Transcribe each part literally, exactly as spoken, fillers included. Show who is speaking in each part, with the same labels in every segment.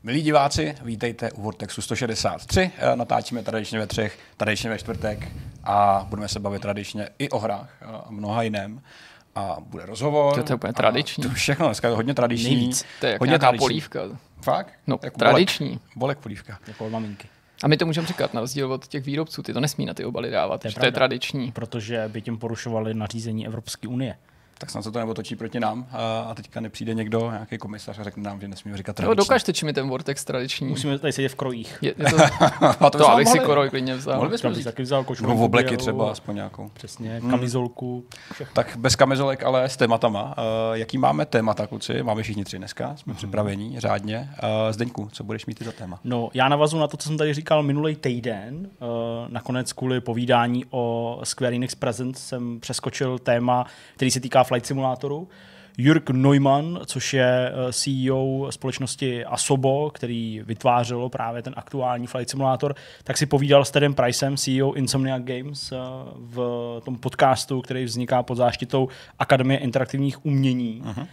Speaker 1: Milí diváci, vítejte u Vortexu sto šedesát tři. Natáčíme tradičně ve třech, tradičně ve čtvrtek a budeme se bavit tradičně i o hrách a mnoha jiném. A bude rozhovor.
Speaker 2: To je úplně tradiční.
Speaker 1: To všechno, dneska je to hodně tradiční.
Speaker 2: Nejvíc. To je jak
Speaker 1: hodně
Speaker 2: nějaká
Speaker 1: tradiční.
Speaker 2: polívka.
Speaker 1: Fakt?
Speaker 2: No,
Speaker 1: jako
Speaker 2: tradiční.
Speaker 1: Bolek, bolek polívka.
Speaker 3: Jako od maminky.
Speaker 2: A my to můžeme říkat na rozdíl od těch výrobců. Ty to nesmí na ty obaly dávat, to je, to je tradiční.
Speaker 3: Protože by tím porušovali nařízení Evropské unie.
Speaker 1: Tak snad se to neotočí proti nám a teďka nepřijde někdo, nějaký komisař a řekne nám, že nesmíme říkat tradiční.
Speaker 2: No, dokažte, či mi ten Vortex tradiční.
Speaker 3: Musíme tady sedět v krojích.
Speaker 2: Je, je to, a to, to abych si koroj klidně vzal.
Speaker 1: Mohli bychom
Speaker 3: taky vzal košlu.
Speaker 1: Nebo v obleky třeba aspoň nějakou.
Speaker 3: Přesně, kamizolku.
Speaker 1: Hmm. Tak bez kamizolek, ale s tématama. Uh, jaký máme témata, kluci? Máme všichni tři dneska, jsme hmm. připraveni řádně. Uh, Zdeňku, co budeš mít ty za téma?
Speaker 3: No, já navazu na to, co jsem tady říkal minulý týden. Uh, nakonec kvůli povídání o Square Enix Presents jsem přeskočil téma, který se týká Flight Simulátoru. Jürg Neumann, což je C E O společnosti Asobo, který vytvářelo právě ten aktuální Flight Simulator, tak si povídal s Tedem Pricem, C E O Insomniac Games, v tom podcastu, který vzniká pod záštitou Akademie interaktivních umění. Uh-huh.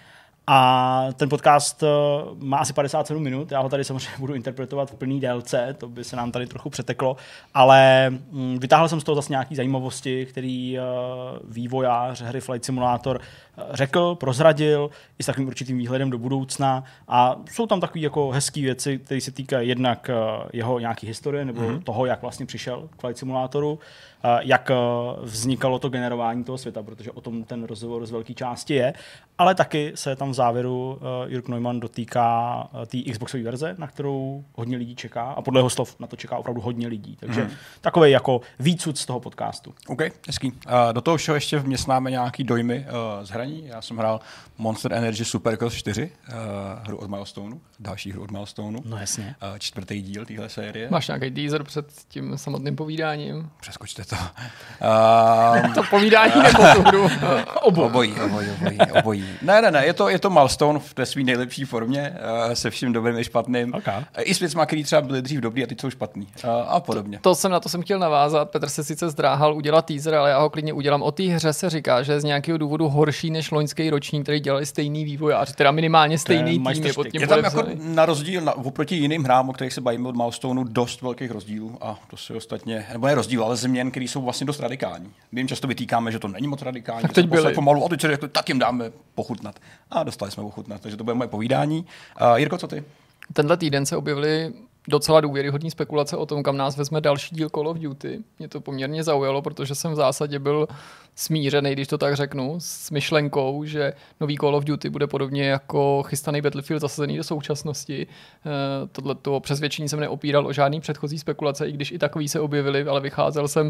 Speaker 3: A ten podcast má asi padesát sedm minut, já ho tady samozřejmě budu interpretovat v plný délce, to by se nám tady trochu přeteklo, ale vytáhl jsem z toho zase nějaké zajímavosti, který vývojář hry Flight Simulator řekl, prozradil i s takovým určitým výhledem do budoucna a jsou tam takové jako hezké věci, které se týkají jednak jeho nějaké historie nebo mm-hmm. toho, jak vlastně přišel k Flight Simulatoru, jak vznikalo to generování toho světa, protože o tom ten rozhovor z velké části je, ale taky se tam v závěru Jürg Neumann dotýká té Xboxové verze, na kterou hodně lidí čeká a podle jeho slov na to čeká opravdu hodně lidí. Takže mm. takovej jako výcud z toho podcastu.
Speaker 1: OK, hezký. Uh, do toho všeho ještě vměstnáme nějaký dojmy uh, z hraní. Já jsem hrál Monster Energy Supercross čtyři, uh, hru od Milestoneu, další hru od Milestoneu.
Speaker 3: No jasně.
Speaker 1: Uh, čtvrtý díl téhle série.
Speaker 2: Máš nějaký teaser před tím samotným povídáním?
Speaker 1: Přeskočte to.
Speaker 2: Uh, to povídání nebo tu hru?
Speaker 1: Obojí. Obojí, obojí, obojí, obojí. Ne, ne, ne, je to, je to Milestone v té své nejlepší formě, uh, se vším dobrým i špatným.
Speaker 3: Okay.
Speaker 1: I s věcma, který třeba byly dřív dobrý a teď jsou špatný. Uh, a podobně.
Speaker 2: To, to jsem na to jsem chtěl navázat. Petr se sice zdráhal udělat teaser, ale já ho klidně udělám. O té hře se říká, že je z nějakého důvodu horší než loňský ročník, který dělali stejný vývojáři, teda minimálně stejný tým. Je, pod tím
Speaker 1: je tam jako na rozdíl na, oproti jiným hrám, o kterých se bavíme od Milestoneu, dost velkých rozdílů a to se ostatně, nebo ne rozdíl, ale změn, které jsou vlastně dost radikální. My jim často vytýkáme, že to není moc radikální.
Speaker 2: Tak teď byli.
Speaker 1: Pomalu, a teď řekli, tak jim dáme pochutnat. A dostali jsme pochutnat, takže to bude moje povídání. Uh, Jirko, co ty?
Speaker 2: Tenhle týden se objevily docela důvěryhodní spekulace o tom, kam nás vezme další díl Call of Duty. Mě to poměrně zaujalo, protože jsem v zásadě byl smířený, když to tak řeknu, s myšlenkou, že nový Call of Duty bude podobně jako chystaný Battlefield zasazený do současnosti. E, tohleto přesvědčení jsem neopíral o žádný předchozí spekulace, i když i takový se objevily, ale vycházel jsem e,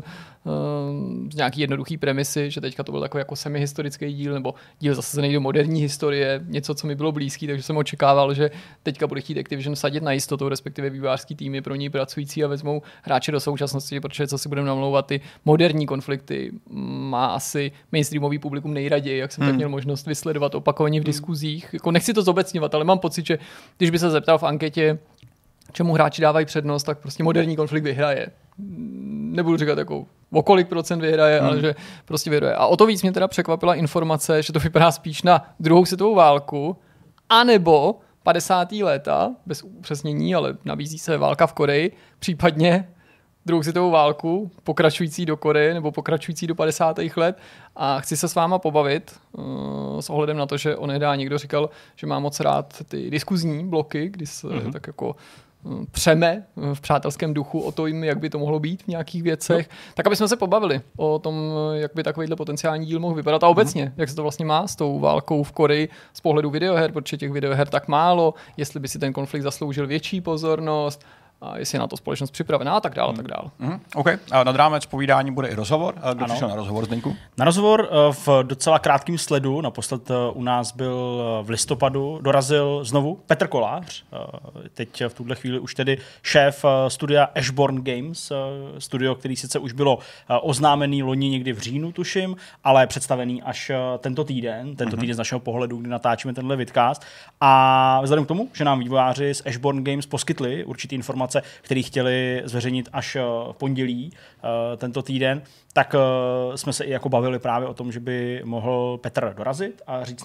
Speaker 2: z nějaký jednoduchý premisy, že teďka to byl takový jako semihistorický díl nebo díl zasazený do moderní historie, něco, co mi bylo blízký, takže jsem očekával, že teďka bude chtít Activision sadit na jistotu, respektive vývojářský týmy pro ní pracující a vezmou hráče do současnosti, protože co si budeme namlouvat, ty moderní konflikty má asi mainstreamový publikum nejraději, jak jsem hmm. tak měl možnost vysledovat opakovaně v diskuzích. Jako nechci to zobecňovat, ale mám pocit, že když by se zeptal v anketě, čemu hráči dávají přednost, tak prostě moderní konflikt vyhraje. Nebudu říkat jako o kolik procent vyhraje, hmm. ale že prostě vyhraje. A o to víc mě teda překvapila informace, že to vypadá spíš na druhou světovou válku, anebo padesátá léta, bez upřesnění, ale nabízí se válka v Koreji, případně druhou světovou válku, pokračující do Koreje nebo pokračující do padesátých let a chci se s váma pobavit uh, s ohledem na to, že onehdy někdo říkal, že má moc rád ty diskuzní bloky, kdy se mm-hmm. tak jako uh, přeme v přátelském duchu o to, jak by to mohlo být v nějakých věcech, no. Tak aby jsme se pobavili o tom, jak by takovýhle potenciální díl mohl vypadat a obecně, mm-hmm. jak se to vlastně má s tou válkou v Koreji z pohledu videoher, protože těch videoher tak málo, jestli by si ten konflikt zasloužil větší pozornost, a jestli je na to společnost připravená a tak dále, a tak dále.
Speaker 1: Mm. OK. A nad rámec povídání bude i rozhovor. A kdo přišel na rozhovor, Zdeňku?
Speaker 3: Na rozhovor v docela krátkém sledu, naposled u nás byl v listopadu, dorazil znovu Petr Kolář, teď v tuhle chvíli už tedy šéf studia Ashborn Games, studio, který sice už bylo oznámený loni někdy v říjnu, tuším, ale představený až tento týden, tento mm-hmm. týden z našeho pohledu, kdy natáčíme tenhle vidcast. A vzhledem k tomu, že nám vývojáři z Ashborn Games poskytli určitý informace, které chtěli zveřejnit až v pondělí uh, tento týden, tak uh, jsme se i jako bavili právě o tom, že by mohl Petr dorazit a říct nám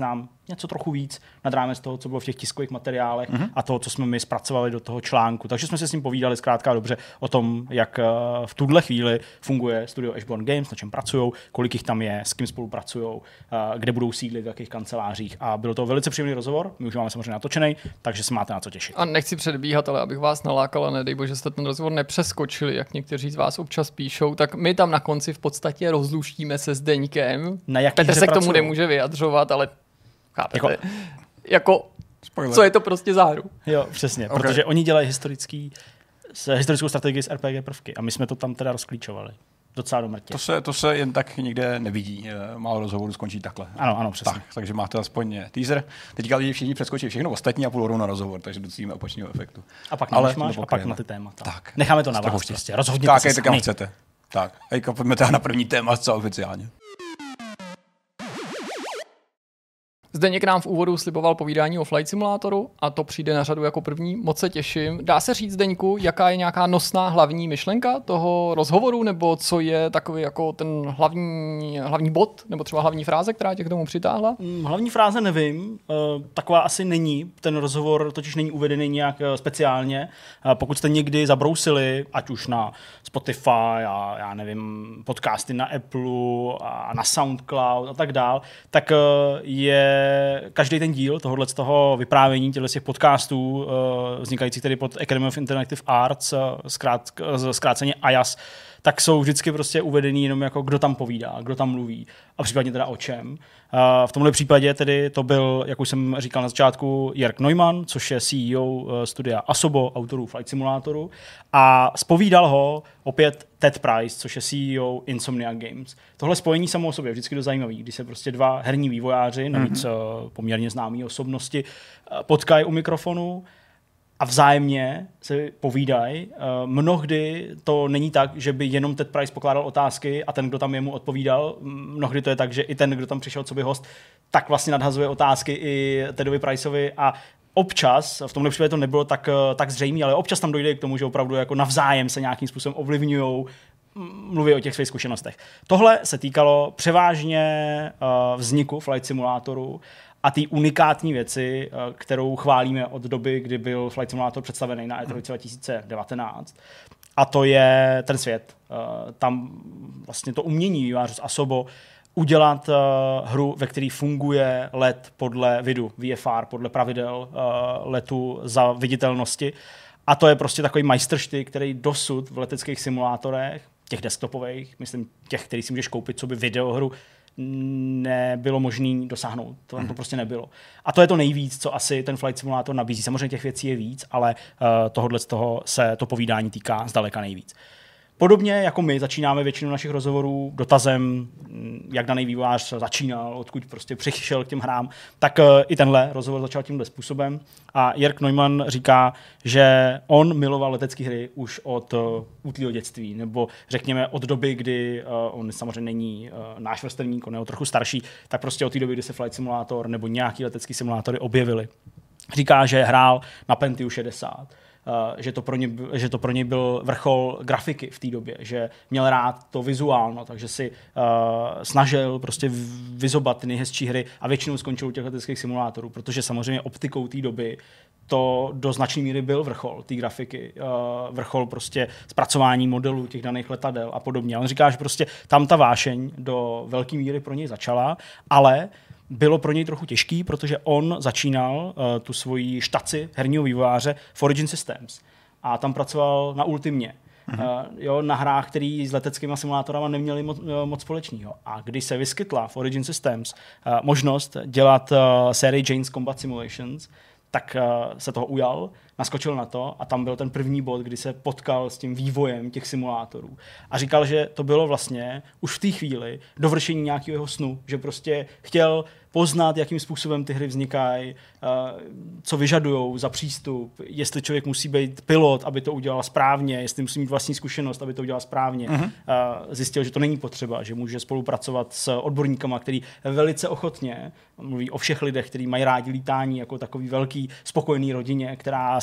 Speaker 3: něco trochu víc nad rámec toho, co bylo v těch tiskových materiálech
Speaker 1: mm-hmm.
Speaker 3: a toho, co jsme my zpracovali do toho článku. Takže jsme se s ním povídali zkrátka dobře o tom, jak v tuhle chvíli funguje studio Ashbourne Games, na čem pracují, kolik jich tam je, s kým spolupracují, kde budou sídlit, v jakých kancelářích. A byl to velice příjemný rozhovor. My už máme samozřejmě natočený, takže se máte na co těšit.
Speaker 2: A nechci předbíhat, ale abych vás nalákal a nedej bože, jste ten rozhovor nepřeskočili, jak někteří z vás občas píšou, tak my tam na konci v podstatě rozluštíme se Zdeňkem. Petr se k tomu nemůže vyjadřovat, ale chápete. Jako, jako co je to prostě za hru.
Speaker 3: Jo, přesně, okay. Protože oni dělají historický, historickou strategii s R P G prvky a my jsme to tam teda rozklíčovali. Docela do mrtě.
Speaker 1: To se, to se jen tak nikde nevidí. Málo rozhovorů skončí takhle.
Speaker 3: Ano, ano, přesně.
Speaker 1: Tak, takže máte aspoň teaser. Teďka lidi všichni přeskočí všechno ostatní a půjdou na rozhovor, takže docílíme opačného efektu.
Speaker 3: A pak na máš, a pak na ty témata.
Speaker 1: Tak.
Speaker 3: Necháme to na vás prostě. Rozhodněte se
Speaker 1: sami. Tak, chcete. Tak, a pojďme teda na první téma zcela oficiálně.
Speaker 2: Zdeněk nám v úvodu sliboval povídání o Flight Simulatoru a to přijde na řadu jako první. Moc se těším. Dá se říct, Zdeňku, jaká je nějaká nosná hlavní myšlenka toho rozhovoru, nebo co je takový jako ten hlavní, hlavní bod, nebo třeba hlavní fráze, která tě k tomu přitáhla?
Speaker 3: Hlavní fráze nevím, taková asi není. Ten rozhovor totiž není uvedený nějak speciálně. Pokud jste někdy zabrousili, ať už na Spotify a já nevím, podcasty na Apple a na SoundCloud a tak dál, tak je každý ten díl tohohle z toho vyprávění těchto těch podcastů, uh, vznikajících tedy pod Academy of Interactive Arts, uh, zkrát, uh, zkráceně A J A S, tak jsou vždycky prostě uvedený jenom jako kdo tam povídá, kdo tam mluví a případně teda o čem. Uh, v tomhle případě tedy to byl, jak už jsem říkal na začátku, Jörg Neumann, což je C E O uh, studia Asobo, autorů Flight Simulatoru, a zpovídal ho opět Ted Price, což je C E O Insomniac Games. Tohle spojení samo o sobě je vždycky dost zajímavý, když se prostě dva herní vývojáři, navíc mm-hmm. uh, poměrně známí osobnosti, uh, potkají u mikrofonu a vzájemně se povídají. Uh, mnohdy to není tak, že by jenom Ted Price pokládal otázky a ten, kdo tam jemu odpovídal. Mnohdy to je tak, že i ten, kdo tam přišel co by host, tak vlastně nadhazuje otázky i Tedovi Priceovi a občas, v tomhle případě to nebylo tak, tak zřejmé, ale občas tam dojde k tomu, že opravdu jako navzájem se nějakým způsobem ovlivňujou, mluví o těch svých zkušenostech. Tohle se týkalo převážně uh, vzniku Flight Simulatoru a té unikátní věci, uh, kterou chválíme od doby, kdy byl Flight Simulator představený na E tři dva tisíce devatenáct. A to je ten svět. Uh, tam vlastně to umění vývojářů z Asobo udělat uh, hru, ve které funguje let podle vidu, V F R, podle pravidel uh, letu za viditelnosti. A to je prostě takový majstrštyk, který dosud v leteckých simulátorech, těch desktopových, myslím těch, který si můžeš koupit, co by videohru, nebylo možné dosáhnout. To tam to prostě nebylo. A to je to nejvíc, co asi ten Flight Simulator nabízí. Samozřejmě těch věcí je víc, ale uh, tohohle z toho se to povídání týká zdaleka nejvíc. Podobně jako my začínáme většinu našich rozhovorů dotazem, jak daný vývojář začínal, odkud prostě přišel k těm hrám, tak i tenhle rozhovor začal tímhle způsobem. A Jörg Neumann říká, že on miloval letecké hry už od útlýho dětství, nebo řekněme od doby, kdy on samozřejmě není náš vrstevník, on je trochu starší, tak prostě od té doby, kdy se Flight Simulator nebo nějaký letecký simulátory objevily. Říká, že hrál na Pentium šedesát. Uh, že, to pro ně, že to pro něj byl vrchol grafiky v té době, že měl rád to vizuálno, takže si uh, snažil prostě vyzobat ty nejhezčí hry a většinou skončil u těch leteckých simulátorů, protože samozřejmě optikou té doby to do značné míry byl vrchol té grafiky, uh, vrchol prostě zpracování modelů těch daných letadel a podobně. On říká, že prostě tam ta vášeň do velké míry pro něj začala, ale bylo pro něj trochu těžký, protože on začínal uh, tu svoji štaci herního vývojáře v Origin Systems a tam pracoval na Ultimě. Uh-huh. Uh, jo, na hrách, které s leteckými simulátorama neměly moc, uh, moc společného. A když se vyskytla v Origin Systems uh, možnost dělat uh, sérii Jane's Combat Simulations, tak uh, se toho ujal, naskočil na to a tam byl ten první bod, kdy se potkal s tím vývojem těch simulátorů. A říkal, že to bylo vlastně už v té chvíli dovršení nějakého jeho snu, že prostě chtěl poznat, jakým způsobem ty hry vznikají, co vyžadujou za přístup, jestli člověk musí být pilot, aby to udělal správně, jestli musí mít vlastní zkušenost, aby to udělal správně. Uh-huh. Zjistil, že to není potřeba, že může spolupracovat s odborníkama, který velice ochotně mluví o všech lidech, kteří mají rádi lítání jako takový velký spokojený rodině, která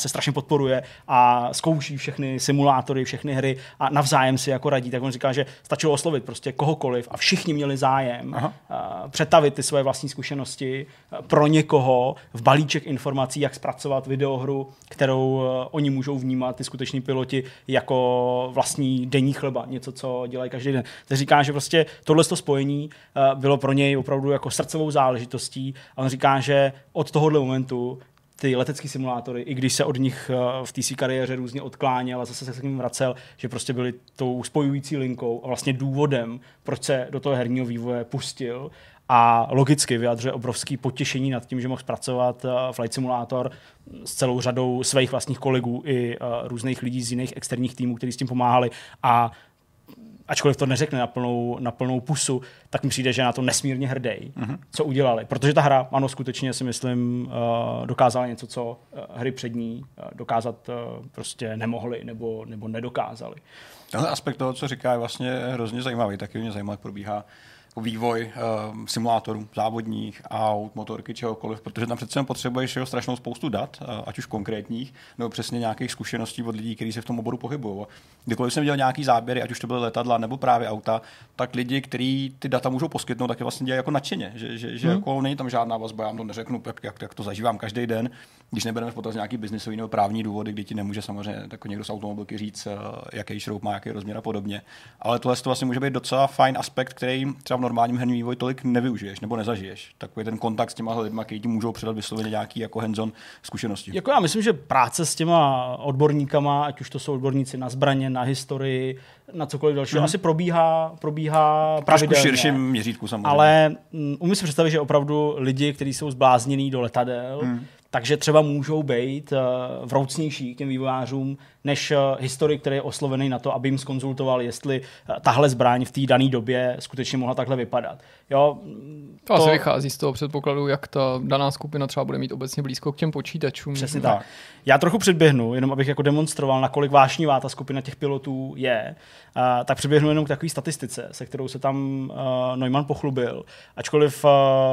Speaker 3: se strašně podporuje a zkouší všechny simulátory, všechny hry a navzájem si jako radí. Tak on říká, že stačilo oslovit prostě kohokoliv a všichni měli zájem uh, přetavit ty své vlastní zkušenosti uh, pro někoho v balíček informací, jak zpracovat videohru, kterou uh, oni můžou vnímat, ty skuteční piloti, jako vlastní denní chleba, něco, co dělají každý den. Tak říká, že prostě tohle spojení uh, bylo pro něj opravdu jako srdcovou záležitostí a on říká, že od tohohle momentu ty letecké simulátory, i když se od nich uh, v té své kariéře různě odkláněl a zase se k ním vracel, že prostě byli tou spojující linkou a vlastně důvodem, proč se do toho herního vývoje pustil. A logicky vyjadřuje obrovský potěšení nad tím, že mohl zpracovat uh, Flight Simulator s celou řadou svých vlastních kolegů i uh, různých lidí z jiných externích týmů, kteří s tím pomáhali. A ačkoliv to neřekne na plnou, na plnou pusu, tak mi přijde, že na to nesmírně hrdý, uh-huh. co udělali. Protože ta hra, ano, skutečně si myslím, uh, dokázala něco, co uh, hry před ní uh, dokázat uh, prostě nemohly nebo, nebo nedokázali.
Speaker 1: Tenhle aspekt toho, co říká, je vlastně hrozně zajímavý. Taky mě zajímá, jak probíhá vývoj uh, simulátorů, závodních, aut, motorky, čehokoliv, protože tam přece potřebuješ jo, strašnou spoustu dat, uh, ať už konkrétních, nebo přesně nějakých zkušeností od lidí, kteří se v tom oboru pohybují. Kdykoliv jsem dělal nějaký záběry, ať už to byly letadla nebo právě auta, tak lidi, kteří ty data můžou poskytnout, tak je vlastně dělají jako nadšeně, že, že, že hmm. jako není tam žádná vazba, já vám to neřeknu, jak, jak, jak to zažívám každý den, když nebereme v potaz nějaký biznisový nebo právní důvody, kdy ti nemůže samozřejmě jako někdo z automobilky říct, jaký šroub má, jaký rozměr a podobně. Ale tohle to vlastně může být docela fajn aspekt, který třeba v normálním herním vývoji tolik nevyužiješ nebo nezažiješ. Takový ten kontakt s těma lidmi, kteří ti můžou předat vysloveně nějaký jako hands-on zkušenosti.
Speaker 3: Jako já myslím, že práce s těma odborníkama, ať už to jsou odborníci na zbraně, na historii, na cokoliv dalšího, mm. asi probíhá, probíhá pravidelně.
Speaker 1: V širším měřítku samozřejmě.
Speaker 3: Ale um, umím si představit, že opravdu lidi, kteří jsou zbláznění do letadel, mm. takže třeba můžou být uh, vroucnější k těm vývojářům, než uh, historik, který je oslovený na to, aby jim zkonzultoval, jestli uh, tahle zbraň v té dané době skutečně mohla takhle vypadat. Jo,
Speaker 2: to asi vychází z toho předpokladu, jak ta daná skupina třeba bude mít obecně blízko k těm počítačům.
Speaker 3: Přesně tak. tak. Já trochu předběhnu, jenom abych jako demonstroval, nakolik vášnivá ta skupina těch pilotů je. Uh, tak předběhnu jenom k takové statistice, se kterou se tam uh, Neumann pochlubil. Ačkoliv uh,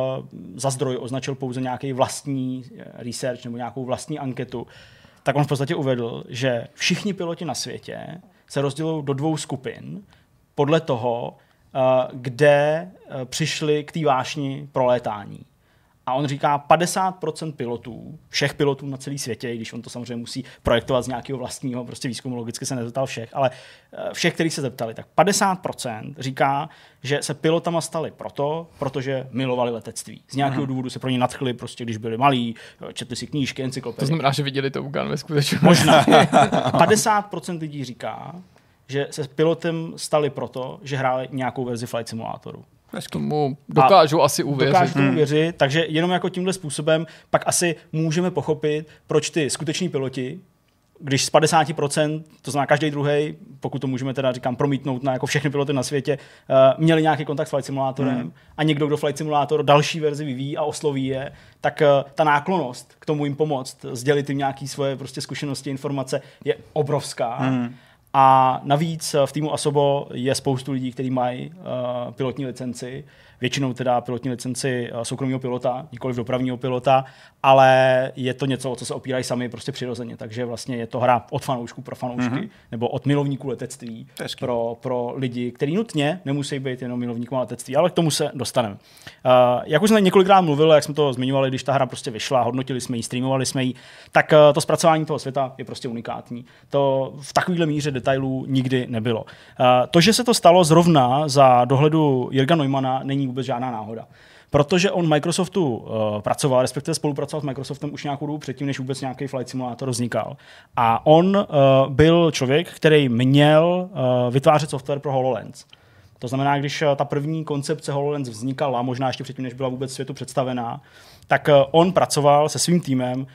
Speaker 3: za zdroj označil pouze nějaký vlastní research nebo nějakou vlastní anketu, tak on v podstatě uvedl, že všichni piloti na světě se rozdělují do dvou skupin podle toho, kde přišli k té vášni pro létání. A on říká, padesát procent pilotů, všech pilotů na celém světě, když on to samozřejmě musí projektovat z nějakého vlastního prostě výzkumu, logicky se nezeptal všech, ale všech, kteří se zeptali, tak padesát procent říká, že se pilotama stali proto, protože milovali letectví. Z nějakého Aha. důvodu se pro ně nadchli, prostě když byli malí, četli si knížky, encyklopedie.
Speaker 2: To znamená, že viděli Top Gun ve skutečnosti.
Speaker 3: Možná. padesát procent lidí říká, že se pilotem stali proto, že hráli nějakou verzi Flight Simulátoru.
Speaker 2: Tomu dokážu a asi uvěřit.
Speaker 3: Dokážu tomu uvěřit, hmm. takže jenom jako tímhle způsobem pak asi můžeme pochopit, proč ty skuteční piloti, když z padesát procent, to znamená každý druhý, pokud to můžeme teda říkám promítnout na jako všechny piloty na světě, uh, měli nějaký kontakt s Flight Simulátorem hmm. a někdo, kdo Flight Simulator další verzi vyvíjí a osloví je, tak uh, ta náklonnost k tomu jim pomoct, sdělit jim nějaké svoje prostě zkušenosti, informace je obrovská. Hmm. A navíc v týmu Asobo je spoustu lidí, kteří mají uh, pilotní licenci, většinou teda pilotní licenci uh, soukromého pilota, nikoliv dopravního pilota, ale je to něco, o co se opírají sami prostě přirozeně, takže vlastně je to hra od fanoušků pro fanoušky, mm-hmm. nebo od milovníků letectví pro, pro lidi, kteří nutně nemusí být jenom milovníků letectví, ale k tomu se dostaneme. Uh, jak už jsme několikrát mluvili, jak jsme to zmiňovali, když ta hra prostě vyšla, hodnotili jsme ji, streamovali jsme ji, tak uh, to zpracování toho světa je prostě unikátní. To v takovéhle míře detailů nikdy nebylo. Uh, to, že se to stalo zrovna za dohledu Jirka Neumana, není vůbec žádná náhoda. Protože on Microsoftu uh, pracoval, respektive spolupracoval s Microsoftem už nějakou dobu předtím, než vůbec nějaký Flight Simulator vznikal. A on uh, byl člověk, který měl uh, vytvářet software pro HoloLens. To znamená, když uh, ta první koncepce HoloLens vznikala, možná ještě předtím, než byla vůbec světu představená, tak uh, on pracoval se svým týmem uh,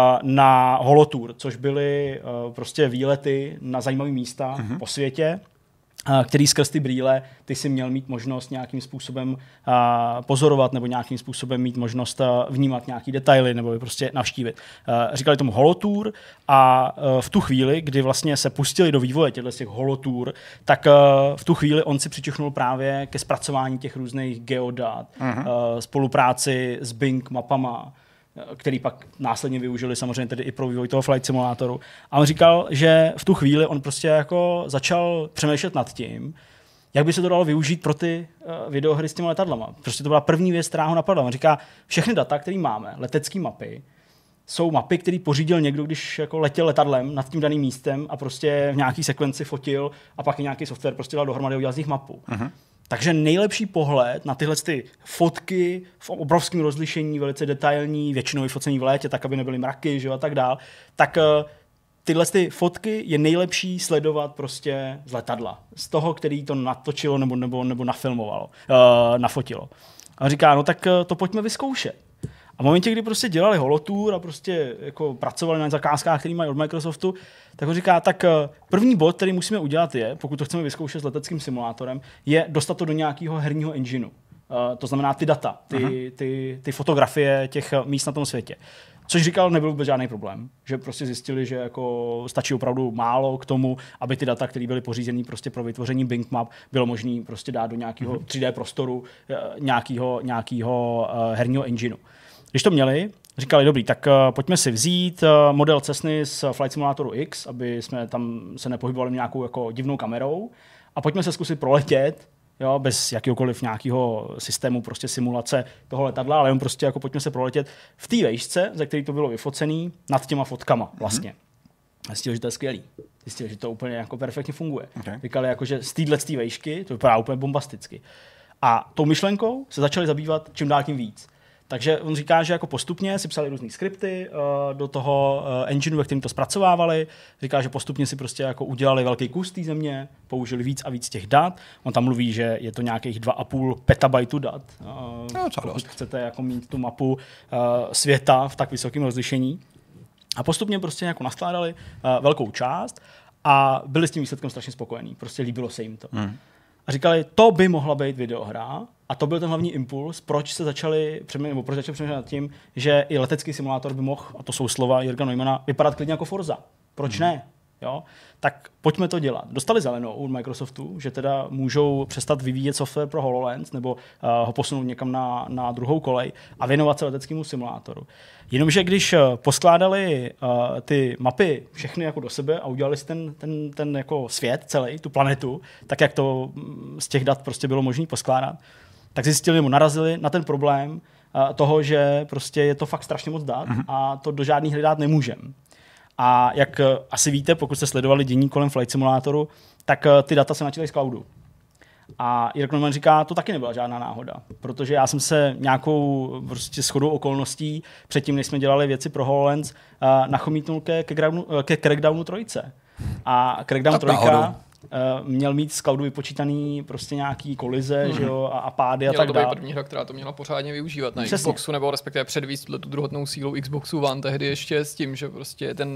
Speaker 3: na Holotour, což byly uh, prostě výlety na zajímavé místa mm-hmm. po světě, který skrz ty brýle ty si měl mít možnost nějakým způsobem uh, pozorovat nebo nějakým způsobem mít možnost uh, vnímat nějaký detaily nebo je prostě navštívit. Uh, říkali tomu Holotour a uh, v tu chvíli, kdy vlastně se pustili do vývoje těchto těch Holotour, tak uh, v tu chvíli on si přičichnul právě ke zpracování těch různých geodat, uh-huh. uh, spolupráci s Bing mapama, který pak následně využili samozřejmě tedy i pro vývoj toho flight simulátoru. A on říkal, že v tu chvíli on prostě jako začal přemýšlet nad tím, jak by se to dalo využít pro ty uh, videohry s těmi letadlama. Prostě to byla první věc, která ho napadla. On říká, všechny data, které máme, letecké mapy, jsou mapy, které pořídil někdo, když jako letěl letadlem nad tím daným místem a prostě v nějaký sekvenci fotil a pak i nějaký software prostě dal dohromady a udělal z nich mapu. Uh-huh. Takže nejlepší pohled na tyhle ty fotky v obrovském rozlišení, velice detailní, většinou vyfocení v létě, tak aby nebyly mraky, že jo, a tak dál, tak uh, tyhle ty fotky je nejlepší sledovat prostě z letadla. Z toho, který to natočilo nebo, nebo, nebo nafilmovalo, uh, nafotilo. A on říká, no tak uh, to pojďme vyzkoušet. A v momentě, kdy prostě dělali holotour a prostě jako pracovali na zakázkách, které mají od Microsoftu, tak on říká, tak první bod, který musíme udělat je, pokud to chceme vyzkoušet s leteckým simulátorem, je dostat to do nějakého herního engineu. Uh, to znamená ty data, ty, uh-huh. ty, ty fotografie těch míst na tom světě. Což říkal, nebyl vůbec žádný problém. Že prostě zjistili, že jako stačí opravdu málo k tomu, aby ty data, které byly pořízené prostě pro vytvoření Bing Map, bylo možné prostě dát do nějakého uh-huh. tři dé prostoru, nějakého, nějakého uh, herního engineu. Když to měli, říkali, dobrý, tak uh, pojďme si vzít uh, model Cessny z Flight Simulatoru X, aby jsme tam se nepohybovali nějakou jako divnou kamerou, a pojďme se zkusit proletět, jo, bez jakéhokoliv nějakého systému prostě simulace toho letadla, ale jen prostě jako pojďme se proletět v té vejšce, ze které to bylo vyfocený, nad těma fotkama vlastně. Mm-hmm. Zjistili, že to je skvělý. Zjistili, že to úplně jako perfektně funguje. Okay. Říkali, jako, že z této vejšky to vypadá úplně bombasticky. A tou myšlenkou se začali zabývat čím dál tím víc. Takže on říká, že jako postupně si psali různý skripty uh, do toho uh, engineu, ve kterým to zpracovávali. Říká, že postupně si prostě jako udělali velký kus té země, použili víc a víc těch dat. On tam mluví, že je to nějakých dva a půl petabajtu dat. Uh, no, pokud chcete jako mít tu mapu uh, světa v tak vysokém rozlišení. A postupně prostě jako naskládali uh, velkou část a byli s tím výsledkem strašně spokojení. Prostě líbilo se jim to. Hmm. A říkali, to by mohla být videohra. A to byl ten hlavní impuls, proč se začali přemýšlet, nebo proč začali přemýšlet nad tím, že i letecký simulátor by mohl, a to jsou slova Jurga Neumana, vypadat klidně jako Forza. Proč hmm. ne? Jo? Tak pojďme to dělat. Dostali zelenou od Microsoftu, že teda můžou přestat vyvíjet software pro HoloLens nebo uh, ho posunout někam na, na druhou kolej a věnovat se leteckému simulátoru. Jenomže když uh, poskládali uh, ty mapy všechny jako do sebe a udělali si ten, ten, ten jako svět celý, tu planetu, tak jak to z těch dat prostě bylo možné poskládat, tak zjistili, nebo narazili na ten problém uh, toho, že prostě je to fakt strašně moc dat mm-hmm. a to do žádných hry dát nemůžeme. A jak uh, asi víte, pokud jste sledovali dění kolem Flight Simulatoru, tak uh, ty data se načítají z cloudu. A Jirk Neumann říká, to taky nebyla žádná náhoda, protože já jsem se nějakou prostě shodou okolností předtím, než jsme dělali věci pro HoloLens, uh, nachomítnul ke, ke, Crackdownu, ke Crackdownu trojce. A Crackdown trojka Uh, měl mít z cloudu vypočítaný prostě nějaký kolize, mm. že jo, a, a pády a
Speaker 2: Měla
Speaker 3: tak
Speaker 2: dále.
Speaker 3: dále.
Speaker 2: To první hra, která to měla pořádně využívat na
Speaker 3: Přesně.
Speaker 2: Xboxu, nebo respektive předvíst tu druhotnou sílu Xboxu One tehdy ještě s tím, že prostě ten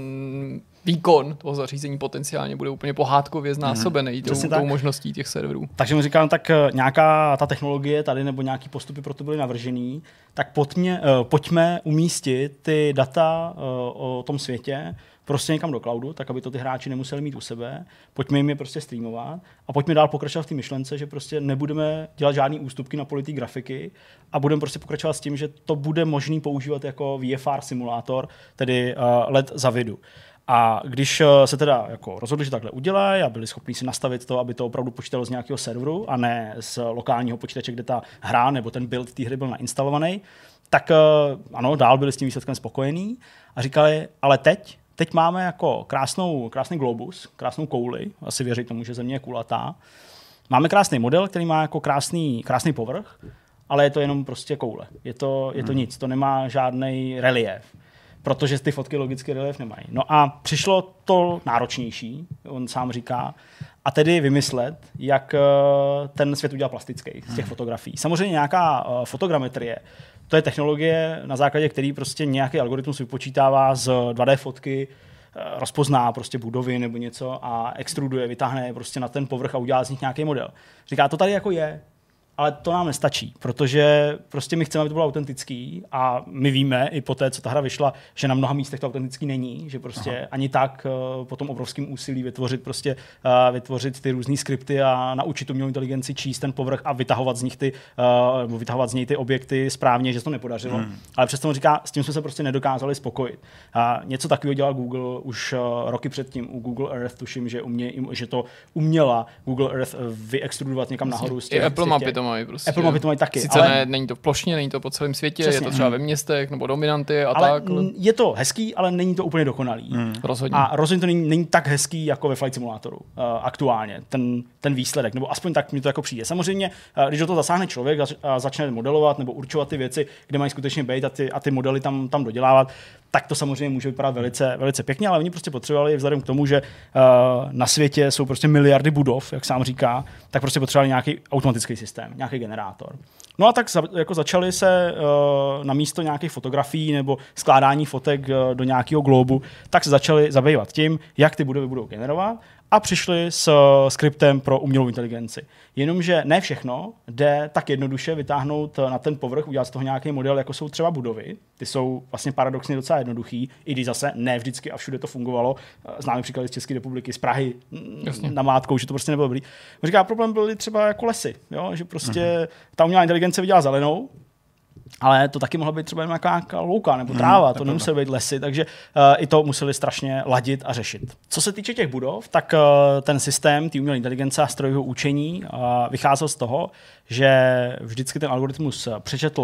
Speaker 2: výkon toho zařízení potenciálně bude úplně pohádkově znásobený mm. tou, tou možností těch serverů.
Speaker 3: Takže mu říkám, tak nějaká ta technologie tady nebo nějaký postupy pro to byly navržený, tak pojďme, uh, pojďme umístit ty data uh, o tom světě prostě někam do cloudu, tak aby to ty hráči nemuseli mít u sebe. Pojďme jim je prostě streamovat a pojďme dál pokračovat v té myšlence, že prostě nebudeme dělat žádný ústupky na poli té grafiky a budeme prostě pokračovat s tím, že to bude možný používat jako V F R simulátor, tedy uh, let za vidu. A když se teda jako rozhodli, že takhle udělají a byli schopni si nastavit to, aby to opravdu počítalo z nějakého serveru a ne z lokálního počítače, kde ta hra nebo ten build té hry byl nainstalovaný, tak ano, dál byli s tím výsledkem spokojení a říkali, ale teď, teď máme jako krásnou, krásný globus, krásnou kouli, asi věří tomu, že Země je kulatá. Máme krásný model, který má jako krásný, krásný povrch, ale je to jenom prostě koule. Je to, je to hmm. nic, to nemá žádný relief. Protože ty fotky logicky relief nemají. No a přišlo to náročnější, on sám říká, a tedy vymyslet, jak ten svět udělal plastický z těch fotografií. Samozřejmě nějaká fotogrametrie, to je technologie, na základě který prostě nějaký algoritmus vypočítává z dva dé fotky, rozpozná prostě budovy nebo něco a extruduje, vytáhne prostě na ten povrch a udělá z nich nějaký model. Říká, to tady jako je, ale to nám nestačí, protože prostě my chceme, aby to bylo autentický a my víme i po té, co ta hra vyšla, že na mnoha místech to autentický není, že prostě Aha. ani tak uh, po tom obrovském úsilí vytvořit prostě uh, vytvořit ty různý skripty a naučit umělou inteligenci číst ten povrch a vytahovat z nich ty uh, nebo vytahovat z něj ty objekty správně, že se to nepodařilo. Hmm. Ale přesto on říká, s tím jsme se prostě nedokázali spokojit. A něco takového dělal Google už uh, roky předtím u Google Earth, tuším, že, umě, že to uměla Google Earth vyextrudovat někam nahoru.
Speaker 2: I Apple mapy to mají prostě.
Speaker 3: Apple mapy to mají taky.
Speaker 2: Sice ale... ne, není to plošně, není to po celém světě, přesně. Je to třeba ve městech nebo dominanty a
Speaker 3: ale
Speaker 2: tak. Ale
Speaker 3: je to hezký, ale není to úplně dokonalý.
Speaker 2: Hmm. Rozhodně.
Speaker 3: A rozhodně to není, není tak hezký jako ve Flight Simulatoru uh, aktuálně, ten, ten výsledek, nebo aspoň tak mi to jako přijde. Samozřejmě, uh, když do toho zasáhne člověk a začne modelovat nebo určovat ty věci, kde mají skutečně být a ty, a ty modely tam, tam dodělávat, tak to samozřejmě může vypadat velice, velice pěkně, ale oni prostě potřebovali, vzhledem k tomu, že uh, na světě jsou prostě miliardy budov, jak sám říká, tak prostě potřebovali nějaký automatický systém, nějaký generátor. No a tak za, jako začali se uh, na místo nějakých fotografií nebo skládání fotek uh, do nějakého globu, tak se začali zabývat tím, jak ty budovy budou generovat a přišli s uh, skriptem pro umělou inteligenci. Jenomže ne všechno jde tak jednoduše vytáhnout na ten povrch, udělat z toho nějaký model, jako jsou třeba budovy. Ty jsou vlastně paradoxně docela jednoduchý, i když zase ne vždycky a všude to fungovalo. Známe příklady z České republiky, z Prahy Jasně. namátkou, že to prostě nebylo dobrý. Říká, problém byly třeba jako lesy, jo? Že prostě uh-huh. ta umělá inteligence viděla zelenou, ale to taky mohla být třeba nějaká louka nebo tráva, hmm, to nemusely být lesy, takže uh, i to museli strašně ladit a řešit. Co se týče těch budov, tak uh, ten systém, ty umělé inteligence a strojového učení uh, vycházel z toho, že vždycky ten algoritmus přečetl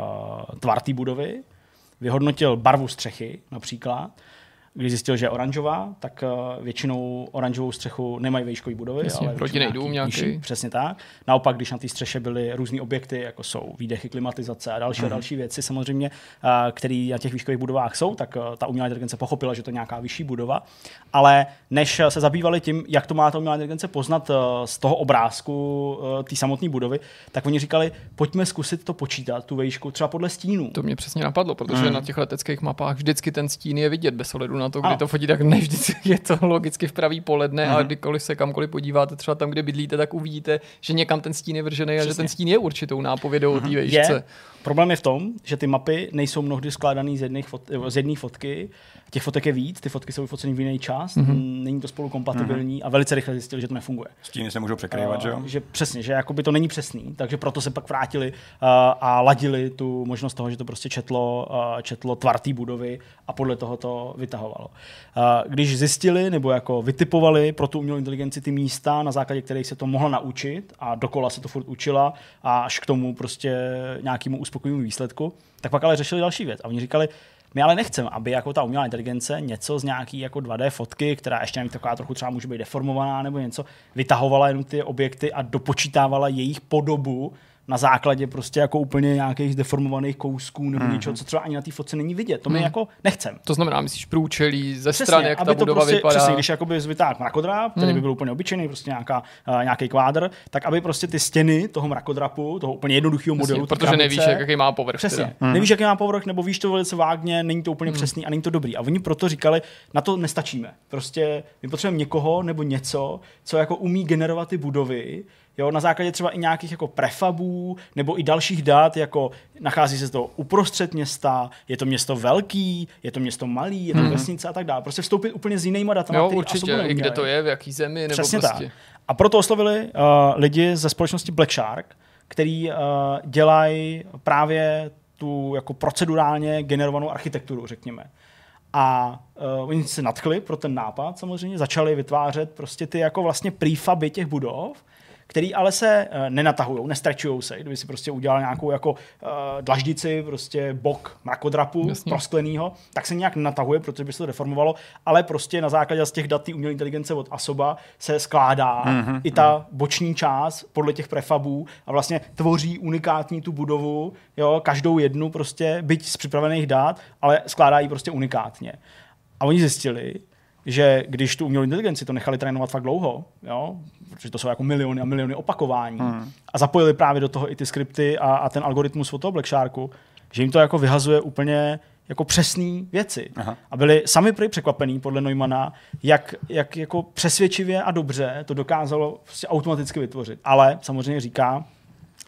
Speaker 3: uh, tvar té budovy, vyhodnotil barvu střechy například. Když zjistil, že je oranžová, tak uh, většinou oranžovou střechu nemají výškové budovy,
Speaker 2: Jasně,
Speaker 3: ale
Speaker 2: rodinný dům nějaký.
Speaker 3: Nižší, přesně tak. Naopak, když na té střeše byly různý objekty, jako jsou výdechy, klimatizace a další mm. a další věci samozřejmě, uh, které na těch výškových budovách jsou, tak uh, ta umělá inteligence pochopila, že to je nějaká vyšší budova. Ale než se zabývali tím, jak to má ta umělá inteligence poznat uh, z toho obrázku uh, té samotné budovy, tak oni říkali, pojďme zkusit to počítat, tu výšku, třeba podle stínů.
Speaker 2: To mě přesně napadlo, protože mm. na těch leteckých mapách vždycky ten stín je vidět bez ohledu na to, kdy
Speaker 3: ano.
Speaker 2: to fotí, tak ne vždycky je to logicky v pravý poledne, mm. ale kdykoliv se kamkoliv podíváte, třeba tam, kde bydlíte, tak uvidíte, že někam ten stín je vržený a že ten stín je určitou nápovědou o té výšce.
Speaker 3: Je. Problém je v tom, že ty mapy nejsou mnohdy skládané z jedné fot, fotky. Těch fotek je víc, ty fotky jsou vyfoceny v jiný čas, mm-hmm. není to spolu kompatibilní mm-hmm. a velice rychle zjistili, že to nefunguje.
Speaker 1: Stíny se můžou překrývat, že jo?
Speaker 3: Že přesně, že jakoby to není přesný, takže proto se pak vrátili uh, a ladili tu možnost toho, že to prostě četlo, uh, četlo tvar té budovy a podle toho to vytahovalo. Uh, když zjistili nebo jako vytipovali pro tu umělou inteligenci ty místa, na základě kterých se to mohla naučit a dokola se to furt učila a až k tomu prostě nějakému uspokojivému výsledku, tak pak ale řešili další věc. A oni říkali, my ale nechceme, aby jako ta umělá inteligence něco z nějaký jako dva dé fotky, která ještě nevím, taková trochu třeba může být deformovaná nebo něco, vytahovala jenom ty objekty a dopočítávala jejich podobu na základě prostě jako úplně nějakých deformovaných kousků nebo mm. něčeho, co třeba ani na té fotce není vidět. To my mm. jako nechcem.
Speaker 2: To znamená, myslíš průčelí ze
Speaker 3: přesně,
Speaker 2: strany, jak ta budova
Speaker 3: prostě,
Speaker 2: vypadá.
Speaker 3: Přesně, když jakoby vytáhl mrakodrap, který mm. by byl úplně obyčejný, prostě nějaká, uh, nějaký kvádr, tak aby prostě ty stěny toho mrakodrapu, toho úplně jednoduchého modelu,
Speaker 2: protože krabice, nevíš, jaký má povrch.
Speaker 3: Přesně, mm. nevíš, jaký má povrch, nebo víš to velice vágně, není to úplně mm. přesný a není to dobrý. A oni proto říkali, na to nestačíme. Prostě my potřebujeme někoho nebo něco, co jako umí generovat ty budovy. Jo, na základě třeba i nějakých jako prefabů nebo i dalších dat, jako nachází se to uprostřed města, je to město velký, je to město malý, je to hmm. vesnice a tak dále. Prostě vstoupit úplně s jinýma datama,
Speaker 2: jo, určitě, i kde to je, v jaký zemi, nebo
Speaker 3: přesně
Speaker 2: prostě.
Speaker 3: Tak. A proto oslovili uh, lidi ze společnosti Black Shark, který uh, dělají právě tu jako procedurálně generovanou architekturu, řekněme. A uh, oni se nadchli pro ten nápad samozřejmě, začali vytvářet prostě ty jako vlastně prefaby těch budov, který ale se uh, nenatahujou, nestrečujou se. Kdyby si prostě udělal nějakou jako uh, dlaždici, prostě bok mrakodrapu prosklenýho, tak se nějak nenatahuje, protože by se to deformovalo, ale prostě na základě z těch dat té umělé inteligence od Asoba se skládá mm-hmm, i ta mm. boční část podle těch prefabů a vlastně tvoří unikátní tu budovu, jo, každou jednu prostě, byť z připravených dat, ale skládá ji prostě unikátně. A oni zjistili, že když tu umělou inteligenci to nechali trénovat fakt dlouho, jo, protože to jsou jako miliony a miliony opakování hmm. a zapojili právě do toho i ty skripty a, a ten algoritmus od toho Black Sharku, že jim to jako vyhazuje úplně jako přesné věci. Aha. A byli sami prý překvapení podle Neumana, jak, jak jako přesvědčivě a dobře to dokázalo prostě automaticky vytvořit. Ale samozřejmě říká,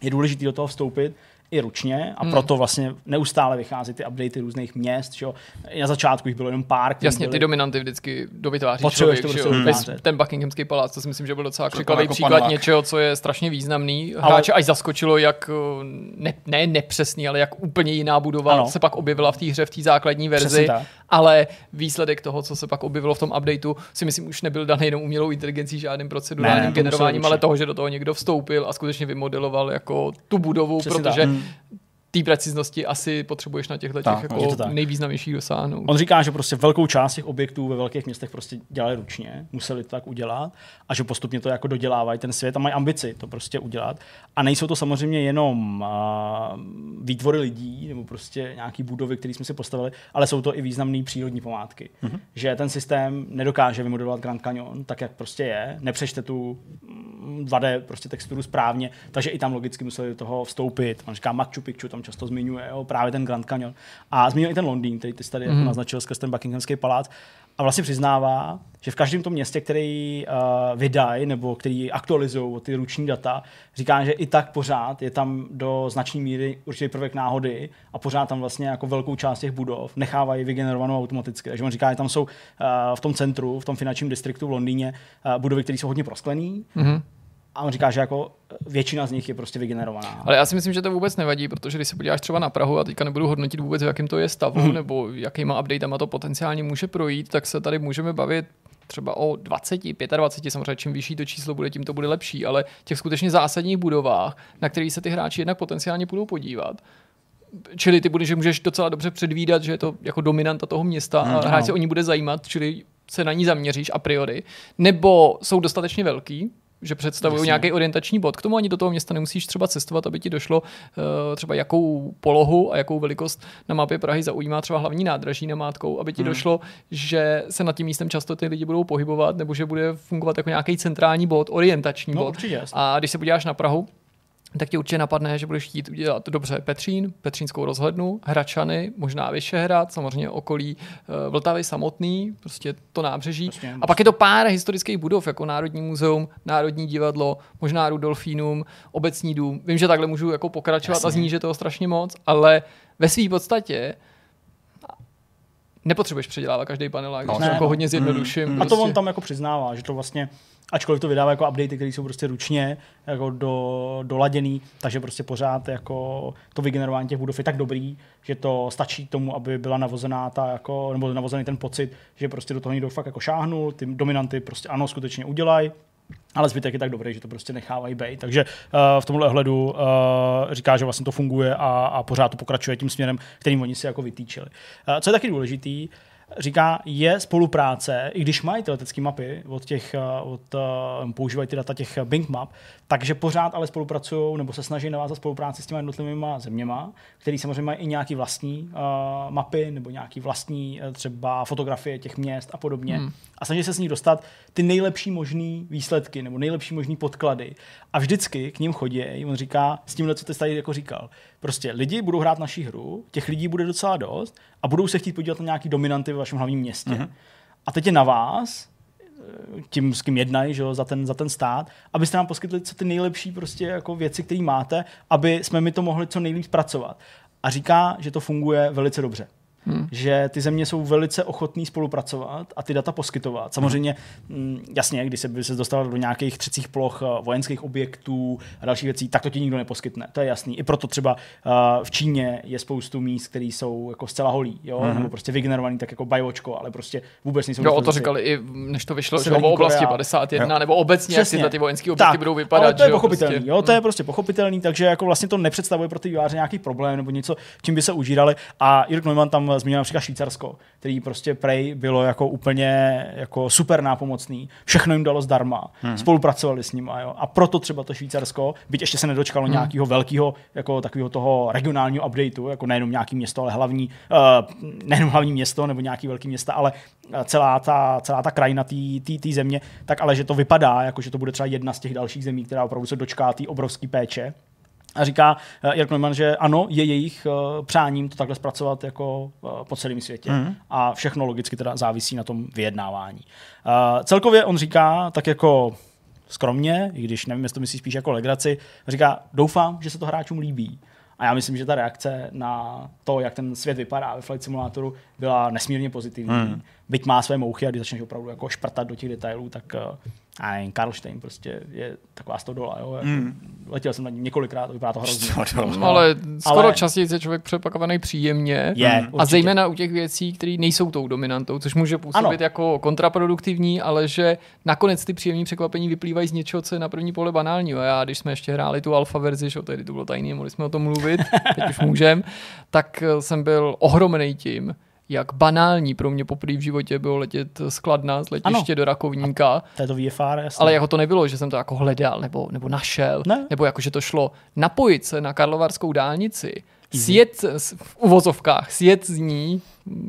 Speaker 3: je důležité do toho vstoupit i ručně a hmm. proto vlastně neustále vychází ty updaty různých měst. Že jo. Na začátku jich bylo jenom pár.
Speaker 2: Jasně,
Speaker 3: byly...
Speaker 2: ty dominanty vždycky dovytváří člověk. Prostě hmm. Ten Buckinghamský palác, to si myslím, že byl docela křiklavý příklad panelák. Něčeho, co je strašně významný. Hráče ale... až zaskočilo, jak ne, ne nepřesný, ale jak úplně jiná budova ano. se pak objevila v té hře, v té základní verzi. Ale výsledek toho, co se pak objevilo v tom updateu, si myslím, už nebyl daný jenom umělou inteligencí, žádným procedurálním ne, generováním, ale toho, že do toho někdo vstoupil a skutečně vymodeloval jako tu budovu, přesně protože tak. té preciznosti asi potřebuješ na těchto těch jako nejvýznamnějších dosáhnout.
Speaker 3: On říká, že prostě velkou část těch objektů ve velkých městech prostě dělali ručně, museli to tak udělat a že postupně to jako dodělávají ten svět a mají ambici to prostě udělat. A nejsou to samozřejmě jenom uh, výtvory lidí nebo prostě nějaký budovy, které jsme si postavili, ale jsou to i významné přírodní památky. Mm-hmm. Že ten systém nedokáže vymodelovat Grand Canyon tak, jak prostě je, nepřečte tu dva dé prostě texturu správně, takže i tam logicky museli do toho vstoupit. On říká Machu Picchu, tam často zmiňuje jo, právě ten Grand Canyon. A zmiňuje i ten Londýn, který ty jsi tady mm. jako naznačil skrz ten Buckinghamský palác. A vlastně přiznává, že v každém tom městě, který uh, vydají nebo který aktualizují ty ruční data, říká, že i tak pořád je tam do značné míry určitý prvek náhody a pořád tam vlastně jako velkou část těch budov nechávají vygenerovanou automaticky. Takže on říká, že tam jsou uh, v tom centru, v tom finančním distriktu v Londýně uh, budovy, které jsou hodně prosklený. Mm. A on říká, že jako většina z nich je prostě vygenerovaná.
Speaker 2: Ale já si myslím, že to vůbec nevadí, protože když se podíváš třeba na Prahu a teďka nebudu hodnotit vůbec, v jakém to je stavu, mm. nebo jakýma updatama to potenciálně může projít, tak se tady můžeme bavit třeba o dvacet, dvacet pět, samozřejmě čím vyšší to číslo bude, tím to bude lepší, ale těch skutečně zásadních budovách, na kterých se ty hráči jednak potenciálně budou podívat. Čili ty budeš, že můžeš docela dobře předvídat, že je to jako dominanta toho města a mm, hráč se o ní bude zajímat, čili se na ní zaměříš a priori, nebo jsou dostatečně velký, že představují nějaký orientační bod. K tomu ani do toho města nemusíš třeba cestovat, aby ti došlo uh, třeba jakou polohu a jakou velikost na mapě Prahy zaujímá třeba hlavní nádraží namátkou, aby ti hmm. došlo, že se nad tím místem často ty lidi budou pohybovat nebo že bude fungovat jako nějaký centrální bod, orientační
Speaker 3: no,
Speaker 2: bod.
Speaker 3: Určitě,
Speaker 2: a když se podíváš na Prahu, tak ti určitě napadne, že budeš chtít udělat dobře Petřín, Petřínskou rozhlednu, Hradčany, možná Vyšehrad, samozřejmě okolí uh, Vltavy samotný, prostě to nábřeží. Prostě, a pak je to pár historických budov, jako Národní muzeum, Národní divadlo, možná Rudolfínum, Obecní dům. Vím, že takhle můžu jako pokračovat Jasně. a zní, že toho strašně moc, ale ve své podstatě nepotřebuješ předělávat každý panelák, když to jako hodně zjednoduším.
Speaker 3: Mm, mm. Prostě. A to on tam jako přiznává, že to vlastně ačkoliv to vydává jako updaty, které jsou prostě ručně jako do, doladěný, takže prostě pořád jako to vygenerování těch budov je tak dobrý, že to stačí tomu, aby byla navozená ta jako, nebo navozený ten pocit, že prostě do toho někdo fakt jako šáhnul, ty dominanty prostě ano, skutečně udělají, ale zbytek je tak dobrý, že to prostě nechávají bejt. Takže uh, v tomhle ohledu uh, říká, že vlastně to funguje a, a pořád to pokračuje tím směrem, kterým oni si jako vytýčili. Uh, co je taky důležitý, říká, je spolupráce, i když mají ty letecké mapy, od těch, od, uh, používají ty data těch Bing map, takže pořád ale spolupracují nebo se snaží navázat spolupráci s těma jednotlivými zeměma, který samozřejmě mají i nějaký vlastní uh, mapy nebo nějaký vlastní uh, třeba fotografie těch měst a podobně. Hmm. A snaží se s nich dostat ty nejlepší možný výsledky nebo nejlepší možný podklady. A vždycky k ním chodí, on říká, s tímhle, co ty tady jako říkal, prostě lidi budou hrát naší hru, těch lidí bude docela dost a budou se chtít podívat na nějaký dominanty ve vašem hlavním městě. Mm-hmm. A teď je na vás, tím, s kým jednají, že jo, za ten, za ten stát, abyste nám poskytli co ty nejlepší prostě jako věci, které máte, aby jsme my to mohli co nejlíp zpracovat. A říká, že to funguje velice dobře. Hmm. Že ty země jsou velice ochotný spolupracovat a ty data poskytovat. Samozřejmě, hmm. jasně, když se by se dostal do nějakých třecích ploch vojenských objektů a dalších věcí, tak to ti nikdo neposkytne. To je jasný. I proto třeba uh, v Číně je spoustu míst, které jsou jako zcela holí, jo, hmm. nebo prostě vygenerovaný tak jako bajočko, ale prostě vůbec nejsou.
Speaker 2: Jo, o to říkali i než to vyšlo, že v oblasti padesát jedna, jo. nebo obecně, jak tyhle ty vojenské objekty tak, budou vypadat.
Speaker 3: Ale to je
Speaker 2: jo,
Speaker 3: pochopitelný,
Speaker 2: prostě.
Speaker 3: jo, to je prostě pochopitelný, takže jako vlastně to nepředstavuje pro ty vývojáře nějaký problém nebo něco, čím by se užírali. A Jörg Neumann tam zmínil například Švýcarsko, který prostě prej bylo jako úplně jako super nápomocný. Všechno jim dalo zdarma. Hmm. Spolupracovali s nimi, jo. A proto třeba to Švýcarsko, byť ještě se nedočkalo hmm. nějakého velkého jako takového toho regionálního updateu, jako nejenom nějaký město, ale hlavní uh, nejenom hlavní město nebo nějaký velký města, ale celá ta celá ta krajina té země, tak ale že to vypadá, jako že to bude třeba jedna z těch dalších zemí, která opravdu se dočká té obrovské péče. A říká uh, Jörg Neumann, že ano, je jejich uh, přáním to takhle zpracovat jako uh, po celém světě. Mm. A všechno logicky teda závisí na tom vyjednávání. Uh, celkově on říká, tak jako skromně, i když nevím, jestli to myslí spíš jako legraci, říká, doufám, že se to hráčům líbí. A já myslím, že ta reakce na to, jak ten svět vypadá ve Flight Simulatoru, byla nesmírně pozitivní. Hmm. Byť má své mouchy a když začneš opravdu jako šprtat do těch detailů, tak a nevím, Karlštejn prostě je taková stodola. Jo? Jako, hmm. Letěl jsem na ní několikrát, to vypadá to hrozně.
Speaker 2: No, ale skoro ale... častěji je člověk přepakovaný příjemně.
Speaker 3: Je,
Speaker 2: a zejména u těch věcí, které nejsou tou dominantou, což může působit ano. jako kontraproduktivní, ale že nakonec ty příjemné překvapení vyplývají z něčeho, co je na první pohled banální. A já, když jsme ještě hráli tu alfa verzi, že tehdy to bylo tajný, mohli jsme o tom mluvit, teď už můžem, tak jsem byl ohromený tím, jak banální pro mě poprvé v životě bylo letět z Kladna, z letiště ano. do Rakovníka.
Speaker 3: To je to V F R, jasně.
Speaker 2: Ale jako to nebylo, že jsem to jako hledal nebo, nebo našel, ne. nebo jako, že to šlo napojit se na Karlovarskou dálnici, sjet v uvozovkách, sjet z ní,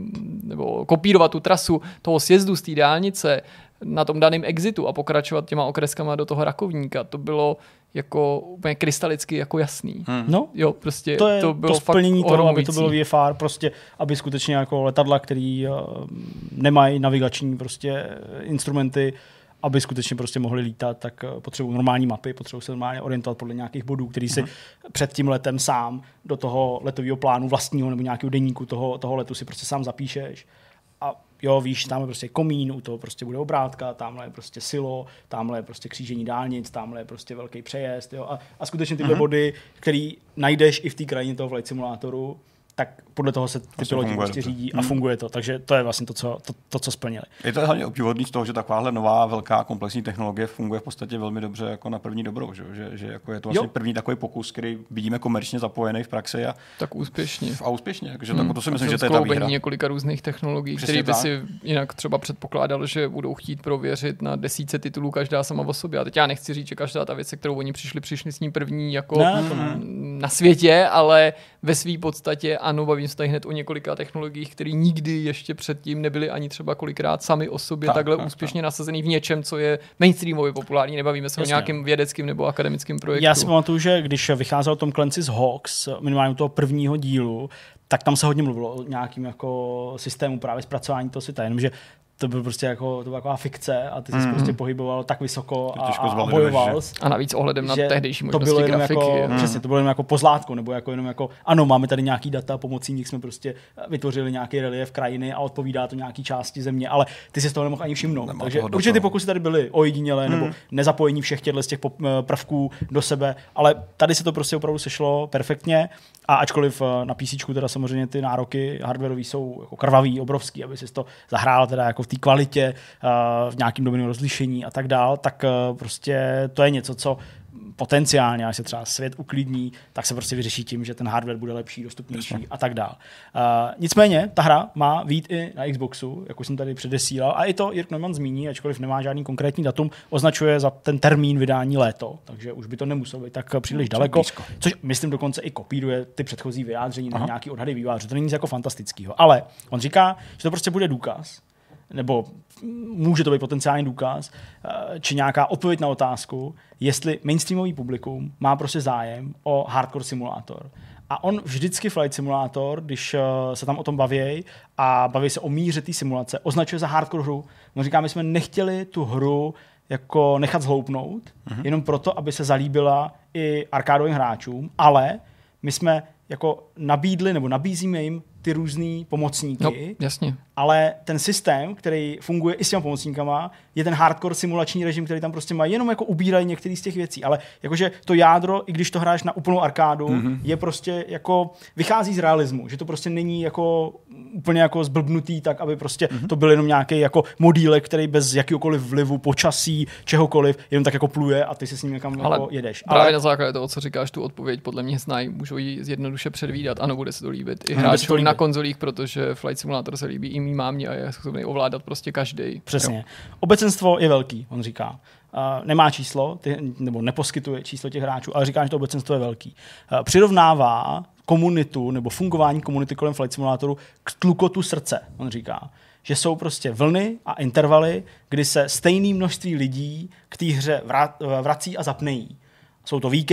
Speaker 2: nebo kopírovat tu trasu toho sjezdu z té dálnice na tom daném exitu a pokračovat těma okreskama do toho Rakovníka. To bylo jako úplně krystalicky jako jasný.
Speaker 3: Hmm. No,
Speaker 2: jo, prostě
Speaker 3: to je
Speaker 2: to bylo
Speaker 3: to splnění toho, aby to bylo V F R, prostě, aby skutečně jako letadla, který uh, nemají navigační prostě instrumenty, aby skutečně prostě mohli lítat, tak uh, potřebují normální mapy, potřebují se normálně orientovat podle nějakých bodů, který si hmm. před tím letem sám do toho letového plánu vlastního nebo nějakého deníku toho, toho letu si prostě sám zapíšeš. A jo, víš, tamhle prostě komín, u toho prostě bude obrátka, tamhle je prostě silo, tamhle je prostě křížení dálnic, tamhle je prostě velký přejezd, jo. A, a skutečně tyhle uh-huh. body, který najdeš i v té krajině toho flight simulátoru, tak podle toho se ty piloti prostě řídí hmm. a funguje to. Takže to je vlastně to, co, to, to, co splnili.
Speaker 1: Je to hlavně obdivuhodný z toho, že takováhle nová, velká, komplexní technologie funguje v podstatě velmi dobře jako na první dobrou. Že, že, že jako je to vlastně jo. první takový pokus, který vidíme komerčně zapojený v praxi. A tak
Speaker 2: úspěšně.
Speaker 1: A úspěšně. Takže hmm. tak, to si myslím,
Speaker 2: to
Speaker 1: že to je ta výhra.
Speaker 2: Několika různých technologií, které by si jinak třeba předpokládal, že budou chtít prověřit na desítce titulů každá sama o sobě. A teď já nechci říct, že každá ta věc, kterou oni přišli, přišli s ní první jako
Speaker 3: ne, to ne.
Speaker 2: na světě, ale ve své podstatě ano, bavím se tady hned o několika technologiích, které nikdy ještě předtím nebyly ani třeba kolikrát sami o sobě tak, takhle tak, úspěšně tak. nasazený v něčem, co je mainstreamově populární. Nebavíme se Jasně. o nějakém vědeckém nebo akademickém projektu.
Speaker 3: Já si pamatuju, že když vycházel Tom Clancy's Hawks, minimálně toho prvního dílu, tak tam se hodně mluvilo o nějakým jako systému právě zpracování toho světa, jenomže to byl prostě jako, to byla taková fikce a ty jsi mm. prostě pohyboval tak vysoko a, a bojoval.
Speaker 2: A navíc ohledem na tehdejší možnosti
Speaker 3: to bylo jenom
Speaker 2: grafiky.
Speaker 3: Jako, mm. Přesně, to bylo jenom jako pozlátko, nebo jako jenom jako, ano, máme tady nějaký data, pomocí nich jsme prostě vytvořili nějaký relief krajiny a odpovídá to nějaký části země, ale ty si z toho nemohl ani všimnout. Nemá Takže určitě ty pokusy tady byly ojedinělé, mm. nebo nezapojení všech těchto z těch prvků do sebe, ale tady se to prostě opravdu sešlo perfektně. A ačkoliv na PCčku teda samozřejmě ty nároky hardwareový jsou jako krvavý, obrovský, aby si to zahrál teda jako v té kvalitě, v nějakým dobrým rozlišení a tak dál, tak prostě to je něco, co potenciálně, až se třeba svět uklidní, tak se prostě vyřeší tím, že ten hardware bude lepší, dostupnější a tak dál. Uh, nicméně, ta hra má vyjít i na Xboxu, jak už jsem tady předesílal, a i to Jirk Neumann zmíní, ačkoliv nemá žádný konkrétní datum, označuje za ten termín vydání léto, takže už by to nemuselo být tak příliš no, daleko, blízko. Což myslím dokonce i kopíruje ty předchozí vyjádření na nějaký odhady vývojářů. To není nic jako fantastického, ale on říká, že to prostě bude důkaz, nebo může to být potenciální důkaz, či nějaká odpověď na otázku, jestli mainstreamový publikum má prostě zájem o hardcore simulátor. A on vždycky Flight Simulator, když se tam o tom baví a baví se o míře té simulace, označuje za hardcore hru. On říká, my jsme nechtěli tu hru jako nechat zhloupnout, mm-hmm. jenom proto, aby se zalíbila i arkádovým hráčům, ale my jsme jako nabídli nebo nabízíme jim ty různý pomocníky,
Speaker 2: no, jasně.
Speaker 3: ale ten systém, který funguje i s těma pomocníkama, je ten hardcore simulační režim, který tam prostě má, jenom jako ubírají některé z těch věcí, ale jakože to jádro, i když to hráš na úplnou arkádu, mm-hmm. je prostě jako, vychází z realismu, že to prostě není jako úplně jako zblbnutý, tak aby prostě mm-hmm. to byl jenom nějaký jako modílek, který bez jakýkoliv vlivu, počasí, čehokoliv, jenom tak jako pluje a ty se s ním někam
Speaker 2: ale
Speaker 3: jako jedeš.
Speaker 2: Právě
Speaker 3: ale
Speaker 2: na základě toho, co říkáš, tu odpověď podle mě znají, můžou ji jednoduše předvídat, ano, bude se to líbit i hráčům na konzolích, protože Flight Simulator se líbí i mý mámě a je schopný ovládat prostě každý.
Speaker 3: Přesně. Jo. Obecenstvo je velký, on říká. Uh, nemá číslo, ty, nebo neposkytuje číslo těch hráčů, ale říká, že to obecenstvo je velký. Uh, přirovnává komunitu nebo fungování komunity kolem Flight Simulatoru k tlukotu srdce, on říká. Že jsou prostě vlny a intervaly, kdy se stejné množství lidí k té hře vrací a zapnejí. Jsou to víkendy,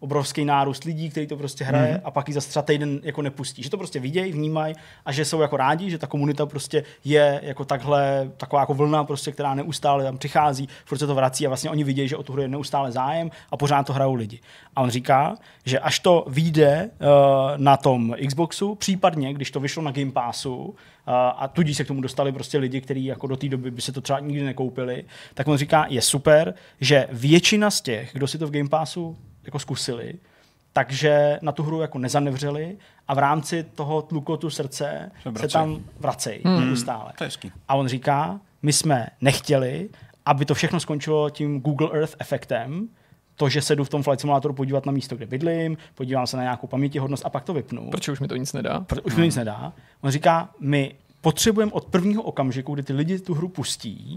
Speaker 3: obrovský nárůst lidí, který to prostě hraje, mm-hmm. a pak ji zase třeba týden jako nepustí. Že to prostě vidějí, vnímají a že jsou jako rádi, že ta komunita prostě je jako takhle, taková jako vlna prostě, která neustále tam přichází, furt se to vrací a vlastně oni vidějí, že o tu hru je neustále zájem a pořád to hrajou lidi. A on říká, že až to vyjde uh, na tom Xboxu, případně, když to vyšlo na Game Passu, uh, a tudíž se k tomu dostali prostě lidi, kteří jako do té doby by se to třeba nikdy nekoupili, tak on říká, je super, že většina z těch, kdo si to v Game Passu jako zkusili, takže na tu hru jako nezanevřeli a v rámci toho tlukotu srdce se tam vracejí
Speaker 1: hmm.
Speaker 3: neustále.
Speaker 1: To je hezký.
Speaker 3: A on říká, my jsme nechtěli, aby to všechno skončilo tím Google Earth efektem, to, že se jdu v tom Flight Simulatoru podívat na místo, kde bydlím, podívám se na nějakou pamětihodnost a pak to vypnu.
Speaker 2: Protože už mi to nic nedá.
Speaker 3: Pro, už mi nic nedá. On říká, my potřebujeme od prvního okamžiku, kdy ty lidi tu hru pustí,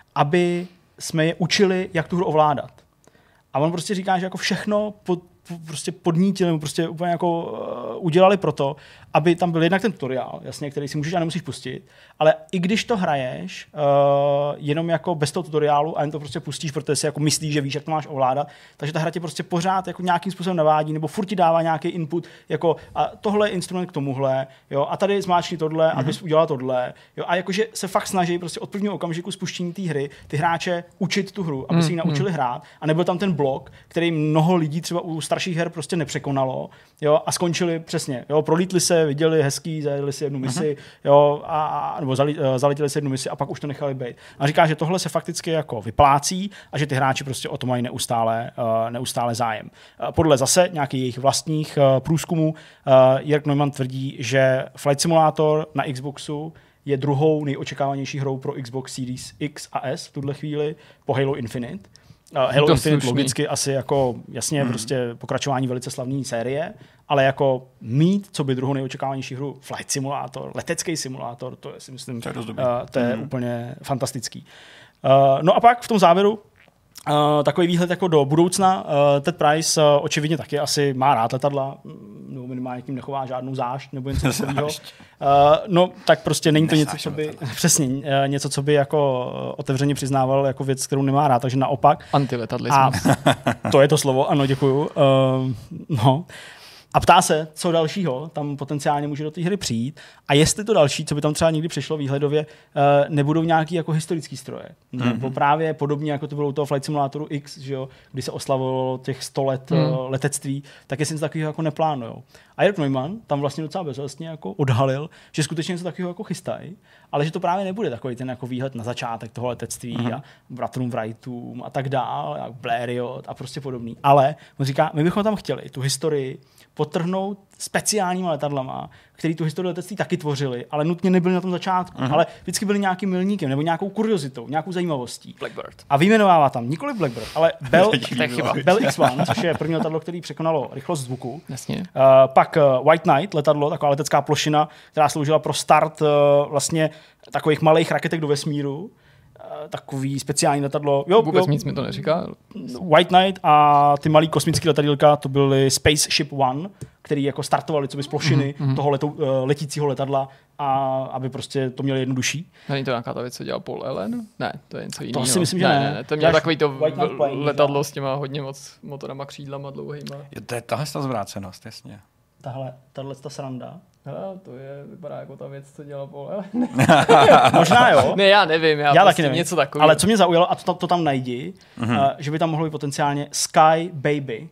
Speaker 3: aby jsme je učili, jak tu hru ovládat. A on prostě říká, že jako všechno pod, prostě podnítili, nebo prostě úplně jako uh, udělali proto, aby tam byl jednak ten tutoriál, jasně, který si můžeš a nemusíš pustit, ale i když to hraješ uh, jenom jako bez toho tutoriálu a jen to prostě pustíš, protože si jako myslíš, že víš, jak to máš ovládat, takže ta hra tě prostě pořád jako nějakým způsobem navádí, nebo furt ti dává nějaký input, jako a tohle je instrument k tomuhle, jo, a tady zmáčkni tohle, mm-hmm. abys udělal tohle, jo, a jakože se fakt snaží prostě od prvního okamžiku spuštění té hry ty hráče učit tu hru, aby mm-hmm. si ji naučili hrát, a nebyl tam ten blok, který mnoho lidí třeba u starších her prostě nepřekonalo, jo, a skončili přesně, jo, prolítli se, viděli hezký, zajeli si jednu misi, uh-huh. jo, a, nebo zali, zaletěli si jednu misi a pak už to nechali být. A říká, že tohle se fakticky jako vyplácí a že ty hráči prostě o to mají neustále, uh, neustále zájem. Uh, podle zase nějakých jejich vlastních uh, průzkumů uh, Jörg Neumann tvrdí, že Flight Simulator na Xboxu je druhou nejočekávanější hrou pro Xbox Series X a S v tuhle chvíli po Halo Infinite. Uh, Halo Infinite slušný. Logicky asi jako jasně hmm. prostě pokračování velice slavné série, ale jako mít, co by druhou nejočekávanější hru, Flight Simulator, letecký simulátor, to je si myslím, to je, uh, to je hmm. úplně fantastický. Uh, no a pak v tom závěru Uh, takový výhled jako do budoucna. Uh, Ted Price uh, očividně taky asi má rád letadla, nebo minimálně tím nechová žádnou zášť nebo něco takového. Uh, no, tak prostě není to něco, co by přesně uh, něco, co by jako otevřeně přiznával jako věc, kterou nemá rád, takže naopak.
Speaker 2: Antiletadlismus.
Speaker 3: A to je to slovo, ano, děkuju. Uh, no. A ptá se, co dalšího tam potenciálně může do té hry přijít a jestli to další, co by tam třeba někdy přišlo výhledově, nebudou nějaký jako historický stroje. Mm-hmm. Nebo právě podobně, jako to bylo u toho Flight Simulatoru X, že jo, kdy se oslavovalo těch sto let mm. letectví, tak jestli něco takového jako neplánujou. A Jörg Neumann tam vlastně docela bezvlastně jako odhalil, že skutečně něco takového jako chystají, ale že to právě nebude takový ten jako výhled na začátek toho letectví mm-hmm. a bratrům Wrightům a tak dál, a Blériot a prostě podobný. Ale on říká, my bychom tam chtěli tu historii potrhnout speciálníma letadlama, který tu historii letectví taky tvořili, ale nutně nebyli na tom začátku, uh-huh. ale vždycky byli nějakým milníkem nebo nějakou kuriozitou, nějakou zajímavostí.
Speaker 2: Blackbird.
Speaker 3: A vyjmenovává tam nikoli Blackbird, ale Bell, Bell X jedna, což je první letadlo, který překonalo rychlost zvuku.
Speaker 2: Jasně.
Speaker 3: Uh, pak uh, White Knight letadlo, taková letecká plošina, která sloužila pro start uh, vlastně takových malých raketek do vesmíru. Takový speciální letadlo. Jo,
Speaker 2: Vůbec
Speaker 3: jo,
Speaker 2: nic mi to neříká.
Speaker 3: White Knight a ty malý kosmický letadílka, to byly Spaceship One, který jako startovali co by z plošiny mm-hmm. toho letou, letícího letadla, a aby prostě to měli jednodušší.
Speaker 2: Není to nějaká ta věc, co dělal Paul Allen? Ne, to je něco jiného.
Speaker 3: To si myslím, že
Speaker 2: ne.
Speaker 3: ne.
Speaker 2: ne, ne. To měl takový to letadlo s těma hodně moc motorama, křídlama dlouhýma.
Speaker 1: Je, to je tahle ta zvrácenost, jasně.
Speaker 3: Tahle, tahle ta sranda.
Speaker 2: Hele, to je, vypadá jako ta věc, co dělal Paul Allen.
Speaker 3: Možná jo.
Speaker 2: Ne, já nevím, já,
Speaker 3: já
Speaker 2: prostě
Speaker 3: taky nevím.
Speaker 2: Něco takového.
Speaker 3: Ale co mě zaujalo, a to, to tam najdi, mm-hmm. uh, že by tam mohlo být potenciálně Sky Baby,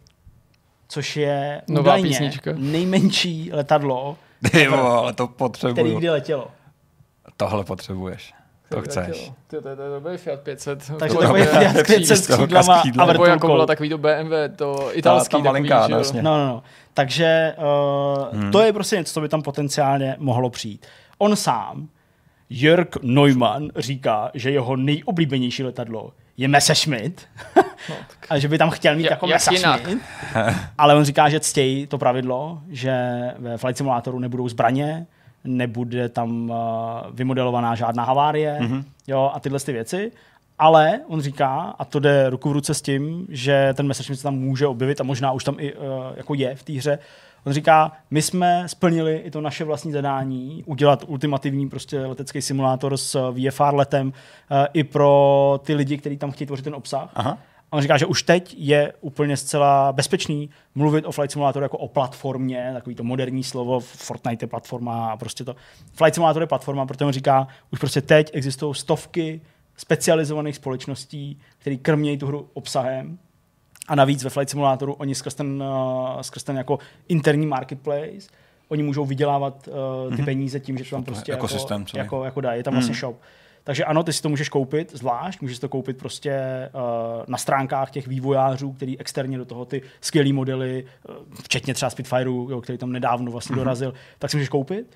Speaker 3: což je
Speaker 2: nová písnička.
Speaker 3: Nejmenší letadlo,
Speaker 1: Tyvo, ale to potřebuju.
Speaker 3: který kdy letělo.
Speaker 1: Tohle potřebuješ. To chceš.
Speaker 2: Ty, to, to, to byl Fiat pět set.
Speaker 3: Takže takový Fiat pět set s křídlama a vrtulkou.
Speaker 2: Nebo jako bylo takový to B M W, to italský
Speaker 1: ta, ta malinká,
Speaker 3: takový, no, no, no. Takže uh, hmm. to je prostě něco, co by tam potenciálně mohlo přijít. On sám, Jörg Neumann, říká, že jeho nejoblíbenější letadlo je Messerschmitt. No, a že by tam chtěl mít
Speaker 2: ja,
Speaker 3: jako Messerschmitt. Ale on říká, že ctějí to pravidlo, že ve Flight Simulatoru nebudou zbraně, nebude tam uh, vymodelovaná žádná havárie, mm-hmm. jo, a tyhle ty věci. Ale on říká, a to jde ruku v ruce s tím, že ten Messerschmitt se tam může objevit a možná už tam i uh, jako je v té hře. On říká, my jsme splnili i to naše vlastní zadání, udělat ultimativní prostě letecký simulátor s V F R letem uh, i pro ty lidi, kteří tam chtějí tvořit ten obsah.
Speaker 1: Aha.
Speaker 3: A on říká, že už teď je úplně zcela bezpečný mluvit o Flight Simulatoru jako o platformě, takový to moderní slovo, Fortnite je platforma a prostě to. Flight Simulator je platforma, protože on říká, už prostě teď existují stovky specializovaných společností, které krmějí tu hru obsahem. A navíc ve Flight Simulatoru oni skrz ten, uh, skrz ten jako interní marketplace, oni můžou vydělávat uh, ty mm-hmm. peníze tím, že to tam prostě jako,
Speaker 1: jako,
Speaker 3: jako, jako dá, je tam vlastně mm. shop. Takže ano, ty si to můžeš koupit zvlášť, můžeš to koupit prostě uh, na stránkách těch vývojářů, který externě do toho ty skvělý modely, uh, včetně třeba Spitfireu, jo, který tam nedávno vlastně mm-hmm. dorazil, tak si můžeš koupit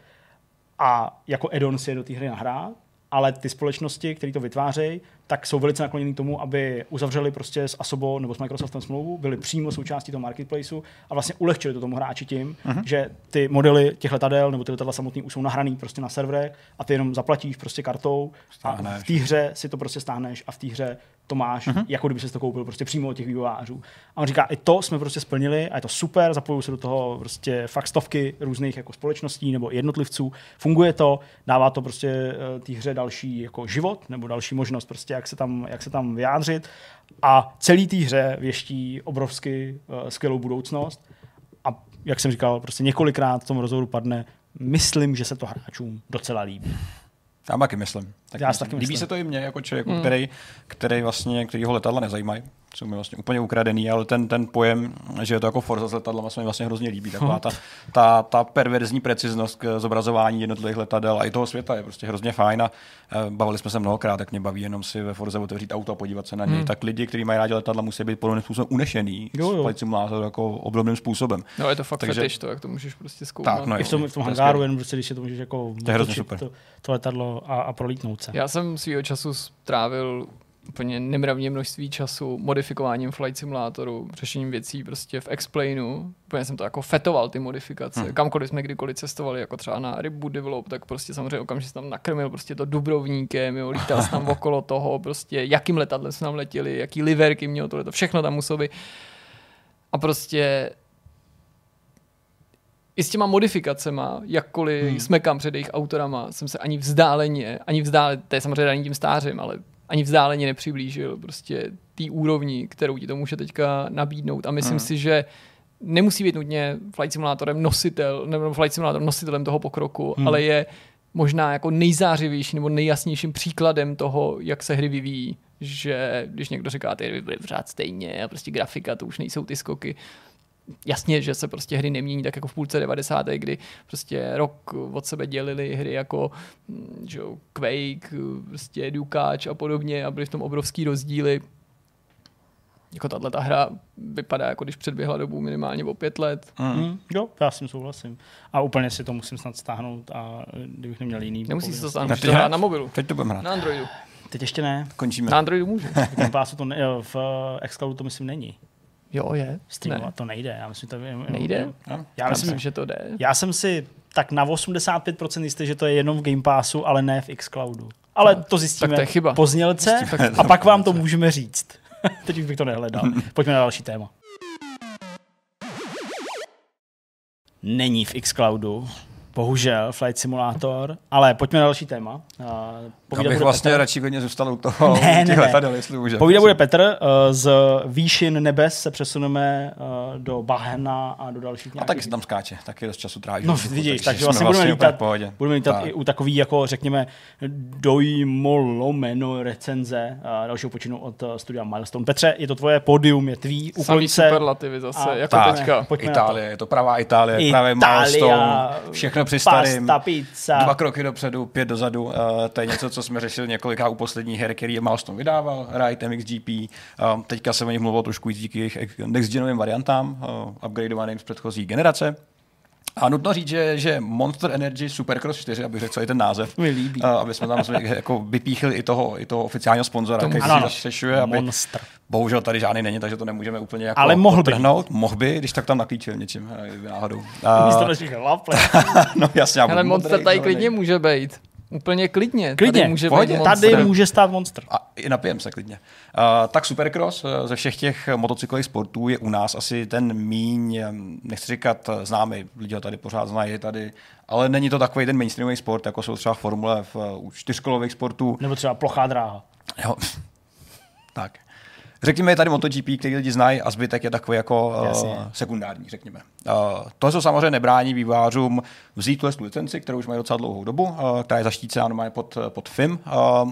Speaker 3: a jako add-on si je do té hry nahrát, ale ty společnosti, které to vytvářejí, tak jsou velice nakloněny tomu, aby uzavřeli prostě s Asobo nebo s Microsoftem smlouvu, byli přímo součástí toho marketplaceu a vlastně ulehčili to tomu hráči tím, uh-huh. že ty modely těch letadel nebo ty letadla samotný už jsou nahraný prostě na serverech a ty jenom zaplatíš prostě kartou stáhneš. A v té hře si to prostě stáhneš a v té hře to máš, uh-huh. jako kdyby jsi to koupil prostě přímo od těch vývojářů. A on říká, i to jsme prostě splnili a je to super, zapojují se do toho prostě fakt stovky různých jako společností nebo jednotlivců. Funguje to, dává to prostě té hře další jako život nebo další možnost prostě jak se tam, jak se tam vyjádřit a celý té hře věští obrovsky uh, skvělou budoucnost a jak jsem říkal, prostě několikrát v tom rozhovoru padne, myslím, že se to hráčům docela líbí.
Speaker 1: Já taky myslím. Tak
Speaker 3: Já
Speaker 1: myslím.
Speaker 3: taky
Speaker 1: Líbí
Speaker 3: myslím.
Speaker 1: se to i mně jako člověku,
Speaker 2: mm.
Speaker 1: který, který vlastně, kterýho letadla nezajímají. Jsou mi vlastně úplně ukradený, ale ten, ten pojem, že je to jako Forza s letadlama, se mi vlastně hrozně líbí. Taková ta, ta, ta perverzní preciznost k zobrazování jednotlivých letadel a i toho světa je prostě hrozně fajn a bavili jsme se mnohokrát, tak mě baví jenom si ve Forze otevřít auto a podívat se na něj. Hmm. Tak lidi, kteří mají rádi letadla, musí být podobným způsobem unešený z Flight Simulatoru jako obdobným způsobem.
Speaker 2: No je to fakt
Speaker 1: Takže,
Speaker 2: fetiš to, jak to můžeš prostě zkoumat.
Speaker 1: Tak, no,
Speaker 3: I v tom, v tom hangáru, jenom prostě, když si to můžeš jako to, to letadlo a, a prolítnout se.
Speaker 2: Já jsem svýho času strávil úplně nemravně množství času modifikováním Flight Simulatoru, řešením věcí prostě v Explainu. Úplně jsem to jako fetoval, ty modifikace. Hmm. Kamkoliv jsme kdykoliv cestovali, jako třeba na Reboot Develop, tak prostě samozřejmě okamžitě tam nakrmil prostě to dubrovníkem, jo, lítal jsem tam okolo toho, prostě jakým letadlem jsme tam letěli, jaký liverky mělo tohle, to všechno tam muselo být. A prostě i s těma modifikacema, jakkoliv hmm. smekám před jejich autorama, jsem se ani vzdáleně, ani vzdáleně, to je samozřejmě daný tím stářem, ale ani vzdáleně nepřiblížil prostě té úrovni, kterou ti to může teďka nabídnout. A myslím hmm. si, že nemusí být nutně Flight Simulatorem nositel, nebo Flight Simulator nositelem toho pokroku, hmm. ale je možná jako nejzářivější nebo nejjasnějším příkladem toho, jak se hry vyvíjí. Že když někdo říká, ty hry byly pořád stejně a prostě grafika, to už nejsou ty skoky. Jasně, že se prostě hry nemění tak jako v půlce devadesátých, kdy prostě rok od sebe dělili hry jako že, Quake, prostě Dukáč a podobně a byly v tom obrovský rozdíly. Jako tato hra vypadá, jako když předběhla dobu minimálně o pět let.
Speaker 3: Mm. Mm, jo, já s tím souhlasím. A úplně si to musím snad stáhnout a kdybych neměl jiný.
Speaker 2: Nemusíš si to stáhnout, musíš to hrát na mobilu.
Speaker 1: Teď to budeme hrát.
Speaker 2: Na Androidu.
Speaker 3: Teď ještě ne.
Speaker 1: Končíme.
Speaker 2: Na Androidu můžu.
Speaker 3: to ne, v xCloudu to myslím není.
Speaker 2: Jo, je.
Speaker 3: Streamovat to nejde. Já myslím, to je,
Speaker 2: nejde?
Speaker 3: Já,
Speaker 2: já
Speaker 3: myslím,
Speaker 2: myslím, že to jde.
Speaker 3: Já jsem si tak na osmdesát pět procent jistý, že to je jenom v Game Passu, ale ne v xCloudu. Ale no, to zjistíme
Speaker 2: tak to je chyba.
Speaker 3: po znělce a pak vám to můžeme říct. Teď už bych to nehledal. Pojďme na další téma. Není v xCloudu. Bohužel, Flight Simulator, ale pojďme na další téma.
Speaker 1: Já bych vlastně Petr. radši hodně zůstal u toho
Speaker 3: ne, ne,
Speaker 1: letadel, jestli může.
Speaker 3: Povídat bude Petr, z výšin nebes se přesuneme do bahna a do dalších nějakých...
Speaker 1: A taky se tam skáče, taky dost času tráví.
Speaker 3: No vidíš, takže vlastně budeme lítat, budeme lítat i u takový, jako řekněme, dojmolomeno recenze dalšího počinu od studia Milestone. Petře, je to tvoje pódium, je tvý,
Speaker 2: uklon se. Superlativy zase, a jako
Speaker 1: tak,
Speaker 2: teďka.
Speaker 1: Itálie, je to pravá Itálie, pravé Milestone, všechno při starým, dva kroky dopředu, pět dozadu. Uh, to je něco, co jsme řešili několikrát u posledních her, který je Milestone vydával, Ride, M X G P. Uh, teďka se o nich mluvilo trošku díky jejich next-genovým variantám, uh, upgradeovaným z předchozí generace. A nutno říct, že, že Monster Energy Supercross čtyři, abych řekl celý ten název,
Speaker 3: mi líbí.
Speaker 1: Uh, aby jsme tam jako vypíchli i toho, i toho oficiálního sponzora, který si zastřešuje, aby
Speaker 3: Monster.
Speaker 1: Bohužel tady žádný není, takže to nemůžeme úplně jako
Speaker 3: ale mohl
Speaker 1: potrhnout. Mohl by, když tak tam naklíčil něčím, náhodou.
Speaker 3: Místo našich hlav.
Speaker 1: No jasně.
Speaker 2: Ale Monster tady klidně může být. Úplně klidně.
Speaker 3: Klidně,
Speaker 2: tady může,
Speaker 3: být tady může stát Monster.
Speaker 1: A i napijem se klidně. Uh, tak Supercross ze všech těch motocyklových sportů je u nás asi ten míň, nechci říkat známý, lidi ho tady pořád znají, je tady, ale není to takový ten mainstreamový sport, jako jsou třeba formule v, u čtyřkolových sportů.
Speaker 3: Nebo třeba plochá dráha.
Speaker 1: Jo, tak. Řekněme, je tady MotoGP, který lidi znají, a zbytek je takový jako uh, sekundární, řekněme. Uh, to, co samozřejmě nebrání vývojářům vzít tu licenci, kterou už mají docela dlouhou dobu, uh, která je zaštícená normálně pod, pod F I M, uh,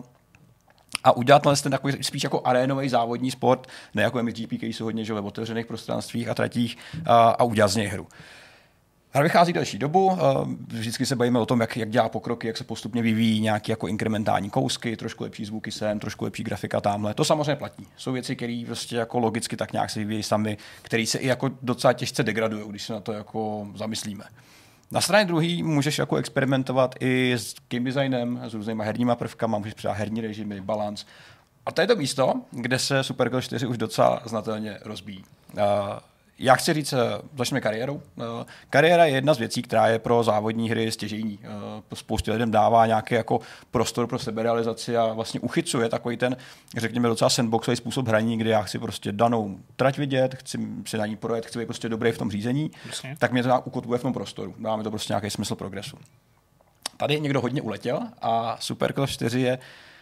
Speaker 1: a udělat ten takový spíš jako arénový závodní sport, ne jako M X G P, který jsou hodně že, v otevřených prostranstvích a tratích, uh, a udělat z něj hru. Hra vychází delší dobu, vždycky se bavíme o tom, jak, jak dělá pokroky, jak se postupně vyvíjí nějaké jako inkrementální kousky, trošku lepší zvuky sem, trošku lepší grafika tamhle. To samozřejmě platí. Jsou věci, které prostě jako logicky tak nějak se vyvíjí sami, které se i jako docela těžce degradují, když se na to jako zamyslíme. Na straně druhý můžeš jako experimentovat i s game designem, s různýma herníma prvkama, můžeš přidat herní režimy, balans. A to je to místo, kde se Supercell čtyři už docela znatelně rozbíjí. Já chci říct, začneme kariérou. Kariéra je jedna z věcí, která je pro závodní hry stěžejní. Spoustě lidem dává nějaký jako prostor pro seberealizaci a vlastně uchycuje takový ten, řekněme, docela sandboxový způsob hraní, kdy já chci prostě danou trať vidět, chci si na ní projet, chci být prostě dobrý v tom řízení, Jasně. tak mě to nějak ukotvuje v tom prostoru. Dá mi to prostě nějaký smysl progresu. Tady někdo hodně uletěl a Supercell čtyři je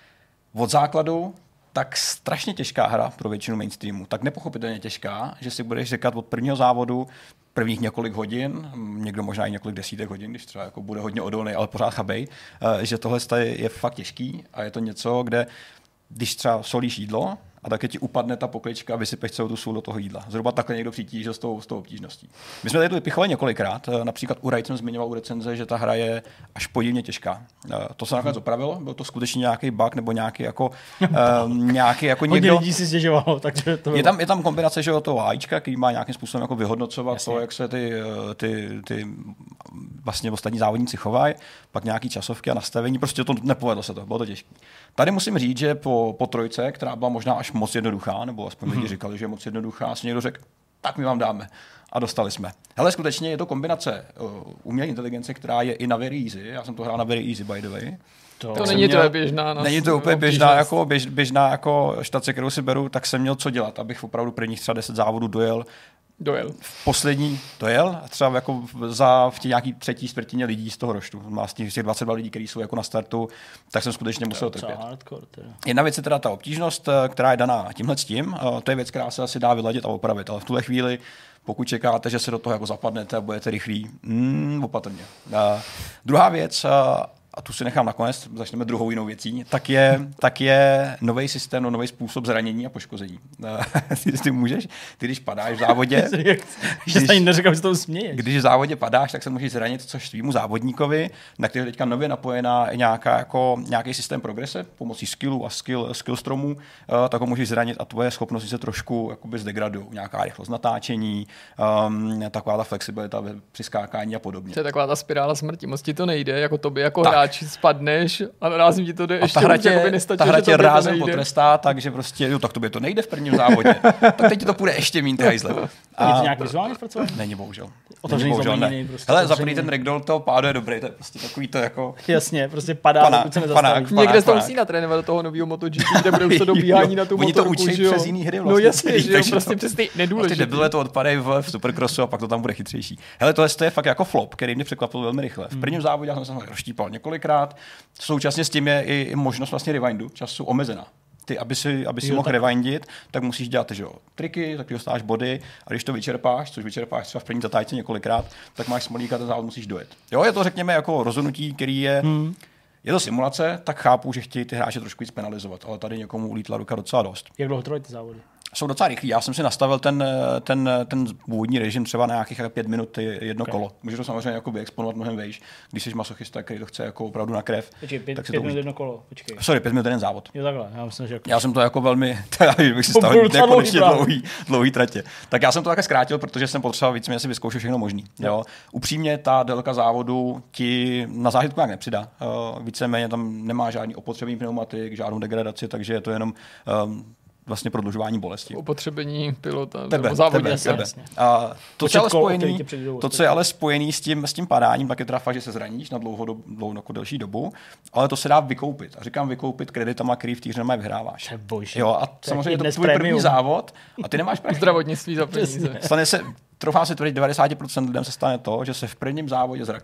Speaker 1: od základu tak strašně těžká hra pro většinu mainstreamu, tak nepochopitelně těžká, že si budeš říkat od prvního závodu prvních několik hodin, někdo možná i několik desítek hodin, když třeba jako bude hodně odolný, ale pořád chabej, že tohle je fakt těžký a je to něco, kde když třeba solíš jídlo a taky ti upadne ta poklička a vysypeš celou tu sůl do toho jídla. Zhruba takhle někdo přitížil s tou, s tou obtížností. My jsme tady tu vypichovali několikrát, například u Wright jsem zmiňoval u recenze, že ta hra je až podivně těžká. To se nakonec opravilo, byl to skutečně nějaký bug nebo nějaký jako um, nějaký jako někdo.
Speaker 3: Hodně lidí si stěžovalo, takže to
Speaker 1: je tam je tam kombinace, že toho AIčka, který má nějakým způsobem jako vyhodnocovat Jasně. to, jak se ty, ty, ty vlastně ostatní závodníci chovají, pak nějaký časovky a nastavení, prostě to nepovedlo se to, bylo to těžké. Tady musím říct, že po, po trojce, která byla možná až moc jednoduchá, nebo aspoň lidi říkali, že je moc jednoduchá, si někdo řekl, tak my vám dáme. A dostali jsme. Hele, skutečně je to kombinace uh, umělé inteligence, která je i na Very Easy. Já jsem to hrál na Very Easy, by the way.
Speaker 2: To, to není měl, to běžná.
Speaker 1: Není to úplně běžná jako, běž, běžná jako štace, kterou si beru, tak jsem měl co dělat, abych opravdu prvních třeba deset závodů dojel.
Speaker 2: Dojel.
Speaker 1: V poslední dojel a třeba jako za v těch nějaký třetí čtvrtině lidí z toho roštu. Má z těch dvacet dva lidí, kteří jsou jako na startu, tak jsem skutečně musel trpět.
Speaker 3: Hardcore,
Speaker 1: Jedna věc je teda ta obtížnost, která je daná tímhle s tím. To je věc, která se asi dá vyladit a opravit, ale v tuhle chvíli, pokud čekáte, že se do toho jako zapadnete a budete rychlí, mm, opatrně. Uh, druhá věc, uh, a tu si nechám nakonec, začneme druhou jinou věcí, tak je, tak je nový systém, nový způsob zranění a poškození. ty, ty můžeš, ty když padáš v závodě,
Speaker 3: když, neříkám, že to směješ.
Speaker 1: Když v závodě padáš, tak se můžeš zranit, což tvýmu závodníkovi, na který teďka nově napojená nějaká, jako, nějaký systém progrese pomocí skillů a skill, skill stromů, tak ho můžeš zranit a tvoje schopnosti se trošku jakoby zdegradují. Nějaká rychlost natáčení, um, taková ta flexibilita při skákání a podobně.
Speaker 2: To je taková ta spirála smrti, moc ti to nejde, jako tobě jako hráč spadneš a rázem ti to jde ještě
Speaker 1: ta hra tě,
Speaker 2: jako by nestačí,
Speaker 1: ta hra tě rázem
Speaker 2: to
Speaker 1: potrestá, takže prostě, jo, tak tobě to nejde v prvním závodě. Tak teď ti to půjde ještě míň, ty hajzle.
Speaker 3: A je to nějak vizuálně zpracované?
Speaker 1: Není, bohužel.
Speaker 3: Otevřený,
Speaker 1: bohužel,
Speaker 3: ne. Prostě
Speaker 1: hele, za první ten ragdoll toho pádu je dobrý, to je prostě takový to jako...
Speaker 3: Jasně, prostě padá,
Speaker 1: Panák,
Speaker 3: pokud se nezastaví.
Speaker 1: panák,
Speaker 2: Někde se to musí natrénovat do toho nového MotoGP, kde bude už to dobíhání na tu
Speaker 1: Oni
Speaker 2: motorku,
Speaker 1: to učí
Speaker 2: že jo?
Speaker 1: přes jiný hry
Speaker 2: No
Speaker 1: vlastně.
Speaker 2: jasně, že jo, prostě přes ty nedůležitý.
Speaker 1: Ty debile to odpadají v Supercrossu a pak to tam bude chytřejší. Hele, tohle je fakt jako flop, který mě překvapil velmi rychle. V prvním závodě jsem se rozštípal několikrát. Současně s tím je i možnost vlastně rewindu času omezená. Ty, aby si, aby si jo, mohl tak... rewindit, tak musíš dělat že jo, triky, tak dostáš body a když to vyčerpáš, což vyčerpáš třeba v první zatáčce několikrát, tak máš smolíka, ten závod musíš dojet. Jo, je to řekněme jako rozhodnutí, který je, hmm. je to simulace, tak chápu, že chtějí ty hráče trošku víc penalizovat, ale tady někomu ulítla ruka docela dost.
Speaker 3: Jak dlouho trvají ty závody?
Speaker 1: Jsou docela rychlí. Já jsem si nastavil ten, ten, ten původní režim třeba na nějakých pět minut jedno okay. kolo. Můžeš to samozřejmě jako exponovat mnohem vejš, když jsi masochista, který to chce jako opravdu na krev.
Speaker 3: Počkej, pět,
Speaker 1: tak
Speaker 3: pět minut jedno kolo. Počkej.
Speaker 1: Sorry, pět minut jeden závod.
Speaker 3: Jo, takhle. Já, myslím, že jako...
Speaker 1: já jsem to jako velmi, že bych si stavil nekonečně dlouhý, dlouhý tratě. Tak já jsem to také zkrátil, protože jsem potřeboval víc, mě si vyzkoušel všechno možný. Jo. Upřímně ta délka závodu ti na zážitku nějak nepřidá. Uh, víceméně tam nemá žádný opotřebný pneumatik, žádnou degradaci, takže je to jenom um, vlastně prodlužování bolesti.
Speaker 2: Opotřebení pilota
Speaker 1: tebe,
Speaker 2: nebo závodníka.
Speaker 1: Tebe, tebe. A to, co je ale spojený, to, co je ale spojený s tím, s tím padáním, tak je teda fakt, že se zraníš na dlouho, dlouho jako delší dobu, ale to se dá vykoupit. A říkám vykoupit kreditama, který v té hře nemají vyhráváš. Jo, a to samozřejmě je to tvůj první závod a ty nemáš prachy.
Speaker 2: Zdravotnictví za peníze.
Speaker 1: Stane se, troufám si tvrdit, devadesát procent lidem se stane to, že se v prvním závodě zrakvějí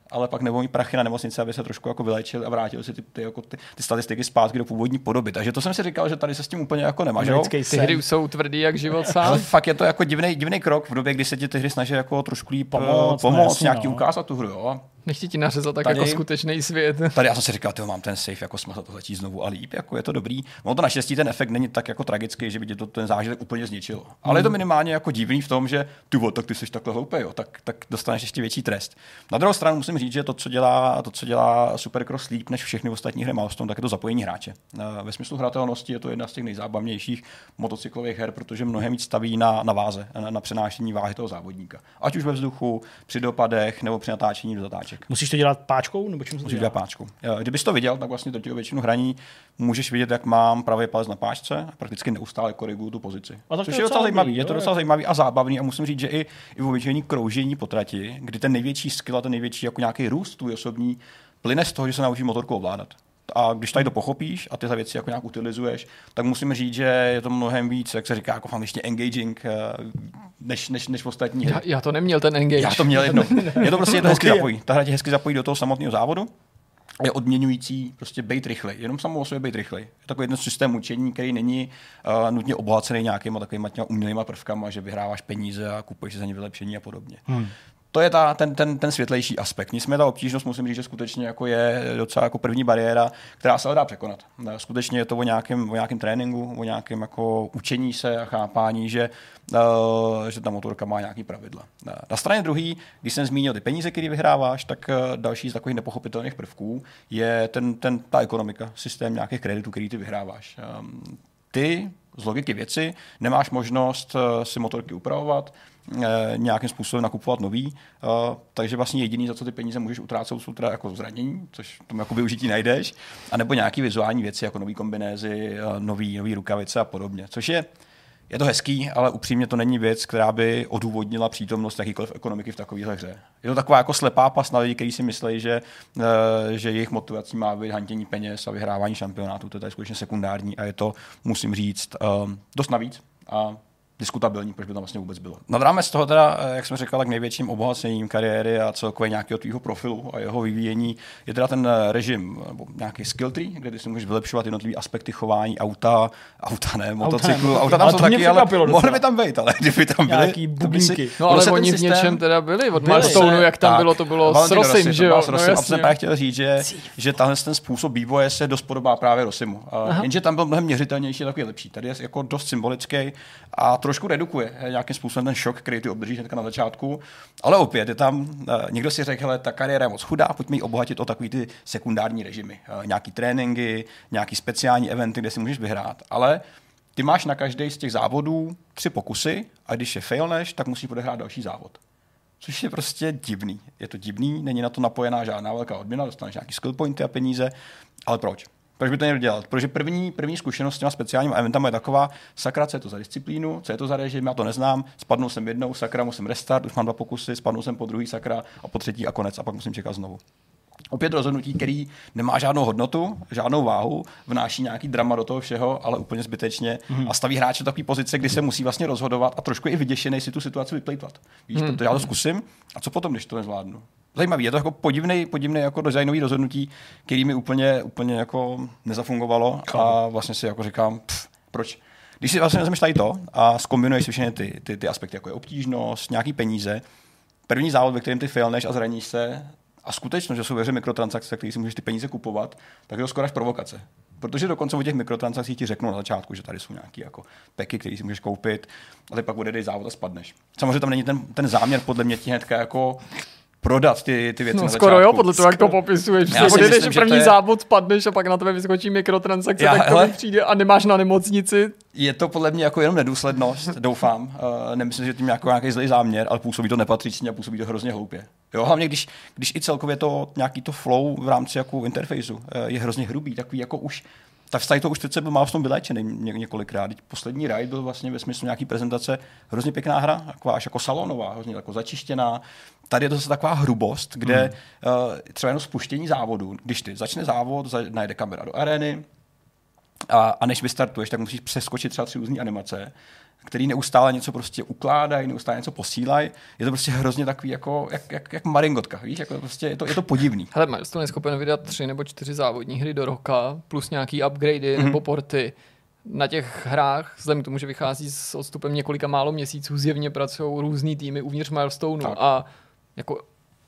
Speaker 1: ale pak nebudou mít prachy na nemocnice, aby se trošku jako vyléčili a vrátili si ty, ty, jako ty, ty statistiky zpátky do původní podoby. Takže to jsem si říkal, že tady se s tím úplně jako nemažou.
Speaker 2: Ty hry jsou tvrdý jak život sám.
Speaker 1: Ale fakt je to jako divný, divný krok v době, kdy se ti ty hry snaží jako trošku líp pomoct, pomoct nějaký no. ukázat tu hru. Jo.
Speaker 2: Nechci ti nařezat tak tady, jako skutečný svět.
Speaker 1: Tady já jsem si říkal, tyjo, mám ten save, jako smysl to začít znovu a líp, jako je to dobrý. No to naštěstí ten efekt není tak jako tragický, že by tě to ten zážitek úplně zničilo. Hmm. Ale je to minimálně jako divný v tom, že ty vole, tak ty jsi takhle hloupý, jo, tak, tak dostaneš ještě větší trest. Na druhou stranu musím říct, že to, co dělá, to, co dělá Supercross líp než všechny ostatní hry Milestone, tak je to zapojení hráče. Ve smyslu hratelnosti je to jedna z těch nejzábavnějších motocyklových her, protože mnohem víc staví na, na váze, na, na přenášení váhy toho závodníka. Ať už ve vzduchu, při dopadech nebo při natáčení do zatáček.
Speaker 3: Musíš to dělat páčkou nebo čím se to dělá?
Speaker 1: Páčkou. Kdybys to viděl, tak vlastně do většinu hraní můžeš vidět, jak mám pravý palec na páčce a prakticky neustále koriguju tu pozici. A což je docela zajímavý, je to docela zajímavý a zábavný a musím říct, že i, i v obyčejný kroužení po trati, kdy ten největší skill a ten největší jako nějaký růst tvůj osobní plyne z toho, že se naučí motorku ovládat. A když tady to pochopíš a tyhle věci jako nějak utilizuješ, tak musíme říct, že je to mnohem víc, jak se říká, jako fangličtě engaging, než, než, než ostatní hry.
Speaker 2: Já, já to neměl, ten engage.
Speaker 1: Já to měl jednou. Je to prostě je to hezky zapojí. Ta hra tě hezky zapojí do toho samotného závodu. Je odměňující prostě bejt rychlej. Jenom samo o sobě bejt rychlej. Je takový jeden systém učení, který není uh, nutně obohacený nějakýma takovýma těma umělýma prvkama, že vyhráváš peníze a kupuješ si za ně vylepšení a podobně. Hmm. To je ta, ten, ten, ten světlejší aspekt. Nicméně ta obtížnost, musím říct, že skutečně jako je docela jako první bariéra, která se dá překonat. Skutečně je to o nějakém, o nějakém tréninku, o nějakém jako učení se a chápání, že, uh, že ta motorka má nějaký pravidla. Na straně druhé, když jsem zmínil ty peníze, které vyhráváš, tak uh, další z takových nepochopitelných prvků je ten, ten, ta ekonomika, systém nějakých kreditů, který ty vyhráváš. Um, ty z logiky věci nemáš možnost uh, si motorky upravovat, nějakým způsobem nakupovat nový, uh, takže vlastně jediný, za co ty peníze můžeš utrácet, jsou teda jako zranění, což tomu jako využití najdeš, anebo nějaký vizuální věci, jako nový kombinézy, uh, nový, nový rukavice a podobně, což je Je to hezký, ale upřímně to není věc, která by odůvodnila přítomnost jakýkoliv ekonomiky v takovéhle hře. Je to taková jako slepá pas na lidi, kteří si myslí, že, že jejich motivací má být hantění peněz a vyhrávání šampionátů. To je skutečně sekundární a je to, musím říct, dost navíc. A diskutabilní, proč by tam vlastně vůbec bylo. Nad rámec toho teda, jak jsem říkal, tak největším obohacením kariéry a celkově nějakého tvýho profilu a jeho vyvíjení je teda ten režim, nebo nějaký skill tree, kde ty si můžeš vylepšovat jednotlivý aspekty chování auta, auta ne, motocyklu, auta, auta tam jsou taky, ale mohly by tam být, ale kdyby tam byly.
Speaker 3: Nějaký bubínky.
Speaker 2: No ale oni v něčem teda byli, od Milestoneu, jak tam tak, bylo, to bylo s Rossim, že jo?
Speaker 1: No, a jsem právě chtěl říct, že, že tahle ten způsob vývoje se dost podobá právě Rossimu. Jenže tam byl mnohem měřitelnější a takový lepší. Tady je jako dost symbolický a trošku redukuje nějakým způsobem ten šok, který ty obdržíš hnedka na začátku. Ale opět je tam, někdo si řekl, hele, ta kariéra je moc chudá, pojďme ji obohatit o takový ty sekundární režimy. Nějaký tréninky, nějaký speciální eventy, kde si můžeš vyhrát. Ale ty máš na každý z těch závodů tři pokusy a když je failneš, tak musíš odehrát další závod. Což je prostě divný. Je to divný, není na to napojená žádná velká odměna, dostaneš nějaký skill pointy a peníze, ale proč? Proč by to někdo dělat? Protože první, první zkušenost s těma speciálními eventama je taková, sakra, co je to za disciplínu, co je to za režim, já to neznám, spadnul jsem jednou, sakra, musím restart, už mám dva pokusy, spadnul jsem po druhý, sakra, a po třetí a konec, a pak musím čekat znovu. Opět rozhodnutí, který nemá žádnou hodnotu, žádnou váhu, vnáší nějaký drama do toho všeho, ale úplně zbytečně mm. a staví hráče do takové pozice, kdy se musí vlastně rozhodovat a trošku i vyděšený si tu situaci vyplejtvat. Víš, mm. protože já to zkusím a co potom, když to nezvládnu? Zajímavý, je to jako podivný, podivný jako designový rozhodnutí, který mi úplně, úplně jako nezafungovalo a vlastně si jako říkám, pff, proč? Když si vlastně vezmeš tady to a zkombinuješ si všechny ty, ty, ty aspekty, jako je obtížnost, nějaký peníze, první závod, ve kterém ty failneš a zraníš se, a skutečnost, že jsou ve hře mikrotransakce, které si můžeš ty peníze kupovat, tak je to skoro až provokace. Protože dokonce o těch mikrotransakcích ti řeknou na začátku, že tady jsou nějaké jako peky, které si můžeš koupit, a ty pak odejdeš závod a spadneš. Samozřejmě tam není ten, ten záměr podle mě ti hnedka jako prodat ty, ty věci
Speaker 2: no,
Speaker 1: na
Speaker 2: skoro
Speaker 1: začátku.
Speaker 2: Jo, podle toho, jak to popisuješ. Když odejdeš první je... závod, spadneš a pak na tebe vyskočí mikrotransakce, Já, tak to přijde a nemáš na nemocnici.
Speaker 1: Je to podle mě jako jenom nedůslednost, doufám. Uh, nemyslím, že tím jako nějaký zlý záměr, ale působí to nepatřičně a působí to hrozně hloupě. Jo, hlavně když, když i celkově to nějaký to flow v rámci jako interfejsu uh, je hrozně hrubý, takový jako už tak vztahy to už přece byl má v tom vyléčený ně, několikrát. Poslední ride byl vlastně ve smyslu nějaký prezentace hrozně pěkná hra, taková až jako salonová, hrozně jako začištěná. Tady je to zase taková hrubost, kde hmm. uh, třeba jenom spuštění závodu, když ty začne závod, za, najde kamera do arény, A, a než vystartuješ, tak musíš přeskočit třeba tři různé animace, který neustále něco prostě ukládají, neustále něco posílají. Je to prostě hrozně takový jako jak, jak, jak maringotka, víš, jako prostě je to, je to podivný.
Speaker 2: Hele, Milestone je schopen vydat tři nebo čtyři závodní hry do roka, plus nějaký upgradey mm-hmm. nebo porty. Na těch hrách, vzhledem k tomu, že vychází s odstupem několika málo měsíců, zjevně pracují různý týmy uvnitř Milestoneu tak. A jako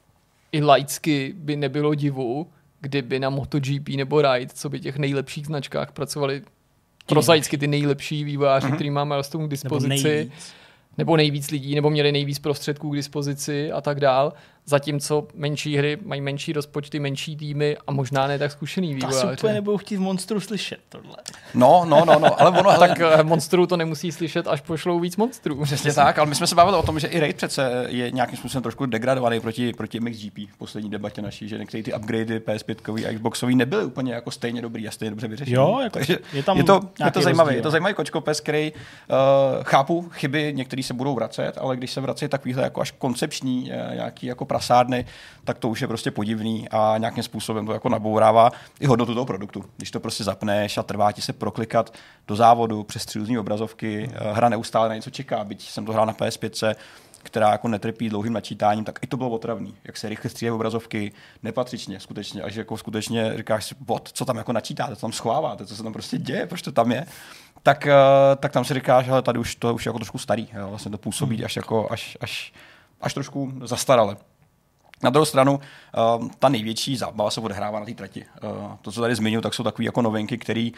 Speaker 2: i laicky by nebylo divu, kdyby na MotoGP nebo Ride, co by těch nejlepších značkách pracovali prozaicky ty nejlepší vývojáři, mm-hmm. který má Milestone k dispozici, nebo nejvíc. nebo nejvíc lidí, nebo měli nejvíc prostředků k dispozici a tak dál. Zatímco menší hry mají menší rozpočty, menší týmy a možná ne tak zkušený vývojáři.
Speaker 3: To úplně nebudou chtít v Monstru slyšet tohle.
Speaker 1: No, no, no, no, ale ono...
Speaker 2: tak Monstru to nemusí slyšet, až pošlou víc monstrů.
Speaker 1: Přesně tak, ale my jsme se bavili o tom, že i Raid přece je nějakým způsobem trošku degradovaný proti, proti M X G P v poslední debatě naší, že některé ty upgradey P S pět a Xboxový nebyly úplně jako stejně dobrý a stejně dobře vyřešený.
Speaker 3: Jo, jako
Speaker 1: takže
Speaker 3: je, tam
Speaker 1: je to, je to zajímavé,
Speaker 3: rozdíl.
Speaker 1: Je to zajímavý kočkopes, který uh, chápu, chyby některý se budou vracet, ale když se vrací takovýhle jako až koncepční nějaký jako prasárny, tak to už je prostě podivný a nějakým způsobem to jako nabourává i hodnotu toho produktu. Když to prostě zapneš a trvá ti se proklikat do závodu přes tři různé obrazovky, hra neustále na něco čeká, byť jsem to hrál na P S pět, která jako netrpí dlouhým načítáním, tak i to bylo otravný. Jak se rychle střídají obrazovky, nepatřičně, skutečně, až jako skutečně říkáš si, bod, co tam jako načítáte, co tam schováváte, co se tam prostě děje, proč to tam je. Tak, tak tam si říkáš, hele, tady už to už je jako trošku starý, jo, vlastně to působí hmm. až jako až, až, až trošku zastarale. Na druhou stranu, uh, ta největší zábava se odehrává na té trati. Uh, to, co tady zmiňuji, tak jsou takové jako novinky, který,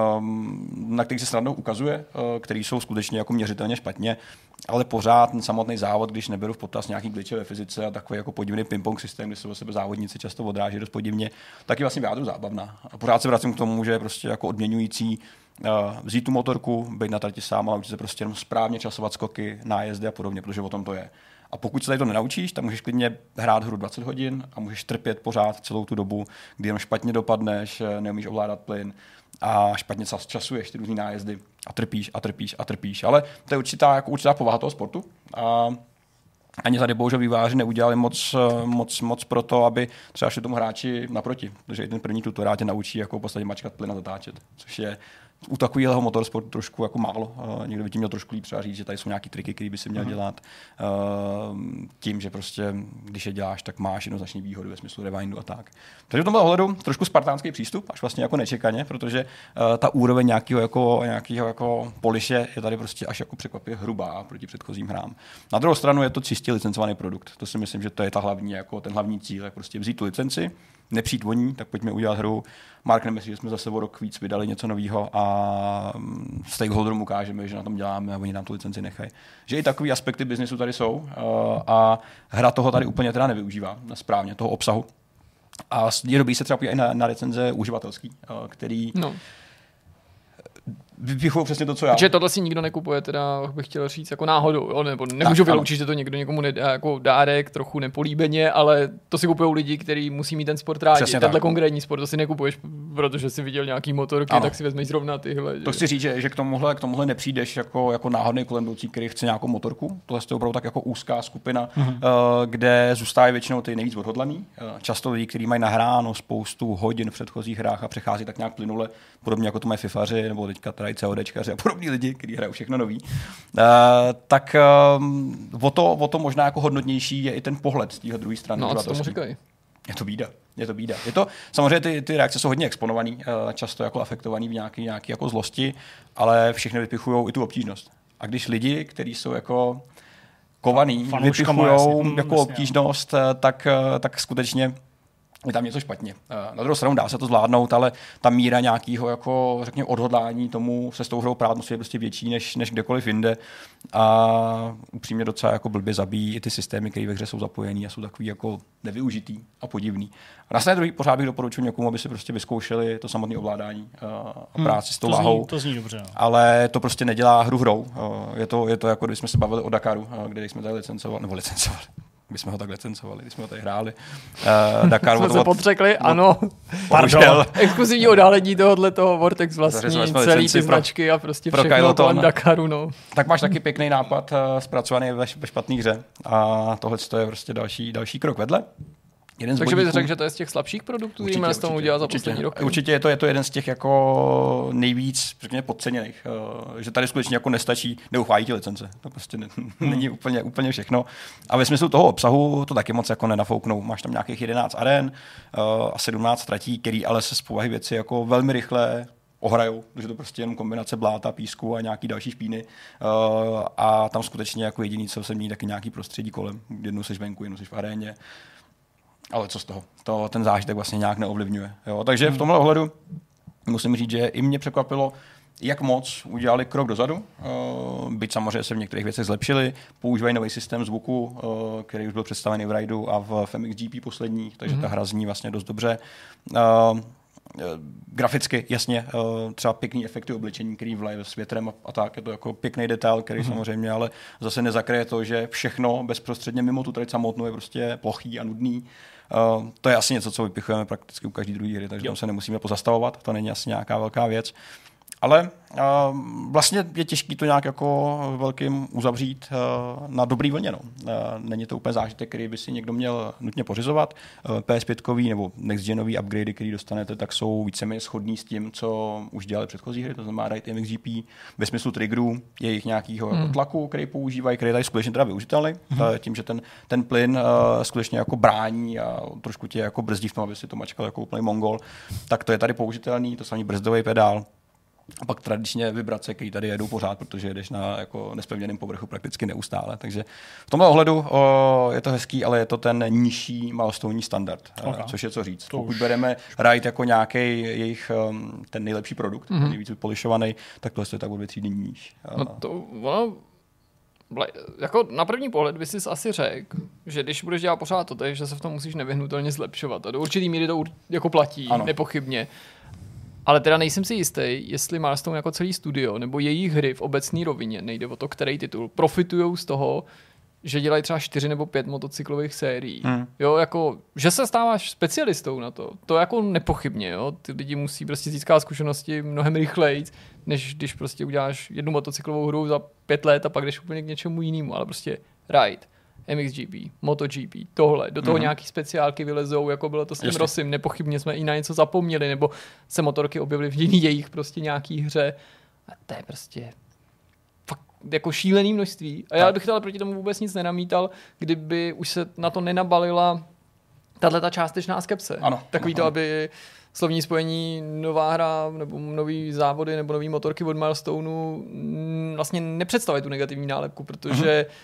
Speaker 1: um, na kterých se snadno ukazuje, uh, které jsou skutečně jako měřitelně špatně, ale pořád ten samotný závod, když neberu v potaz nějaký glitche ve fyzice a takový jako podivný ping-pong systém, kde se o sebe závodníci často odráží dost podivně, tak je vlastně v jádru zábavná. A pořád se vracím k tomu, že je prostě jako odměňující uh, vzít tu motorku, být na trati sám, ale učit se prostě jenom správně časovat skoky, nájezdy a podobně, protože o tom to je. A pokud se tady to nenaučíš, tak můžeš klidně hrát hru dvacet hodin a můžeš trpět pořád celou tu dobu, kdy jenom špatně dopadneš, neumíš ovládat plyn a špatně časuješ ty různý nájezdy a trpíš a trpíš a trpíš. Ale to je určitá, jako určitá povaha toho sportu. A ani tady bohužel vývojáři neudělali moc, moc, moc pro to, aby třeba šli tomu hráči naproti. Protože i ten první tutoriál tě naučí jako v podstatě mačkat plyn a zatáčet, což je u takového motorsportu trošku jako málo. Uh, někdo by tím měl trošku líp třeba říct, že tady jsou nějaký triky, které by si měl uh-huh. dělat. Uh, tím, že prostě, když je děláš, tak máš jednoznačný výhody ve smyslu rewindu a tak. Takže v tomhle ohledu trošku spartánský přístup, až vlastně jako nečekaně, protože uh, ta úroveň nějakého jako, nějakého jako poliše je tady prostě až jako překvapivě hrubá proti předchozím hrám. Na druhou stranu je to čistě licencovaný produkt. To si myslím, že to je ta hlavní, jako ten hlavní cíl, jak prostě vzít tu licenci, nepřijít voní, tak pojďme udělat hru. Markneme si, že jsme zase o rok víc vydali něco nového a stakeholderům ukážeme, že na tom děláme a oni nám tu licenci nechají. Že i takové aspekty biznesu tady jsou a hra toho tady úplně teda nevyužívá správně, toho obsahu. A je dobrý se třeba podívat i na, na recenze uživatelský, který no. vypichují přesně to, co já.
Speaker 2: Protože tohle si nikdo nekupuje, teda bych chtěl říct jako náhodou, jo? Nebo nemůžu tak, vyloučit, že to někdo někomu nedá jako dárek, trochu nepolíbeně, ale to si kupují lidi, kteří musí mít ten sport rádi. Přesně tenhle tak. Konkrétní sport to si nekupuješ, protože si viděl nějaký motorky, ano. tak si vezmeš zrovna tyhle.
Speaker 1: To chci říct, že, že k tomuhle, k tomuhle nepřijdeš jako, jako náhodný kolem jdoucí, který chce nějakou motorku. Tohle je opravdu tak jako úzká skupina, uh-huh. uh, kde zůstávají většinou ty nejvíc odhodlaný. Uh, často lidi, kteří mají nahráno spoustu hodin v předchozích hrách a přechází tak nějak plynule, podobně jako to mají fifaři nebo teďka tady CODčkaři a podobní lidi, kteří hrají všechno nový. Uh, tak uh, o, to, o to možná jako hodnotnější je i ten pohled z té druhé strany.
Speaker 2: No a co tomu říkají?
Speaker 1: Je to bída. Je to bída. Je to, samozřejmě ty, ty reakce jsou hodně exponované, často jako afektované v nějaké nějaký jako zlosti, ale všechny vypichují i tu obtížnost. A když lidi, kteří jsou jako kovaný, vypichují jako obtížnost, tak, tak skutečně je tam něco špatně. Na druhou stranu dá se to zvládnout, ale ta míra nějakého jako, řekněme, odhodlání tomu se s tou hrou prát musí být prostě větší než, než kdekoliv jinde. A upřímně docela jako blbě zabíjí i ty systémy, které ve hře jsou zapojený a jsou takový jako nevyužitý a podivný. A na straně druhý pořád bych doporučil někomu, aby si prostě vyzkoušeli to samotné ovládání a práci hmm, s tou
Speaker 3: to
Speaker 1: váhou.
Speaker 3: Zní, to zní dobře. No.
Speaker 1: Ale to prostě nedělá hru hrou. Je to, je to jako, když jsme se bavili o Dakaru, kde jsme tady licencovali, nebo licencovali. My jsme ho tak licencovali, když jsme ho tady hráli. Uh, Dakar
Speaker 2: jsme
Speaker 1: od,
Speaker 2: se potřekli, od, ano.
Speaker 1: Pardon.
Speaker 2: Exkluzivní odhalení tohohle toho Vortex vlastní celý ty značky a prostě všechno kolem Dakaru. No.
Speaker 1: Tak máš taky pěkný nápad uh, zpracovaný ve, ve špatný hře. A tohle je prostě další, další krok vedle. jeden z
Speaker 2: Takže bys
Speaker 1: bodíků.
Speaker 2: řekl, že to je z těch slabších produktů, který Milestone
Speaker 1: určitě,
Speaker 2: udělal za
Speaker 1: určitě.
Speaker 2: poslední roky?
Speaker 1: Určitě je to, je to jeden z těch jako nejvíc, řekněme, podceněných. Uh, že tady skutečně jako nestačí, neuchválí ti licence. To prostě ne, není úplně, úplně všechno. A ve smyslu toho obsahu to taky moc jako nenafouknou. Máš tam nějakých jedenáct aren uh, a sedmnáct tratí, který ale se z povahy věci jako velmi rychle ohrajou, protože to prostě jenom kombinace bláta, písku a nějaký další špíny. Uh, a tam skutečně jako jediný, co se mění, taky nějaký prostředí kolem. Jednou seš venku, jednou seš v aréně. Ale co z toho? To ten zážitek vlastně nějak neovlivňuje. Jo? Takže v tomhle ohledu musím říct, že i mě překvapilo, jak moc udělali krok dozadu. Uh, byť samozřejmě se v některých věcech zlepšili. Používají nový systém zvuku, uh, který už byl představený v Raidu a v, v M X G P posledních, takže mm-hmm. ta hra zní vlastně dost dobře. Uh, graficky, jasně, třeba pěkný efekty obličení, který vlají s větrem a tak, je to jako pěkný detail, který mm-hmm. samozřejmě, ale zase nezakryje to, že všechno bezprostředně mimo tu trať samotnou je prostě plochý a nudný. Uh, to je asi něco, co vypichujeme prakticky u každé druhé hry, takže jo. tam se nemusíme pozastavovat, to není asi nějaká velká věc. Ale uh, vlastně je těžké to nějak jako velkým uzavřít uh, na dobrý vlně. No. Uh, není to úplně zážitek, který by si někdo měl nutně pořizovat. Uh, P S pět nebo next genový upgradey, který dostanete, tak jsou víceméně shodný s tím, co už dělali předchozí hry, to znamená Raid M X G P ve smyslu triggerů, jejich nějakého hmm. tlaku, který používají, který je tady skutečně teda využitelný. Hmm. Tím, že ten, ten plyn uh, skutečně jako brání a trošku tě jako brzdí v tom, aby si to mačkal jako úplný mongol, tak to je tady použitelný, to samý brzdový pedál. A pak tradičně vibrace, které tady jedou pořád, protože jedeš na jako nespevněném povrchu prakticky neustále. Takže v tomhle ohledu o, je to hezký, ale je to ten nižší milestone standard, okay. což je co říct. To Pokud už. bereme Raid jako nějaký jejich um, ten nejlepší produkt, mm-hmm. nejvíc vypolišovaný, tak tohle je tak o dvě třídy níž.
Speaker 2: No to, ono, jako na první pohled by si asi řekl, že když budeš dělat pořád to, takže se v tom musíš nevyhnutelně zlepšovat. A do určitý míry to jako platí, ano. nepochybně. Ale teda nejsem si jistý, jestli Milestone jako celý studio nebo jejich hry v obecné rovině, nejde o to, který titul, profitujou z toho, že dělají třeba čtyři nebo pět motocyklových sérií. Hmm. Jo, jako, že se stáváš specialistou na to, to jako nepochybně, jo. Ty lidi musí prostě získat zkušenosti mnohem rychleji, než když prostě uděláš jednu motocyklovou hru za pět let a pak jdeš úplně k něčemu jinému, ale prostě Ride, M X G P, MotoGP, tohle. Do toho mm-hmm. nějaký speciálky vylezou, jako bylo to s tím Jasně. Rosim. Nepochybně jsme i na něco zapomněli, nebo se motorky objevily v jiný jejich prostě nějaký hře. A to je prostě fakt jako šílený množství. A já bych ale proti tomu vůbec nic nenamítal, kdyby už se na to nenabalila tato částečná skepse.
Speaker 1: Ano.
Speaker 2: Takový to, aby slovní spojení nová hra, nebo nový závody, nebo nový motorky od Milestoneu vlastně nepředstavuje tu negativní nálepku, protože mm-hmm.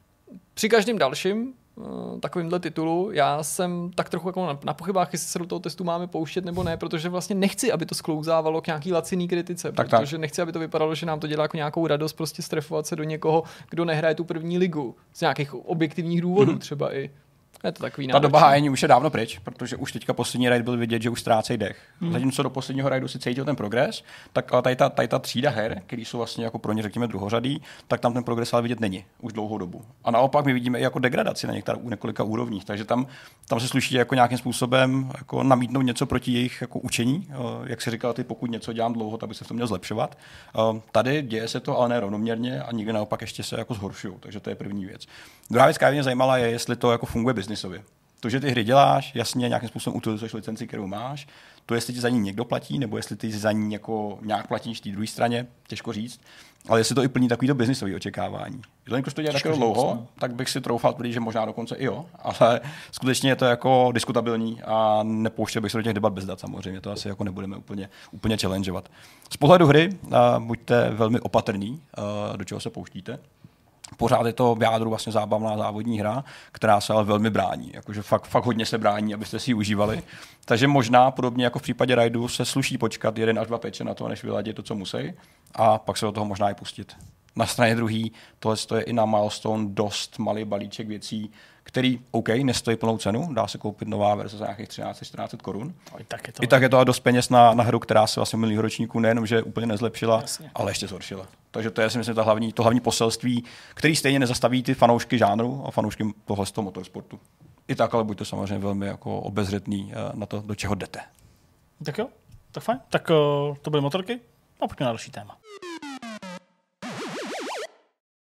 Speaker 2: při každém dalším uh, takovýmhle titulu já jsem tak trochu jako na, na pochybách, jestli se do toho testu máme pouštět nebo ne, protože vlastně nechci, aby to sklouzávalo k nějaký laciný kritice, tak, protože tak. nechci, aby to vypadalo, že nám to dělá jako nějakou radost prostě strefovat se do někoho, kdo nehraje tu první ligu z nějakých objektivních důvodů mm-hmm. třeba i. Je to takový
Speaker 1: Ta doba hájení už je dávno pryč, protože už teďka poslední raid byl vidět, že už ztrácejí dech. Hmm. Zatímco do posledního raidu si cítil ten progres, tak ale tady ta, tady ta třída her, který jsou vlastně jako pro ně řekněme druhořadý, tak tam ten progres ale vidět není už dlouhou dobu. A naopak my vidíme i jako degradaci na některých několika úrovních, takže tam, tam se sluší jako nějakým způsobem jako namítnout něco proti jejich jako učení, jak si říkal ty, pokud něco dělám dlouho, tak by se v tom měl zlepšovat. Tady děje se to, ale ne rovnoměrně a nikdy naopak ještě se jako zhoršují, takže to je první věc. Druhá věc, která mě zajímala, je, jestli to jako funguje biznisově. To, že ty hry děláš, jasně nějakým způsobem utilizuješ licenci, kterou máš, to, jestli ti za ní někdo platí, nebo jestli ty za ní jako nějak platíš té druhé straně, těžko říct, ale jestli to i plní takovýto biznisový očekávání. Když to dělá takové dlouho, tak bych si troufal tvrdit, že možná dokonce i jo, ale skutečně je to jako diskutabilní a nepouštěl bych se do těch debat bez dat samozřejmě, to asi jako nebudeme úplně, úplně challengeovat. Z pohledu hry uh, buďte velmi opatrní, uh, do čeho se pouštíte. Pořád je to v jádru vlastně zábavná závodní hra, která se ale velmi brání. Jakože fakt, fakt hodně se brání, abyste si ji užívali. Takže možná, podobně jako v případě Raidu, se sluší počkat jeden až dva peče na to, než vyladí to, co musí, a pak se do toho možná i pustit. Na straně druhý, tohle je i na Milestone dost malý balíček věcí, který, OK, nestojí plnou cenu, dá se koupit nová verze za nějakých třináct až čtrnáct korun.
Speaker 3: I tak je to,
Speaker 1: I tak je to dost peněz na, na hru, která se vlastně minulého ročníku nejenom, že úplně nezlepšila, Jasně. ale ještě zhoršila. Takže to je, si myslím, ta hlavní, to hlavní poselství, který stejně nezastaví ty fanoušky žánru a fanoušky tohle z toho motorsportu. I tak, ale buďte samozřejmě velmi jako obezřetný na to, do čeho jdete.
Speaker 3: Tak jo, tak fajn. Tak uh, to byly motorky a pojďme na další téma.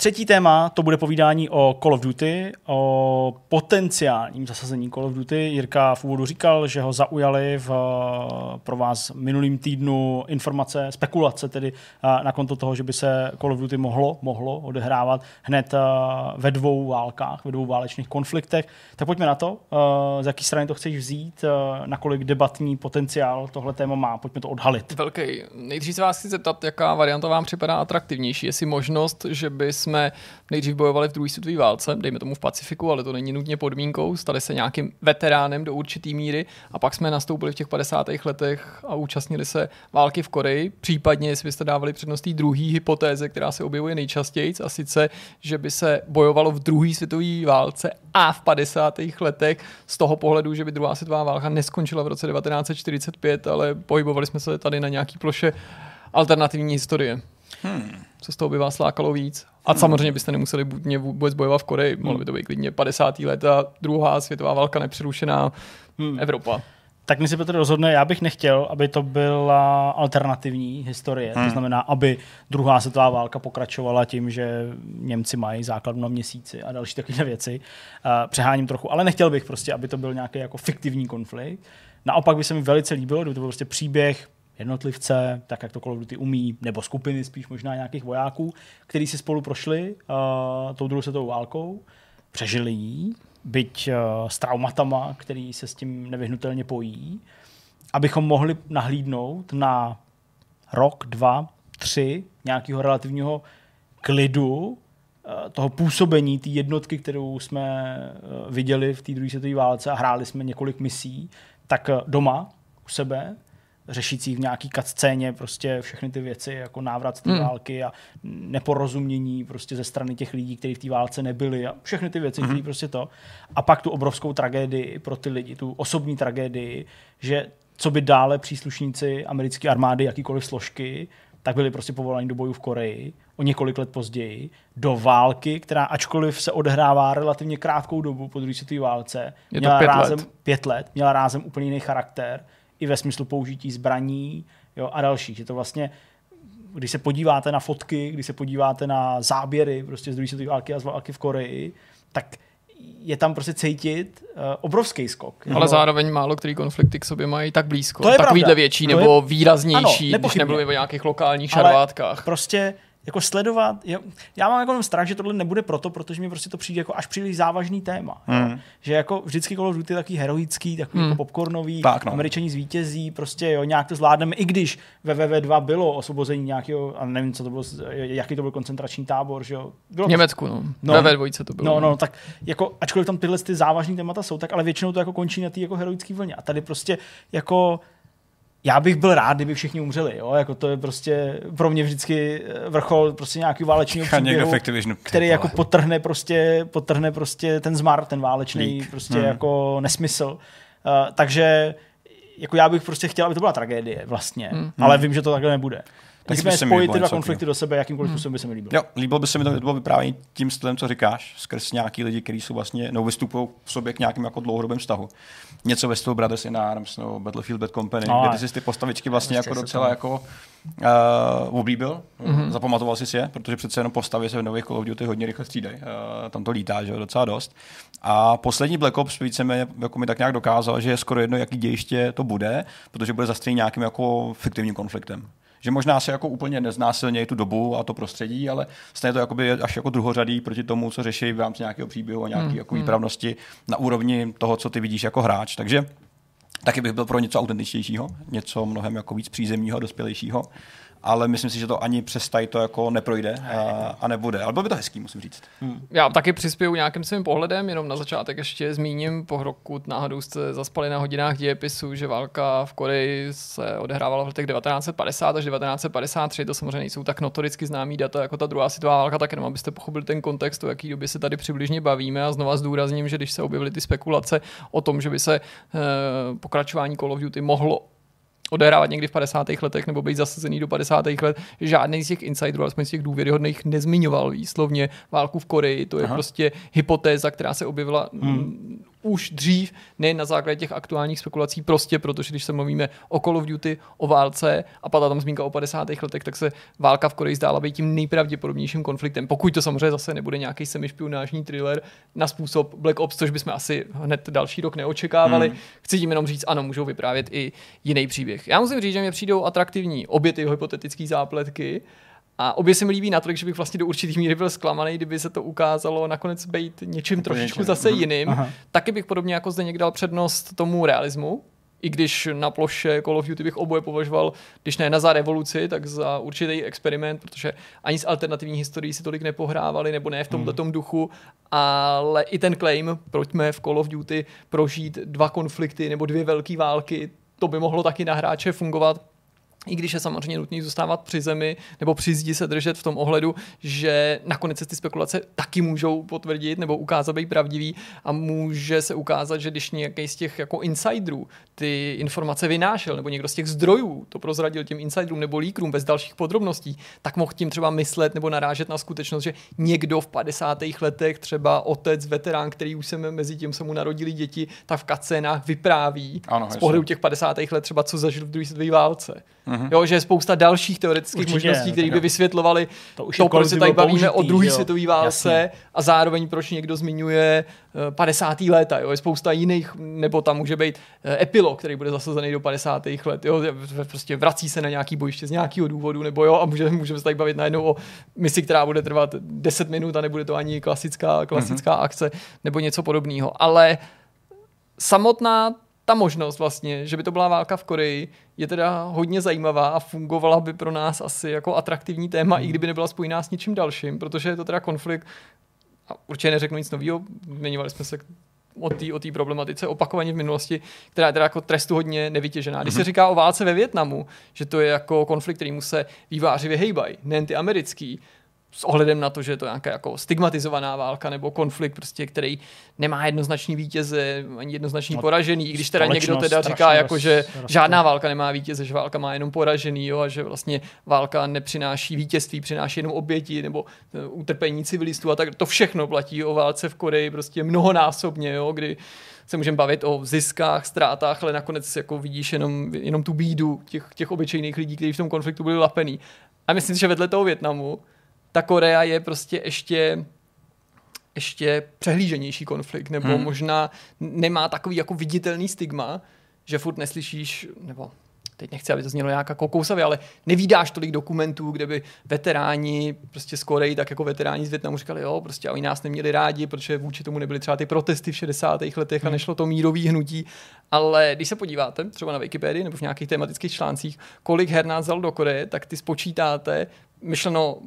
Speaker 3: Třetí téma, to bude povídání o Call of Duty, o potenciálním zasazení Call of Duty. Jirka v úvodu říkal, že ho zaujali v, pro vás minulým týdnu informace, spekulace tedy na konto toho, že by se Call of Duty mohlo, mohlo odehrávat hned ve dvou válkách, ve dvou válečných konfliktech. Tak pojďme na to, z jaký strany to chceš vzít, nakolik debatní potenciál tohle téma má, pojďme to odhalit.
Speaker 2: Velký. Nejdřív se vás chci zeptat, jaká varianta vám připadá atraktivnější. Jestli možnost, že by jsme nejdřív bojovali v druhé světové válce, dejme tomu v Pacifiku, ale to není nutně podmínkou, stali se nějakým veteránem do určitý míry a pak jsme nastoupili v těch padesátých letech a účastnili se války v Koreji, případně jestli byste dávali přednost té druhé hypotéze, která se objevuje nejčastěji, a sice, že by se bojovalo v druhé světové válce a v padesátých letech z toho pohledu, že by druhá světová válka neskončila v roce devatenáct set čtyřicet pět, ale pohybovali jsme se tady na nějaký ploše alternativní historie. Hmm. Co z toho by vás lákalo víc? A hmm. samozřejmě byste nemuseli vůbec bojovat v Koreji. Mohlo by to být klidně padesátá léta, druhá světová válka nepřerušená hmm. Evropa.
Speaker 3: Tak mi se Petr rozhodne, já bych nechtěl, aby to byla alternativní historie. Hmm. To znamená, aby druhá světová válka pokračovala tím, že Němci mají základnu na Měsíci a další takové věci. Uh, přeháním trochu, ale nechtěl bych prostě, aby to byl nějaký jako fiktivní konflikt. Naopak by se mi velice líbilo, kdyby to byl prostě příběh jednotlivce, tak jak to Call of Duty umí, nebo skupiny spíš možná nějakých vojáků, kteří si spolu prošli uh, tou druhou světovou válkou, přežili ji, byť uh, s traumatama, který se s tím nevyhnutelně pojí, abychom mohli nahlídnout na rok, dva, tři nějakého relativního klidu, uh, toho působení té jednotky, kterou jsme uh, viděli v té druhé světové válce a hráli jsme několik misí, tak uh, doma u sebe, řešící v nějaký cutscéně prostě všechny ty věci, jako návrat z té hmm. války a neporozumění prostě ze strany těch lidí, kteří v té válce nebyli a všechny ty věci, hmm. které prostě to. A pak tu obrovskou tragédii pro ty lidi, tu osobní tragédii, že co by dále příslušníci americké armády, jakýkoliv složky, tak byli prostě povoláni do bojů v Koreji o několik let později, do války, která ačkoliv se odehrává relativně krátkou dobu po druhé světové válce,
Speaker 2: je
Speaker 3: měla
Speaker 2: pět
Speaker 3: rázem
Speaker 2: let.
Speaker 3: pět let, měla rázem úplně jiný charakter, i ve smyslu použití zbraní, jo, a dalších. Je to vlastně, když se podíváte na fotky, když se podíváte na záběry prostě z druhé světové války a z války v Koreji, tak je tam prostě cítit uh, obrovský skok.
Speaker 2: Ale jo. Zároveň málo který konflikty k sobě mají tak blízko.
Speaker 3: To je
Speaker 2: takovýhle
Speaker 3: pravda.
Speaker 2: větší
Speaker 3: To
Speaker 2: nebo
Speaker 3: je...
Speaker 2: výraznější,
Speaker 3: ano,
Speaker 2: když nemluvíme o nějakých lokálních šarvátkách.
Speaker 3: Prostě jako sledovat, já, já mám jako strach, že tohle nebude proto, protože mi prostě to přijde jako až příliš závažný téma. Mm. Že jako vždycky Call of Duty je takový heroický, takový mm. jako popcornový, tak, no. Američani zvítězí, prostě jo, nějak to zvládneme, i když ve V V dva bylo osvobození nějakého, a nevím, co to bylo, jaký to byl koncentrační tábor, že jo. Bylo
Speaker 2: v Německu, no.
Speaker 3: no.
Speaker 2: Ve V dva to bylo.
Speaker 3: No, no, tak jako, ačkoliv tam tyhle ty závažný témata jsou, tak ale většinou to jako končí na té jako heroické vlně. A tady prostě jako já bych byl rád, kdyby všichni umřeli, jo? Jako to je prostě pro mě vždycky vrchol prostě nějakého válečného příběhu, který jako potrhne prostě, potrhne prostě ten zmar, ten válečný prostě hmm. jako nesmysl. Uh, takže jako já bych prostě chtěl, aby to byla tragédie vlastně, hmm. ale vím, že to takhle nebude. Nicméně spojit ty dva konflikty do sebe, jakýmkoliv způsobem by se mi líbilo.
Speaker 1: Jo, líbilo by se mi to, to bylo vyprávění tím stylem, co říkáš, skrz nějaký lidi, kteří jsou vlastně, no, vystupují v sobě k nějakým jako dlouhodobým vztahu. Něco ve stylu Brothers in Arms, no, Battlefield Bad Company, no, kde ty si ty postavičky vlastně jako docela jako uh, oblíbil, mm-hmm. zapamatoval jsi si je, protože přece jenom postavy se v nových Call of Duty hodně rychle střídají, uh, tam to lítá, že jo, docela dost. A poslední Black Ops víceméně jako mi tak nějak dokázal, že je skoro jedno, jaký dějiště to bude, protože bude zastřený nějakým jako fiktivním konfliktem. Že možná se jako úplně neznásilnějí tu dobu a to prostředí, ale stejně to jakoby až jako druhořadý proti tomu, co řeší v rámci nějakého příběhu a nějaké hmm, jako výpravnosti na úrovni toho, co ty vidíš jako hráč. Takže taky bych byl pro něco autentičtějšího, něco mnohem jako víc přízemního a dospělejšího. Ale myslím si, že to ani přes tady to jako neprojde a, a nebude. Ale bylo by to hezký, musím říct.
Speaker 2: Hmm. Já taky přispěju nějakým svým pohledem, jenom na začátek ještě zmíním, pokud náhodou jste zaspali na hodinách dějepisu, že válka v Koreji se odehrávala v letech devatenáct set padesát až devatenáct set padesát tři, to samozřejmě nejsou tak notoricky známý data jako ta druhá světová válka, tak jenom abyste pochopili ten kontext, o jaký době se tady přibližně bavíme, a znova zdůrazním, že když se objevily ty spekulace o tom, že by se eh, pokračování Call of Duty mohlo odehrávat někdy v padesátých letech nebo být zasazený do padesátých let. Žádný z těch insiderů, alespoň z těch důvěryhodných, nezmiňoval výslovně válku v Koreji. To je Aha. prostě hypotéza, která se objevila hmm. už dřív, ne na základě těch aktuálních spekulací, prostě protože když se mluvíme o Call of Duty, o válce a padla tam zmínka o padesátých letech, tak se válka v Koreji zdála být tím nejpravděpodobnějším konfliktem. Pokud to samozřejmě zase nebude nějaký semišpionážní thriller na způsob Black Ops, což bychom asi hned další rok neočekávali. Hmm. Chci tím jenom říct, ano, můžou vyprávět i jiný příběh. Já musím říct, že mě přijdou atraktivní obě ty hypotetické zápletky. A obě se mi líbí natolik, že bych vlastně do určitých míry byl zklamaný, kdyby se to ukázalo nakonec být něčím trošičku zase jiným. Aha. Taky bych podobně jako zde někdy dal přednost tomu realismu, i když na ploše Call of Duty bych oboje považoval, když ne za revoluci, tak za určitý experiment, protože ani s alternativní historií si tolik nepohrávali, nebo ne v tomhletom duchu, ale i ten claim, pojďme v Call of Duty prožít dva konflikty nebo dvě velké války, to by mohlo taky na hráče fungovat. I když je samozřejmě nutný zůstávat při zemi nebo při zdi se držet v tom ohledu, že nakonec se ty spekulace taky můžou potvrdit nebo ukázat být pravdivý a může se ukázat, že když nějaký z těch jako insiderů ty informace vynášel nebo někdo z těch zdrojů to prozradil těm insiderům nebo líkrům bez dalších podrobností, tak mohl tím třeba myslet nebo narážet na skutečnost, že někdo v padesátých letech, třeba otec, veterán, který už se mezi tím se mu narodili děti, tak v cutscénách vypráví ano, z pohledu těch padesátých let třeba co zažil v druhé světové válce. Mm-hmm. Jo, že je spousta dalších teoretických určitě, možností, které by vysvětlovaly to, to proč se tady bavíme použitý, o druhé světové válce jasně. A zároveň proč někdo zmiňuje padesátá léta. Jo, je spousta jiných, nebo tam může být epilog, který bude zasazený do padesátých let. Jo, prostě vrací se na nějaký bojiště z nějakého důvodu, nebo jo, a můžeme může se tady bavit najednou o misi, která bude trvat deset minut a nebude to ani klasická, klasická mm-hmm. akce, nebo něco podobného. Ale samotná ta možnost vlastně, že by to byla válka v Koreji, je teda hodně zajímavá a fungovala by pro nás asi jako atraktivní téma, hmm. i kdyby nebyla spojená s ničím dalším, protože je to teda konflikt, a určitě neřeknu nic nového, zmiňovali jsme se o té o té problematice opakovaně v minulosti, která je teda jako trestu hodně nevytěžená. Když hmm. se říká o válce ve Vietnamu, že to je jako konflikt, kterýmu se výváři vyhejbají, nejen ty americký, s ohledem na to, že je to nějaká jako stigmatizovaná válka nebo konflikt, prostě, který nemá jednoznačný vítěze, ani jednoznačný no, poražený, i když teda někdo teda říká, jako, že žádná válka nemá vítěze, že válka má jenom poražený, jo, a že vlastně válka nepřináší vítězství, přináší jenom oběti nebo utrpení civilistů a tak. To všechno platí o válce v Koreji prostě mnohonásobně, jo, kdy se můžeme bavit o ziskách, ztrátách, ale nakonec jako vidíš jenom, jenom tu bídu těch, těch obyčejných lidí, kteří v tom konfliktu byli lapený. A myslím si, že vedle toho Vietnamu ta Korea je prostě ještě, ještě přehlíženější konflikt, nebo hmm. možná nemá takový jako viditelný stigma, že furt neslyšíš, nebo teď nechci, aby to znělo nějak jako kousavě, ale nevídáš tolik dokumentů, kde by veteráni prostě z Koreji, tak jako veteráni z Vietnamu říkali, jo, prostě oni nás neměli rádi, protože vůči tomu nebyly třeba ty protesty v šedesátých letech a nešlo to mírový hnutí. Ale když se podíváte třeba na Wikipedii nebo v nějakých tematických článcích, kolik her nás vzal do Koreje, tak ty spočítáte, myšleno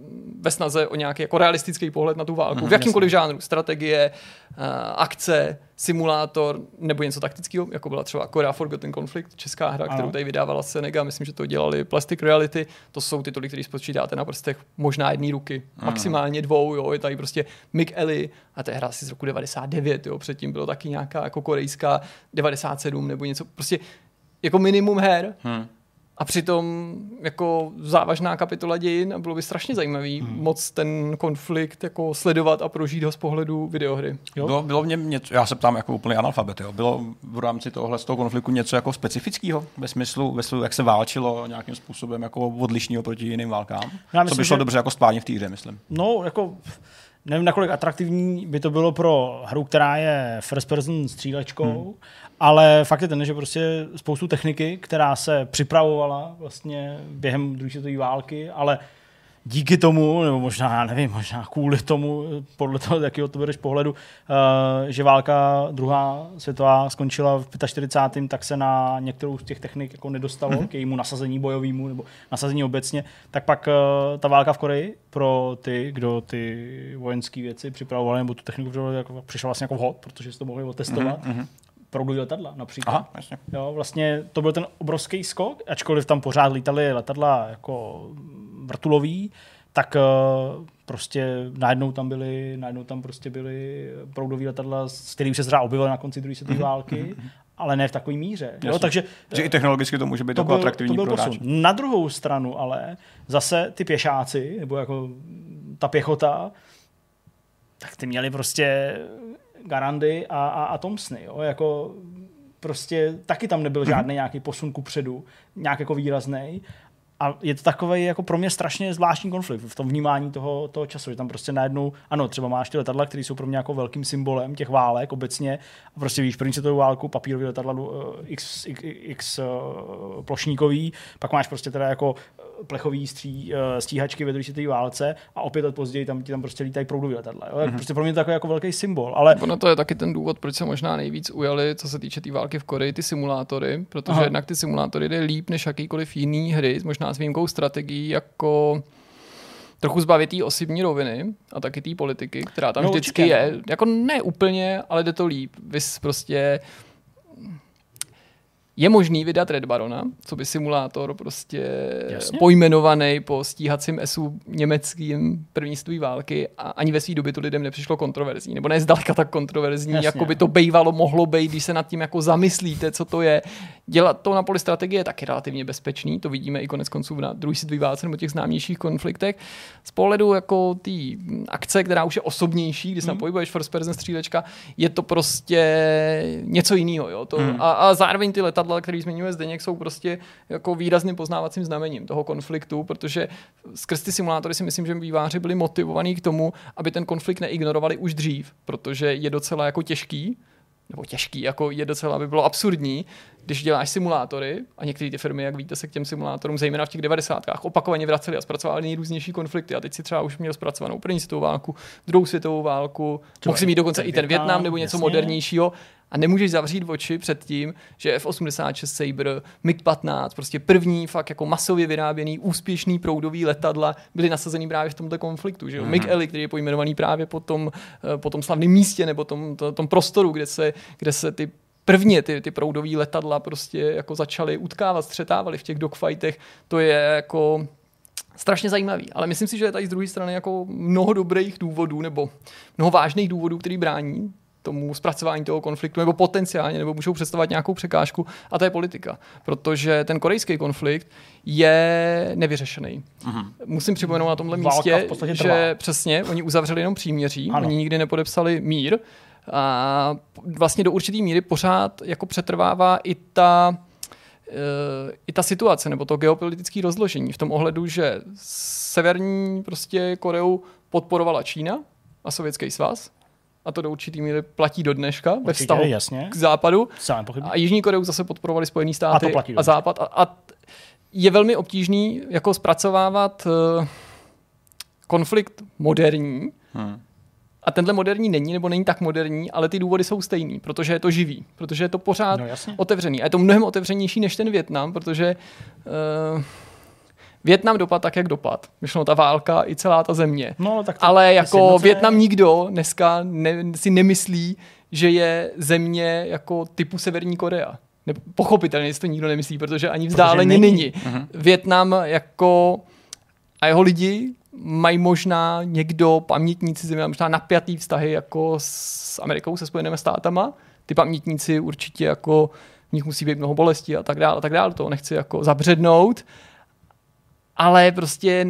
Speaker 2: ve snaze o nějaký jako realistický pohled na tu válku. Mm, v jakýmkoliv jasný. žánru. Strategie, uh, akce, simulátor nebo něco taktického, jako byla třeba Korea Forgotten Conflict, česká hra, ano. kterou tady vydávala Senega, myslím, že to dělali Plastic Reality. To jsou tituly, které spočítáte na prstech možná jedné ruky, mm. maximálně dvou. Jo. Je tady prostě Mick Ellie a to je hra asi z roku devadesát devět. Jo. Předtím bylo taky nějaká jako korejská devadesát sedm nebo něco. Prostě jako minimum her. Mm. A přitom jako závažná kapitola dějin a bylo by strašně zajímavý hmm. moc ten konflikt jako sledovat a prožít ho z pohledu videohry. Jo?
Speaker 1: Bylo, bylo mě něco, já se ptám jako úplný analfabet, jo. Bylo v rámci tohohle z toho konfliktu něco jako specifického ve smyslu, ve smyslu, jak se válčilo nějakým způsobem jako odlišného proti jiným válkám? Já myslím, co by šlo že... dobře jako splánit v té hře, myslím.
Speaker 3: No, jako nevím, nakolik atraktivní by to bylo pro hru, která je first person střílečkou, hmm. ale fakt je ten, že prostě spoustu techniky, která se připravovala vlastně během druhé světové války, ale díky tomu, nebo možná, já nevím, možná kvůli tomu, podle toho, jakého to bereš pohledu, uh, že válka druhá světová skončila v čtyřicátém pátém tak se na některou z těch technik jako nedostalo mm-hmm. k jejímu nasazení bojovému nebo nasazení obecně, tak pak uh, ta válka v Koreji pro ty, kdo ty vojenské věci připravovali, nebo tu techniku připravovali, jako přišla vlastně jako vhod, protože si to mohli otestovat. Mm-hmm. Proudový letadla například.
Speaker 1: Aha, jasně.
Speaker 3: Jo, vlastně to byl ten obrovský skok, ačkoliv tam pořád lítaly letadla jako vrtulový, tak uh, prostě najednou tam byly, najednou tam prostě byly proudový letadla, s kterými se třeba objevily na konci druhé světové války, ale ne v takové míře. Jo, takže
Speaker 1: že i technologicky to může být to jako byl, atraktivní
Speaker 3: to byl
Speaker 1: pro hráče.
Speaker 3: Na druhou stranu ale zase ty pěšáci, nebo jako ta pěchota, tak ty měli prostě Garandy a, a, a Thompsony, jo, jako prostě taky tam nebyl žádný nějaký posun kupředu, nějak jako výraznej. A je to takový jako pro mě strašně zvláštní konflikt v tom vnímání toho, toho času, že tam prostě najednou, ano, třeba máš ty letadla, které jsou pro mě jako velkým symbolem těch válek obecně. A prostě víš, první světovou válku, papírový letadla X, X, X uh, plošníkový, pak máš prostě teda jako plechový stří, uh, stíhačky ve druhé světové válce a opět let později tam ti tam prostě lítají proudový letadla. Jo? Mm-hmm. Prostě pro mě to takový jako velký symbol. Ale
Speaker 2: ono to je taky ten důvod, proč se možná nejvíc ujali, co se týče té tý války v Koreji, ty simulátory, protože Aha. jednak ty simulátory jde líp než jakýkoliv jiný hry, možná s výjimkou strategií, jako trochu zbavitý osobní roviny a taky té politiky, která tam no, vždycky určitě. je. Jako ne úplně, ale jde to líp. Vys prostě je možný vydat Red Barona, co by simulátor prostě Jasně. pojmenovaný po stíhacím esu německým první světové války a ani ve své době to lidem nepřišlo kontroverzní, nebo ne zdaleka tak kontroverzní, Jasně. jako by to bejvalo, mohlo být, když se nad tím jako zamyslíte, co to je. Dělat to na poli strategie je taky relativně bezpečný, to vidíme i konec konců na druhé světové válce nebo těch známějších konfliktech. Z pohledu jako té akce, která už je osobnější, když se hmm. pohybuješ first person střílečka, je to prostě něco jiného. Jo? To, hmm. a, a zároveň ty letadla, který zmiňuje Zdeněk, jsou prostě jako výrazným poznávacím znamením toho konfliktu, protože skrz ty simulátory si myslím, že výváři byli motivovaní k tomu, aby ten konflikt neignorovali už dřív, protože je docela jako těžký, nebo těžký, jako je docela, by bylo absurdní, když děláš simulátory a některé ty firmy, jak víte, se k těm simulátorům, zejména v těch devadesátkách, opakovaně vraceli a zpracovali nejrůznější konflikty. A teď si třeba už měl zpracovanou první světovou válku, druhou světovou válku, mohl si mít dokonce i ten Vietnam nebo něco jasně. modernějšího. A nemůžeš zavřít oči před tím, že F osmdesát šest Sabre, MiG patnáct, prostě první fakt jako masově vyráběný úspěšný proudový letadla byly nasazený právě v tomto konfliktu. Že jo? Mm-hmm. MiG Eli, který je pojmenovaný právě po tom, po tom slavném místě nebo tom, to, tom prostoru, kde se, kde se ty prvně ty, ty proudový letadla prostě jako začaly utkávat, střetávaly v těch dogfightech. To je jako strašně zajímavý. Ale myslím si, že je tady z druhé strany jako mnoho dobrých důvodů nebo mnoho vážných důvodů, který brání tomu zpracování toho konfliktu, nebo potenciálně, nebo můžou představovat nějakou překážku, a to je politika. Protože ten korejský konflikt je nevyřešený. Uh-huh. Musím připomenout na tomhle místě, že přesně, oni uzavřeli jenom příměří, ano. Oni nikdy nepodepsali mír a vlastně do určitý míry pořád jako přetrvává i ta i ta situace, nebo to geopolitické rozložení v tom ohledu, že severní prostě Koreu podporovala Čína a Sovětský svaz, a to do určitý míry platí do dneška ve vztahu jasně. k západu. A Jižní Koreu zase podporovali Spojené státy a, a západ. A, a je velmi obtížný jako zpracovávat uh, konflikt moderní. Hmm. A tenhle moderní není, nebo není tak moderní, ale ty důvody jsou stejný, protože je to živý, protože je to pořád no, otevřený. A je to mnohem otevřenější než ten Vietnam, protože uh, Vietnam dopad tak, jak dopad. Myšleno ta válka i celá ta země. No, tak to, ale jako Vietnam nikdo dneska ne, si nemyslí, že je země jako typu Severní Korea. Ne, pochopitelně si to nikdo nemyslí, protože ani vzdáleně není. není. Uh-huh. Vietnam jako a jeho lidi mají možná někdo, pamětníci země, možná napjatý vztahy jako s Amerikou, se Spojenými státama. Ty pamětníci určitě jako v nich musí být mnoho bolesti a tak dále, a tak dále. To nechci jako zabřednout. Ale prostě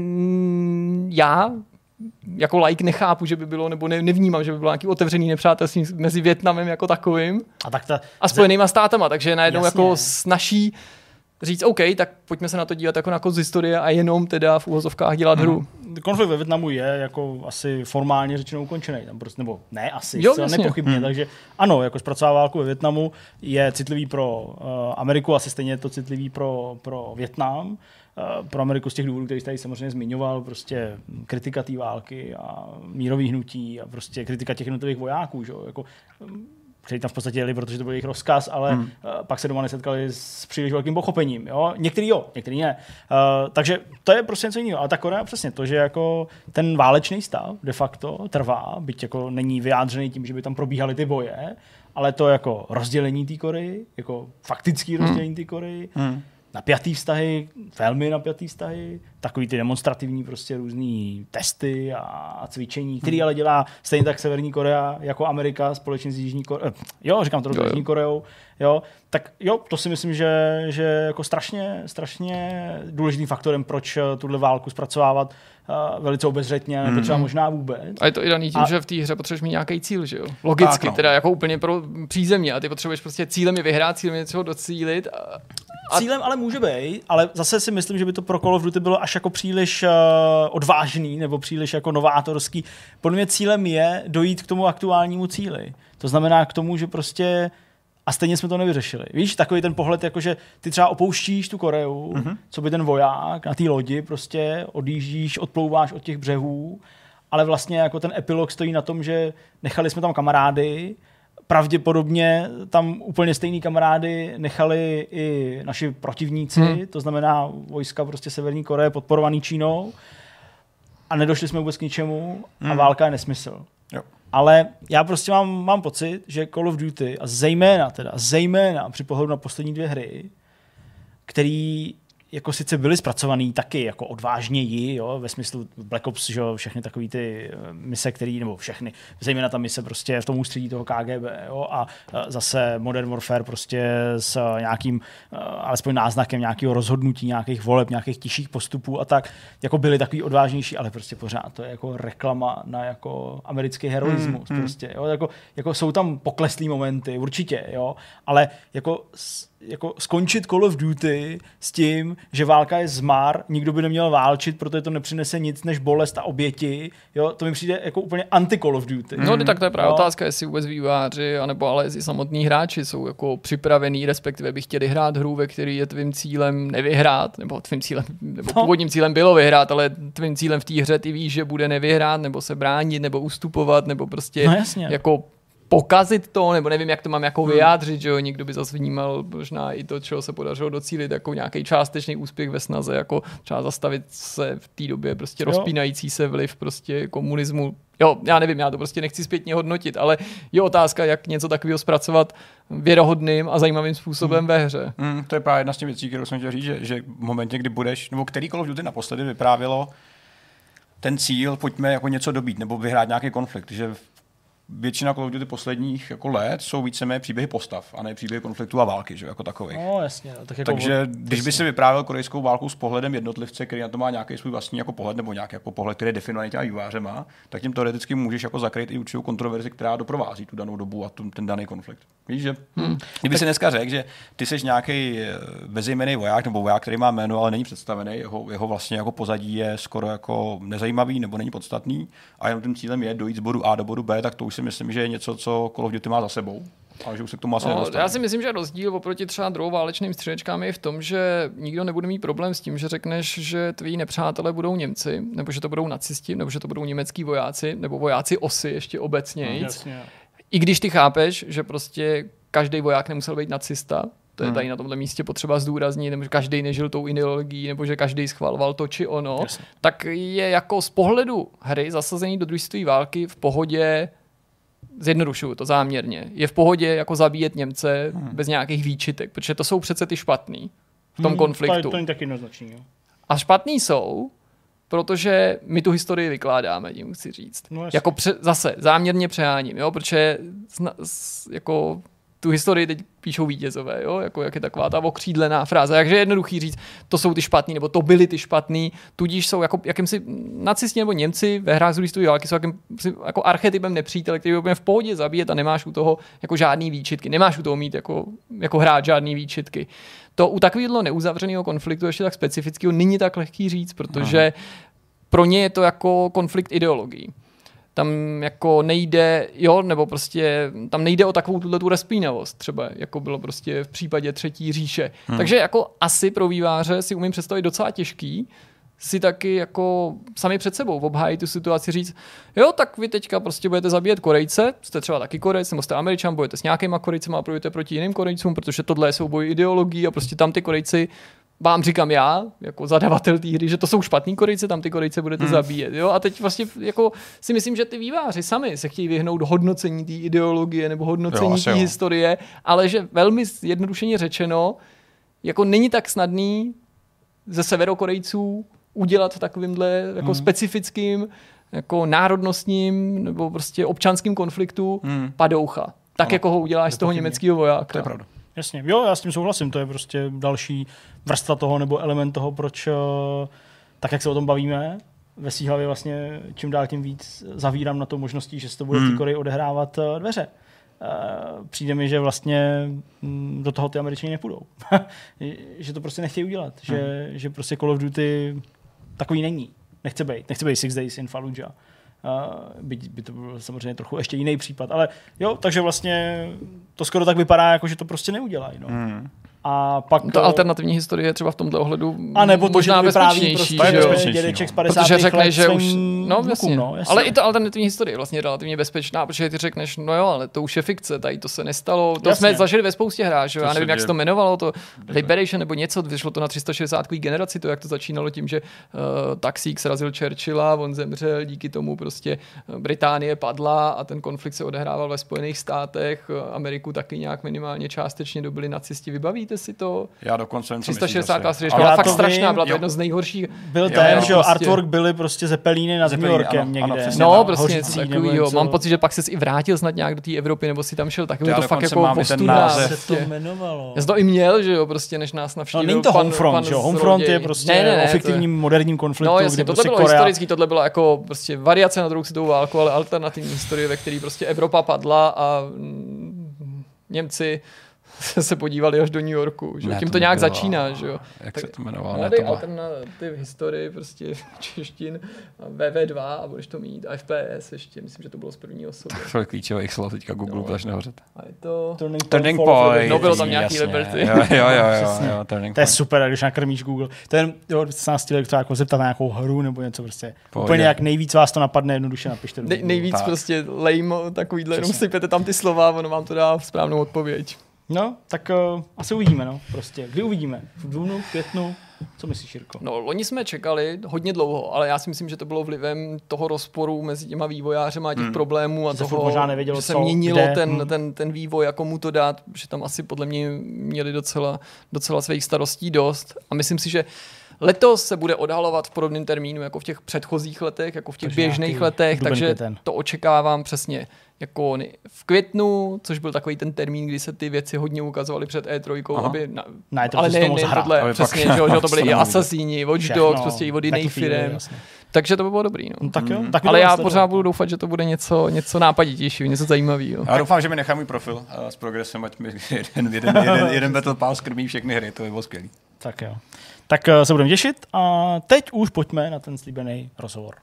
Speaker 2: já jako laik nechápu, že by bylo, nebo ne, nevnímám, že by bylo nějaký otevřený nepřátelství mezi Vietnamem jako takovým a, tak ta, a Spojenýma státama. Takže najednou jasně. jako snaží říct, OK, tak pojďme se na to dívat jako na konec historie a jenom teda v úvozovkách dělat hmm. hru.
Speaker 3: Konflikt ve Vietnamu je jako asi formálně řečeno ukončený. Tam prostě, nebo ne asi, jo, nepochybně. Hmm. Takže ano, jako zpracová válku ve Vietnamu je citlivý pro uh, Ameriku, asi stejně je to citlivý pro, pro Vietnam. Uh, pro Ameriku z těch důvodů, který tady samozřejmě zmiňoval, prostě kritika té války a mírový hnutí a prostě kritika těch jednotlivých vojáků, že? Jako, kteří tam v podstatě jeli, protože to byl jejich rozkaz, ale hmm. uh, pak se doma nesetkali s příliš velkým pochopením. Jo? Některý jo, některý ne. Uh, takže to je prostě něco jiného. Ale ta Korea přesně to, že jako ten válečný stav de facto trvá, byť jako není vyjádřený tím, že by tam probíhaly ty boje, ale to jako rozdělení té Koreji, jako faktický rozdělení té Koreji, hmm. napjatý vztahy, velmi napjatý vztahy, takový ty demonstrativní prostě různý testy a cvičení, který hmm. ale dělá stejně tak Severní Korea jako Amerika společně s Jižní Koreou. Jo, říkám to s Jižní Koreou. Jo, tak jo, to si myslím, že, že jako strašně, strašně důležitým faktorem, proč tuhle válku zpracovávat uh, velice obezřetně, nebo třeba možná vůbec.
Speaker 2: A je to i daný tím, a... že v té hře potřebuješ mít nějaký cíl, že jo? Logicky, tak, no. Teda jako úplně pro přízemě a ty potřebuješ prostě cílem je vyhrát, cílem je třeba docílit. A... A...
Speaker 3: Cílem ale může být, ale zase si myslím, že by to pro Call of Duty bylo až jako příliš uh, odvážný nebo příliš jako novátorský. Podle mě cílem je dojít k tomu aktuálnímu cíli. To znamená k tomu, že prostě a stejně jsme to nevyřešili. Víš, takový ten pohled, jakože ty třeba opouštíš tu Koreu, mm-hmm. co by ten voják na té lodi, prostě odjíždíš, odplouváš od těch břehů, ale vlastně jako ten epilog stojí na tom, že nechali jsme tam kamarády, pravděpodobně tam úplně stejný kamarády nechali i naši protivníci, mm. to znamená vojska prostě Severní Koreje podporovaný Čínou a nedošli jsme vůbec k ničemu mm. a válka je nesmysl. Jo. Ale já prostě mám, mám pocit, že Call of Duty a zejména teda, zejména při pohledu na poslední dvě hry, který jako sice byly zpracovaný taky jako odvážněji, jo, ve smyslu Black Ops, že jo, všechny takový ty mise, který, nebo všechny, zejména ta mise prostě v tom ústředí toho K G B, jo, a zase Modern Warfare prostě s nějakým, alespoň náznakem nějakého rozhodnutí, nějakých voleb, nějakých tiších postupů a tak, jako byly takový odvážnější, ale prostě pořád to je jako reklama na jako americký heroismus, hmm, prostě, jo, jako, jako jsou tam pokleslý momenty, určitě, jo, ale jako jako skončit Call of Duty s tím, že válka je zmar, nikdo by neměl válčit, protože to nepřinese nic než bolest a oběti. Jo, to mi přijde jako úplně anti-Call of Duty.
Speaker 2: No, mm. tak to je právě otázka, jestli vůbec vývojáři, anebo ale jestli samotní hráči jsou jako připravení, respektive by chtěli hrát hru, ve který je tvým cílem nevyhrát, nebo tvým cílem, nebo no. původním cílem bylo vyhrát, ale tvým cílem v té hře ty víš, že bude nevyhrát, nebo se bránit, nebo ustupovat, nebo prostě
Speaker 3: no, jasně.
Speaker 2: jako pokazit to, nebo nevím, jak to mám jako vyjádřit, že jo, někdo by zase vnímal možná i to, čeho se podařilo docílit, jako nějaký částečný úspěch ve snaze, jako třeba zastavit se v té době prostě rozpínající se vliv prostě komunismu. Jo, já nevím, já to prostě nechci zpětně hodnotit, ale je otázka, jak něco takového zpracovat věrohodným a zajímavým způsobem hmm. ve hře.
Speaker 1: Hmm, to je právě jedna z těch věcí, kterou jsem chtěl říct, že, že v momentě, kdy budeš, nebo který Call of Duty naposledy vyprávělo ten cíl, pojďme jako něco dobít, nebo vyhrát nějaký konflikt, že většina Call of Duty posledních jako let jsou víceméně příběhy postav a ne příběhy konfliktu a války, že jako takových.
Speaker 3: No, jasně, no, tak jako
Speaker 1: Takže od... když by si vyprávěl korejskou válku s pohledem jednotlivce, který na to má nějaký svůj vlastní jako pohled nebo nějaký jako pohled, který je definovaný těma vývojářema, tak tím teoreticky můžeš jako zakrýt i určitou kontroverzi, která doprovází tu danou dobu a tu, ten daný konflikt. Víš, že hmm. kdyby tak... si dneska řekl, že ty jsi nějaký bezejmenný voják nebo voják, který má jméno, ale není představený, jeho, jeho vlastně jako pozadí je skoro jako nezajímavý nebo není podstatný a jenom tím cílem je dojít z bodu A do bodu B, tak to už si myslím, že je něco, co Call of Duty má za sebou. Ale že už se k tomu asi
Speaker 2: no, já si myslím, že rozdíl oproti třeba druhou válečným střílečkám je v tom, že nikdo nebude mít problém s tím, že řekneš, že tví nepřátelé budou Němci, nebo že to budou nacisti, nebo že to budou německý vojáci, nebo vojáci osy ještě obecnějc. Hmm, I když ty chápeš, že prostě každý voják nemusel být nacista, to je hmm. tady na tomhle místě potřeba zdůraznit, nebo že každý nežil tou ideologií, nebo že každý schvaloval to či ono, jasně. Tak je jako z pohledu hry zasazení do druhé světové války v pohodě, zjednodušuju to záměrně, je v pohodě jako zabíjet Němce hmm. bez nějakých výčitek, protože to jsou přece ty špatný v tom hmm, konfliktu.
Speaker 3: To je, to je tak jednoznačný, jo.
Speaker 2: A špatný jsou, protože my tu historii vykládáme, tím chci říct. No, jako pře- zase záměrně přeháním, jo, protože zna- z, jako tu historii teď píšou vítězové, jo? Jako, jak je taková ta okřídlená fráze. Takže je jednoduchý říct, to jsou ty špatný, nebo to byly ty špatný, tudíž jsou jako jakýmsi nacisti nebo Němci ve hrách z druhé světové války jsou jakýmsi, jako archetypem nepřítele, který je v pohodě zabíjet a nemáš u toho jako žádný výčitky, nemáš u toho mít jako, jako hrát žádný výčitky. To u takového neuzavřeného konfliktu ještě tak specifického není tak lehký říct, protože Aha. pro ně je to jako konflikt ideologií. Tam jako nejde, jo, nebo prostě tam nejde o takovou tuhle tu rozpínavost, třeba jako bylo prostě v případě Třetí říše. Hmm. Takže jako asi pro výváře si umím představit docela těžký si taky jako sami před sebou obhájit tu situaci, říct, jo, tak vy teďka prostě budete zabíjet Korejce, jste třeba taky Korejci, nebo jste Američan, bojujete s nějakýma Korejcima a bojujete proti jiným Korejcům, protože tohle je souboj ideologií a prostě tam ty Korejci vám říkám já, jako zadavatel té hry, že to jsou špatný Korejci, tam ty Korejce budete hmm. zabíjet. Jo? A teď vlastně jako si myslím, že ty výváři sami se chtějí vyhnout hodnocení té ideologie nebo hodnocení té historie, ale že velmi jednodušeně řečeno jako není tak snadný ze Severokorejců udělat takovýmhle jako hmm. specifickým, jako národnostním nebo prostě občanským konfliktu hmm. padoucha. Tak ano, jako ho uděláš z toho německého vojáka.
Speaker 1: To je pravda.
Speaker 3: Jasně, jo, já s tím souhlasím, to je prostě další vrstva toho nebo element toho, proč tak, jak se o tom bavíme, ve svý hlavě vlastně čím dál tím víc zavírám na to možností, že se to bude v té Koreji odehrávat dveře. Přijde mi, že vlastně do toho ty Američani nepůjdou. Že to prostě nechtějí udělat. Hmm. Že, že prostě Call of Duty takový není. Nechce být. Nechce být Six Days in Fallujah. Uh, by, by to byl samozřejmě trochu ještě jiný případ. Ale jo, takže vlastně to skoro tak vypadá, jako že to prostě neudělají. No. Hmm. A pak
Speaker 2: ta alternativní historie je třeba v tomto ohledu
Speaker 3: a nebo to,
Speaker 2: možná bezpečnější,
Speaker 3: prostě, že dědeček z padesátých
Speaker 2: protože řekneš, že už no,
Speaker 3: vnukům, no,
Speaker 2: ale i ta alternativní historie je vlastně relativně bezpečná, protože ty řekneš, no jo, ale to už je fikce, tady to se nestalo. To jasně. Jsme zažili ve spoustě hrách, že já nevím, jak se to jmenovalo, to Liberation nebo něco, vyšlo to na tři sta šedesátkový generaci, to jak to začínalo tím, že uh, taxík srazil Churchilla, on zemřel, díky tomu prostě Británie padla a ten konflikt se odehrával ve Spojených státech, Ameriku taky nějak minimálně částečně dobili nacisti, vybavíte si to?
Speaker 1: Já dokonce
Speaker 2: tři sta šedesát byla fakt strašná, byla to jedno z nejhorších.
Speaker 3: Byl ten, že prostě artwork byly prostě Zeppelíny nad New Yorkem někde.
Speaker 2: No, prostě něco takovýho. Mám pocit, že pak ses i vrátil snad nějak do té Evropy, nebo si tam šel, tak bylo to fakt jako postudná.
Speaker 3: Se to jmenovalo.
Speaker 2: Já jsem to i měl, že jo, prostě než nás navštívil.
Speaker 3: No, není to Homefront, jo. Homefront je prostě o fiktivním moderním konfliktu,
Speaker 2: no, jasně, tohle bylo historický, tohle byla jako prostě variace na druhou světovou válku, ale alternativní historie, ve které prostě Evropa padla a Němci se podívali až do New Yorku, že? Ne, tím to, to nějak nebylo, začíná, že jo.
Speaker 1: Jak
Speaker 2: tak,
Speaker 1: se to jmenovalo?
Speaker 2: Mladý to alternativ historii, prostě češtin, V V dva a budeš to mít, a F P S ještě, myslím, že to bylo z první osoby.
Speaker 1: To jsou klíčových slov, teďka Google začne hořet.
Speaker 2: A je to...
Speaker 3: Turning,
Speaker 1: turning Point.
Speaker 2: point. No bylo tam nějaký Liberty.
Speaker 1: Jo, jo, jo, jo, jo Turning
Speaker 3: To je super, když nakrmíš Google. Ten, jo, když se nás chtěli jako zeptat na nějakou hru nebo něco prostě. Pohodě. Úplně jak nejvíc vás to napadne, jednoduše napište.
Speaker 2: Nej, nejvíc tak. Prostě lame takovýhle, jenom sypete tam ty slova a ono vám to dá správnou odpověď.
Speaker 3: No, tak uh, asi uvidíme, no, prostě. Kdy uvidíme? V dubnu, květnu? Co myslíš, Jirko?
Speaker 2: No, loni jsme čekali hodně dlouho, ale já si myslím, že to bylo vlivem toho rozporu mezi těma vývojářema a těch hmm. problémů a
Speaker 3: že
Speaker 2: toho,
Speaker 3: nevědělo,
Speaker 2: že se
Speaker 3: co,
Speaker 2: měnilo
Speaker 3: kde,
Speaker 2: ten,
Speaker 3: hmm.
Speaker 2: ten, ten vývoj a komu to dát, že tam asi podle mě měli docela, docela svých starostí dost. A myslím si, že letos se bude odhalovat v podobném termínu jako v těch předchozích letech, jako v těch takže běžných letech, takže ten. To očekávám přesně jako v květnu, což byl takový ten termín, kdy se ty věci hodně ukazovaly před E tři,
Speaker 3: Aha.
Speaker 2: aby na,
Speaker 3: ne,
Speaker 2: ale ne, ne tohle, přesně, že, že to byly i Assassini, Watch Dogs, prostě i od jiných firem. Takže to by bylo dobrý. No.
Speaker 3: No, tak jo,
Speaker 2: mm.
Speaker 3: tak
Speaker 2: ale já pořád budu doufat, že to bude něco, něco nápaditějšího, něco zajímavého.
Speaker 1: Já doufám, že mi nechá můj profil uh, s progresem, ať mi jeden, jeden, jeden, jeden Battle Pass krmí všechny hry, to by bylo skvělý.
Speaker 3: Tak jo. Tak uh, se budeme těšit a teď už pojďme na ten slíbený rozhovor.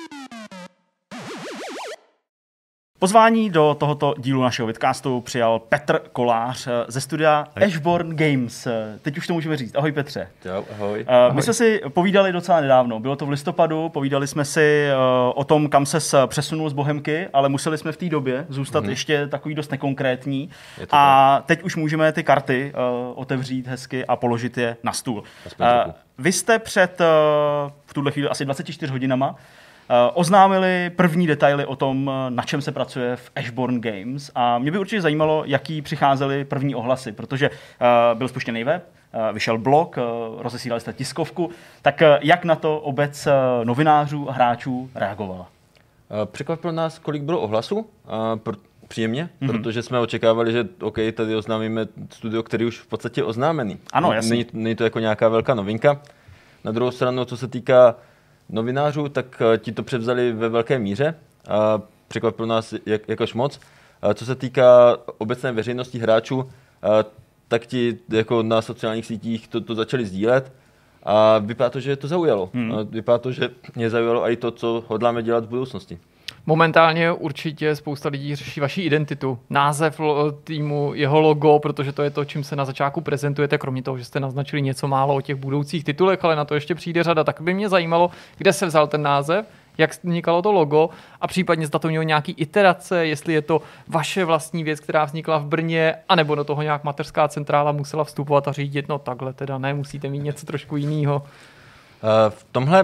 Speaker 3: Pozvání do tohoto dílu našeho vidcastu přijal Petr Kolář ze studia Ashborn Games. Teď už to můžeme říct. Ahoj Petře.
Speaker 4: Čau, ahoj.
Speaker 3: Uh,
Speaker 4: ahoj.
Speaker 3: My jsme si povídali docela nedávno. Bylo to v listopadu, povídali jsme si uh, o tom, kam ses přesunul z Bohemky, ale museli jsme v té době zůstat mm-hmm. ještě takový dost nekonkrétní. A tak. Teď už můžeme ty karty uh, otevřít hezky a položit je na stůl. Uh, vy jste před uh, v tuhle chvíli asi dvaceti čtyřmi hodinama Uh, oznámili první detaily o tom, na čem se pracuje v Ashborn Games a mě by určitě zajímalo, jaký přicházely první ohlasy, protože uh, byl spuštěný web, uh, vyšel blog, uh, rozesílali jste tiskovku, tak uh, jak na to obec uh, novinářů a hráčů reagovala? Uh,
Speaker 4: překvapilo nás, kolik bylo ohlasů, uh, pr- příjemně, mm-hmm. protože jsme očekávali, že OK, tady oznámíme studio, který už v podstatě je oznámený.
Speaker 3: Ano, jasně.
Speaker 4: Není, není to jako nějaká velká novinka. Na druhou stranu, co se týká novinářů, tak ti to převzali ve velké míře a překvapilo nás jak, jakož moc. A co se týká obecné veřejnosti hráčů, tak ti jako na sociálních sítích to, to začali sdílet a vypadá to, že je to zaujalo. Hmm. A vypadá to, že mě zaujalo i to, co hodláme dělat v budoucnosti.
Speaker 2: Momentálně určitě spousta lidí řeší vaši identitu, název týmu, jeho logo, protože to je to, čím se na začátku prezentujete, kromě toho, že jste naznačili něco málo o těch budoucích titulech, ale na to ještě přijde řada. Tak by mě zajímalo, kde se vzal ten název, jak vznikalo to logo a případně zda to mělo nějaký iterace, jestli je to vaše vlastní věc, která vznikla v Brně, anebo do toho nějak mateřská centrála musela vstupovat a řídit, no takhle teda ne, musíte mít něco trošku jiného.
Speaker 4: V tomhle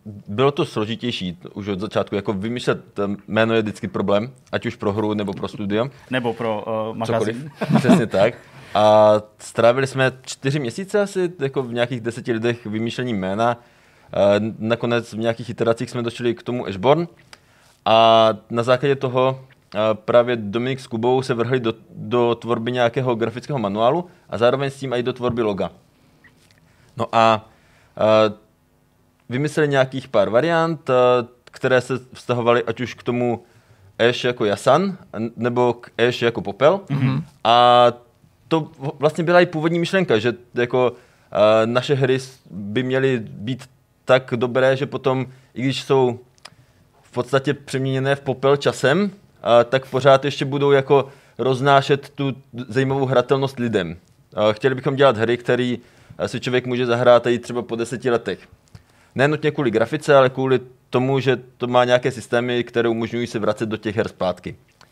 Speaker 4: bylo to složitější už od začátku, jako vymýšlet jméno je vždycky problém, ať už pro hru nebo pro studio.
Speaker 3: Nebo pro uh, magazín.
Speaker 4: Přesně tak. A strávili jsme čtyři měsíce asi jako v nějakých deseti lidech vymýšlení jména. Nakonec v nějakých iteracích jsme došli k tomu Ashborn a na základě toho právě Dominik s Kubou se vrhli do, do tvorby nějakého grafického manuálu a zároveň s tím i do tvorby loga. No a, a vymysleli nějakých pár variant, a, které se vztahovaly ať už k tomu Ash jako Jasan, nebo k Ash jako Popel. Mm-hmm. A to vlastně byla i původní myšlenka, že jako a, naše hry by měly být tak dobré, že potom, i když jsou v podstatě přeměněné v popel časem, a, tak pořád ještě budou jako roznášet tu zajímavou hratelnost lidem. A, chtěli bychom dělat hry, které si člověk může zahrát i třeba po deseti letech. Ne nutně kvůli grafice, ale kvůli tomu, že to má nějaké systémy, které umožňují se vracet do těch her zpátky.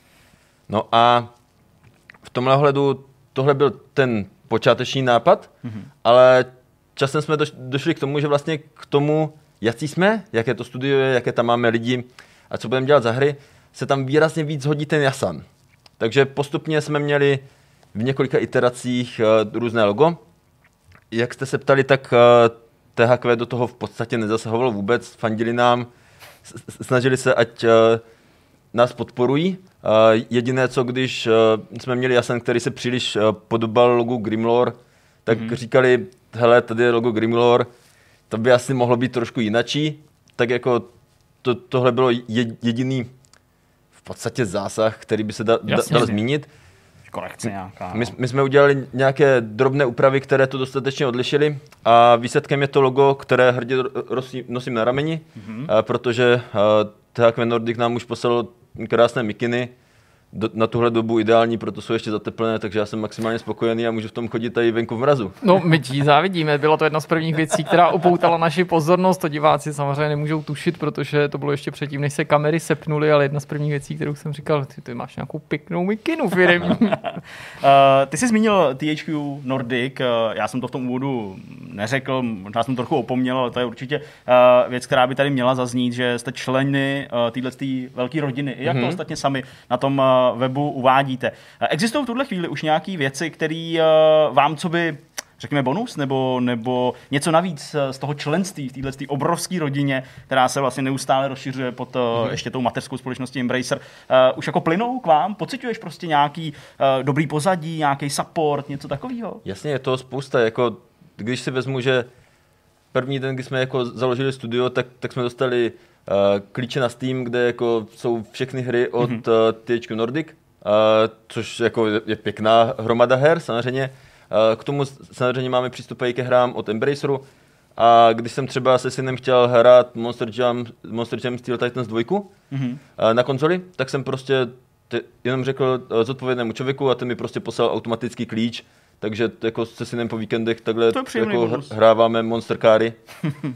Speaker 4: No a v tomhle ohledu tohle byl ten počáteční nápad, mm-hmm. ale časem jsme došli k tomu, že vlastně k tomu, jaký jsme, jaké to studio je, jaké tam máme lidi a co budeme dělat za hry, se tam výrazně víc hodí ten Jasan. Takže postupně jsme měli v několika iteracích uh, různé logo. Jak jste se ptali, tak uh, T H Q do toho v podstatě nezasahovalo vůbec, fandili nám, snažili se, ať uh, nás podporují. Uh, jediné, co když uh, jsme měli Jasan, který se příliš uh, podobal logu Grimlore, tak mm-hmm. říkali, hele, tady je logo Grimlore, to by asi mohlo být trošku jinačí, tak jako to, tohle bylo jediný v podstatě zásah, který by se da, da, dal zmínit.
Speaker 3: Korekce nějaká.
Speaker 4: My, my jsme udělali nějaké drobné úpravy, které to dostatečně odlišily a výsledkem je to logo, které hrdě nosím na rameni, mm-hmm. a protože T H Q Nordic nám už poslalo krásné mikiny, do, na tuhle dobu ideální, proto jsou ještě zateplené, takže já jsem maximálně spokojený a můžu v tom chodit tady venku v mrazu.
Speaker 2: No, my ti závidíme, byla to jedna z prvních věcí, která upoutala naši pozornost, to diváci samozřejmě nemůžou tušit, protože to bylo ještě předtím, než se kamery sepnuly, ale jedna z prvních věcí, kterou jsem říkal, ty, ty máš nějakou pěknou mikinu firemní. uh,
Speaker 3: ty jsi zmínil T H Q Nordic, uh, já jsem to v tom úvodu neřekl, možná jsem to trochu opomněl, ale to je určitě uh, věc, která by tady měla zaznít, že jste členy uh, této velké rodiny, i jak mm-hmm. to ostatně sami na tom uh, webu uvádíte. Existují v tuhle chvíli už nějaké věci, které uh, vám co by, řekněme, bonus nebo, nebo něco navíc z toho členství v této obrovské rodině, která se vlastně neustále rozšiřuje pod uh, mm-hmm. ještě tou mateřskou společností Embracer, uh, už jako plynou k vám? Pociťuješ prostě nějaký uh, dobrý pozadí, nějaký support, něco takového?
Speaker 4: Jasně, je to spousta. Jako, když si vezmu, že první den, kdy jsme jako založili studio, tak, tak jsme dostali Uh, klíče na Steam, kde jako jsou všechny hry od mm-hmm. uh, T H Q Nordic, uh, což jako je, je pěkná hromada her samozřejmě. Uh, k tomu samozřejmě máme přístup i ke hrám od Embraceru a když jsem třeba se synem chtěl hrát Monster Jam, Monster Jam Steel Titans dva mm-hmm. uh, na konzoli, tak jsem prostě te, jenom řekl uh, zodpovědnému člověku a ten mi prostě poslal automatický klíč, takže jako se synem po víkendech takhle jako hráváme Monster Cary. uh,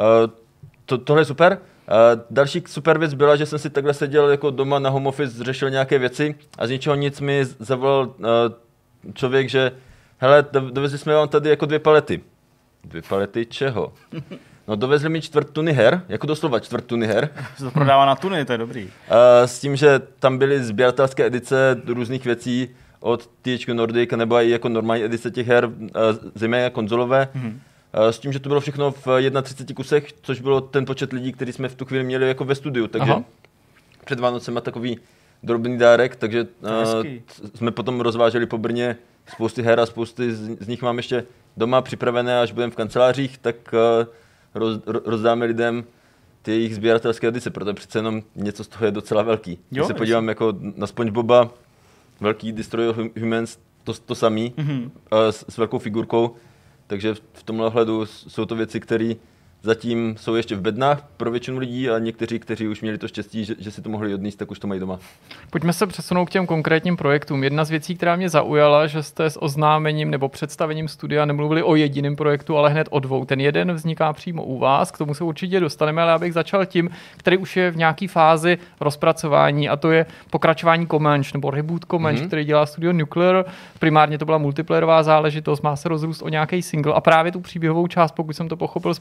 Speaker 4: to, tohle je super. Uh, další super věc byla, že jsem si takhle seděl jako doma na home office, řešil nějaké věci a z ničeho nic mi zavolal uh, člověk, že hele, dovezli jsme vám tady jako dvě palety. Dvě palety čeho? No dovezli mi čtvrt tuny her, jako doslova čtvrt tuny her.
Speaker 3: Se to prodává na tuny, to je dobrý. Uh,
Speaker 4: s tím, že tam byly sběratelské edice různých věcí od T H Q Nordic, nebo i jako normální edice těch her, uh, zejména konzolové. Mm-hmm. S tím, že to bylo všechno v třiceti jedna kusech, což bylo ten počet lidí, který jsme v tu chvíli měli jako ve studiu. Takže Aha. před Vánocem má takový drobný dárek, takže uh, jsme potom rozváželi po Brně spousty her a spousty z, z nich mám ještě doma připravené, až budeme v kancelářích, tak uh, roz, rozdáme lidem ty jejich sběratelské edice, protože přece jenom něco z toho je docela velký. Jo, Když se podívám jako na SpongeBoba, velký Destroy All Humans, to, to samý, mm-hmm. uh, s, s velkou figurkou. Takže v tomhle ohledu jsou to věci, které zatím jsou ještě v bednách pro většinu lidí a někteří, kteří už měli to štěstí, že, že si to mohli odníst, tak už to mají doma.
Speaker 2: Pojďme se přesunout k těm konkrétním projektům. Jedna z věcí, která mě zaujala, že jste s oznámením nebo představením studia nemluvili o jediném projektu, ale hned o dvou. Ten jeden vzniká přímo u vás, k tomu se určitě dostaneme, ale já bych začal tím, který už je v nějaké fázi rozpracování, a to je pokračování Comanche nebo reboot Comanche, mm-hmm. který dělá studio Nuclear. Primárně to byla multiplayerová záležitost, má se rozrůst o nějaký single a právě tu příběhovou část, pokud jsem to pochopil správně,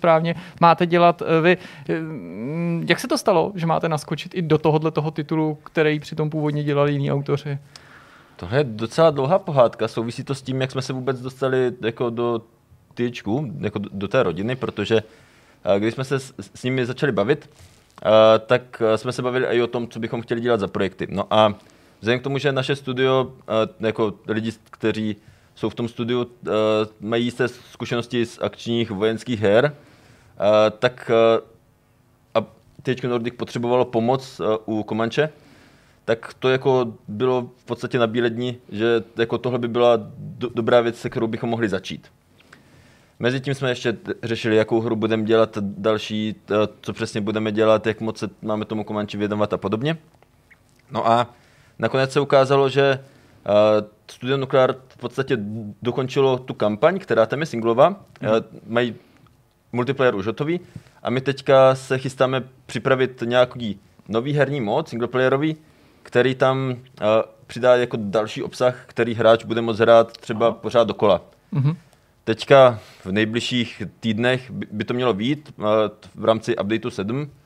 Speaker 2: máte dělat vy. Jak se to stalo, že máte naskočit i do tohohle toho titulu, který přitom původně dělali jiní autoři?
Speaker 4: Tohle je docela dlouhá pohádka, souvisí to s tím, jak jsme se vůbec dostali jako do tyčku, jako do, do té rodiny, protože když jsme se s, s nimi začali bavit, tak jsme se bavili i o tom, co bychom chtěli dělat za projekty. No a vzhledem k tomu, že naše studio, jako lidi, kteří jsou v tom studiu, mají jisté zkušenosti z akčních vojenských her, tak a T H Q Nordic potřebovalo pomoc u Comanche, tak to jako bylo v podstatě na bílé dni, že jako tohle by byla do, dobrá věc, se kterou bychom mohli začít. Mezitím jsme ještě řešili, jakou hru budeme dělat další, co přesně budeme dělat, jak moc se máme tomu Comanche věnovat a podobně. No a nakonec se ukázalo, že Studio Nuclear v podstatě dokončilo tu kampaň, která tam je singlová, mm. mají multiplayer už hotový a my teďka se chystáme připravit nějaký nový herní mod, singleplayerový, který tam uh, přidá jako další obsah, který hráč bude moct hrát třeba Aha. pořád dokola. Mm-hmm. Teďka v nejbližších týdnech by, by to mělo být uh, v rámci updateu sedm, uh,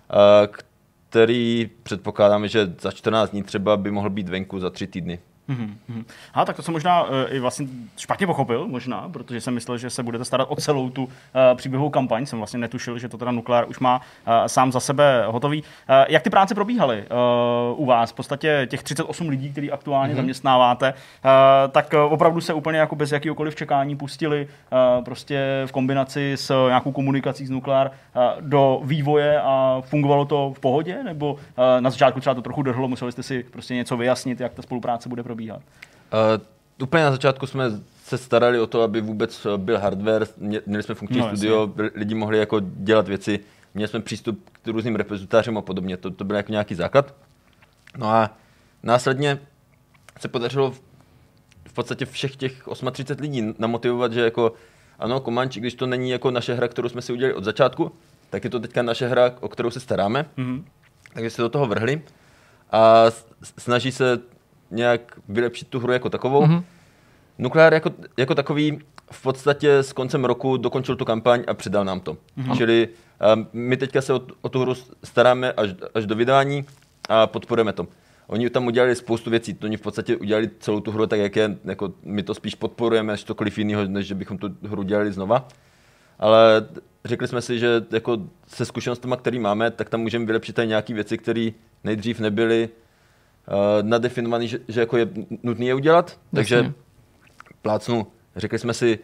Speaker 4: který předpokládáme, že za čtrnáct dní třeba by mohl být venku za tři týdny.
Speaker 3: Mm-hmm. Aha, tak to jsem možná uh, i vlastně špatně pochopil, možná, protože jsem myslel, že se budete starat o celou tu uh, příběhovou kampaň. Jsem vlastně netušil, že to teda Nuclear už má uh, sám za sebe hotový. Uh, jak ty práce probíhaly uh, u vás? V podstatě těch třicet osm lidí, který aktuálně mm-hmm. zaměstnáváte, uh, tak uh, opravdu se úplně jako bez jakýhokoliv čekání pustili uh, prostě v kombinaci s nějakou komunikací s Nuclear uh, do vývoje a fungovalo to v pohodě? Nebo uh, na začátku třeba to trochu drhlo, museli jste si prostě něco vyjasnit, jak ta spolupráce bude probíhat? Uh,
Speaker 4: úplně na začátku jsme se starali o to, aby vůbec byl hardware, měli jsme funkční no, studio, jasně. Lidi mohli jako dělat věci, měli jsme přístup k různým repozitářům a podobně, to, to byl jako nějaký základ. No a následně se podařilo v, v podstatě všech těch třicet osm lidí namotivovat, že jako ano, Comanche, když to není jako naše hra, kterou jsme si udělali od začátku, tak je to teďka naše hra, o kterou se staráme, mm-hmm. takže se do toho vrhli a snaží se nějak vylepšit tu hru jako takovou. Mm-hmm. Nuclear jako, jako takový v podstatě s koncem roku dokončil tu kampaň a předal nám to. Mm-hmm. Čili um, my teďka se o, o tu hru staráme až, až do vydání a podporujeme to. Oni tam udělali spoustu věcí, oni v podstatě udělali celou tu hru tak, jak je, jako my to spíš podporujeme, než cokoliv jiného, než že bychom tu hru dělali znova. Ale řekli jsme si, že jako se zkušenostmi, které máme, tak tam můžeme vylepšit i nějaké věci, které nejdřív nebyly Uh, nadefinovaný, že, že jako je nutný je udělat, Jasně. takže plácnu, řekli jsme si,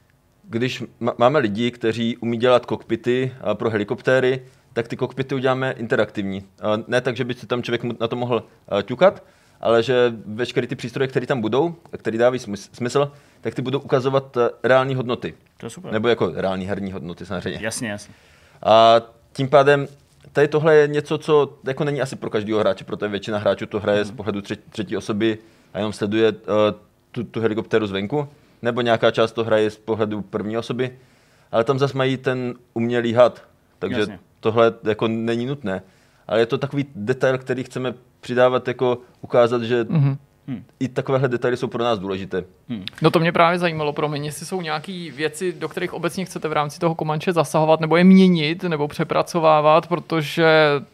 Speaker 4: když ma- máme lidi, kteří umí dělat kokpity uh, pro helikoptéry, tak ty kokpity uděláme interaktivní. Uh, ne tak, že by si tam člověk na to mohl uh, ťukat, ale že veškeré ty přístroje, které tam budou, které dávají smysl, tak ty budou ukazovat uh, reální hodnoty.
Speaker 3: To je super.
Speaker 4: Nebo jako reální herní hodnoty samozřejmě.
Speaker 3: Jasně, jasně.
Speaker 4: A tím pádem tady tohle je něco, co jako není asi pro každého hráče, protože většina hráčů to hraje mm. z pohledu třetí, třetí osoby a jenom sleduje uh, tu, tu helikoptéru zvenku, nebo nějaká část to hraje z pohledu první osoby, ale tam zase mají ten umělý had, takže Jasně. tohle jako není nutné. Ale je to takový detail, který chceme přidávat, jako ukázat, že mm. Hmm. i takovéhle detaily jsou pro nás důležité.
Speaker 2: Hmm. No to mě právě zajímalo, promiň, jestli jsou nějaké věci, do kterých obecně chcete v rámci toho Comanche zasahovat, nebo je měnit, nebo přepracovávat, protože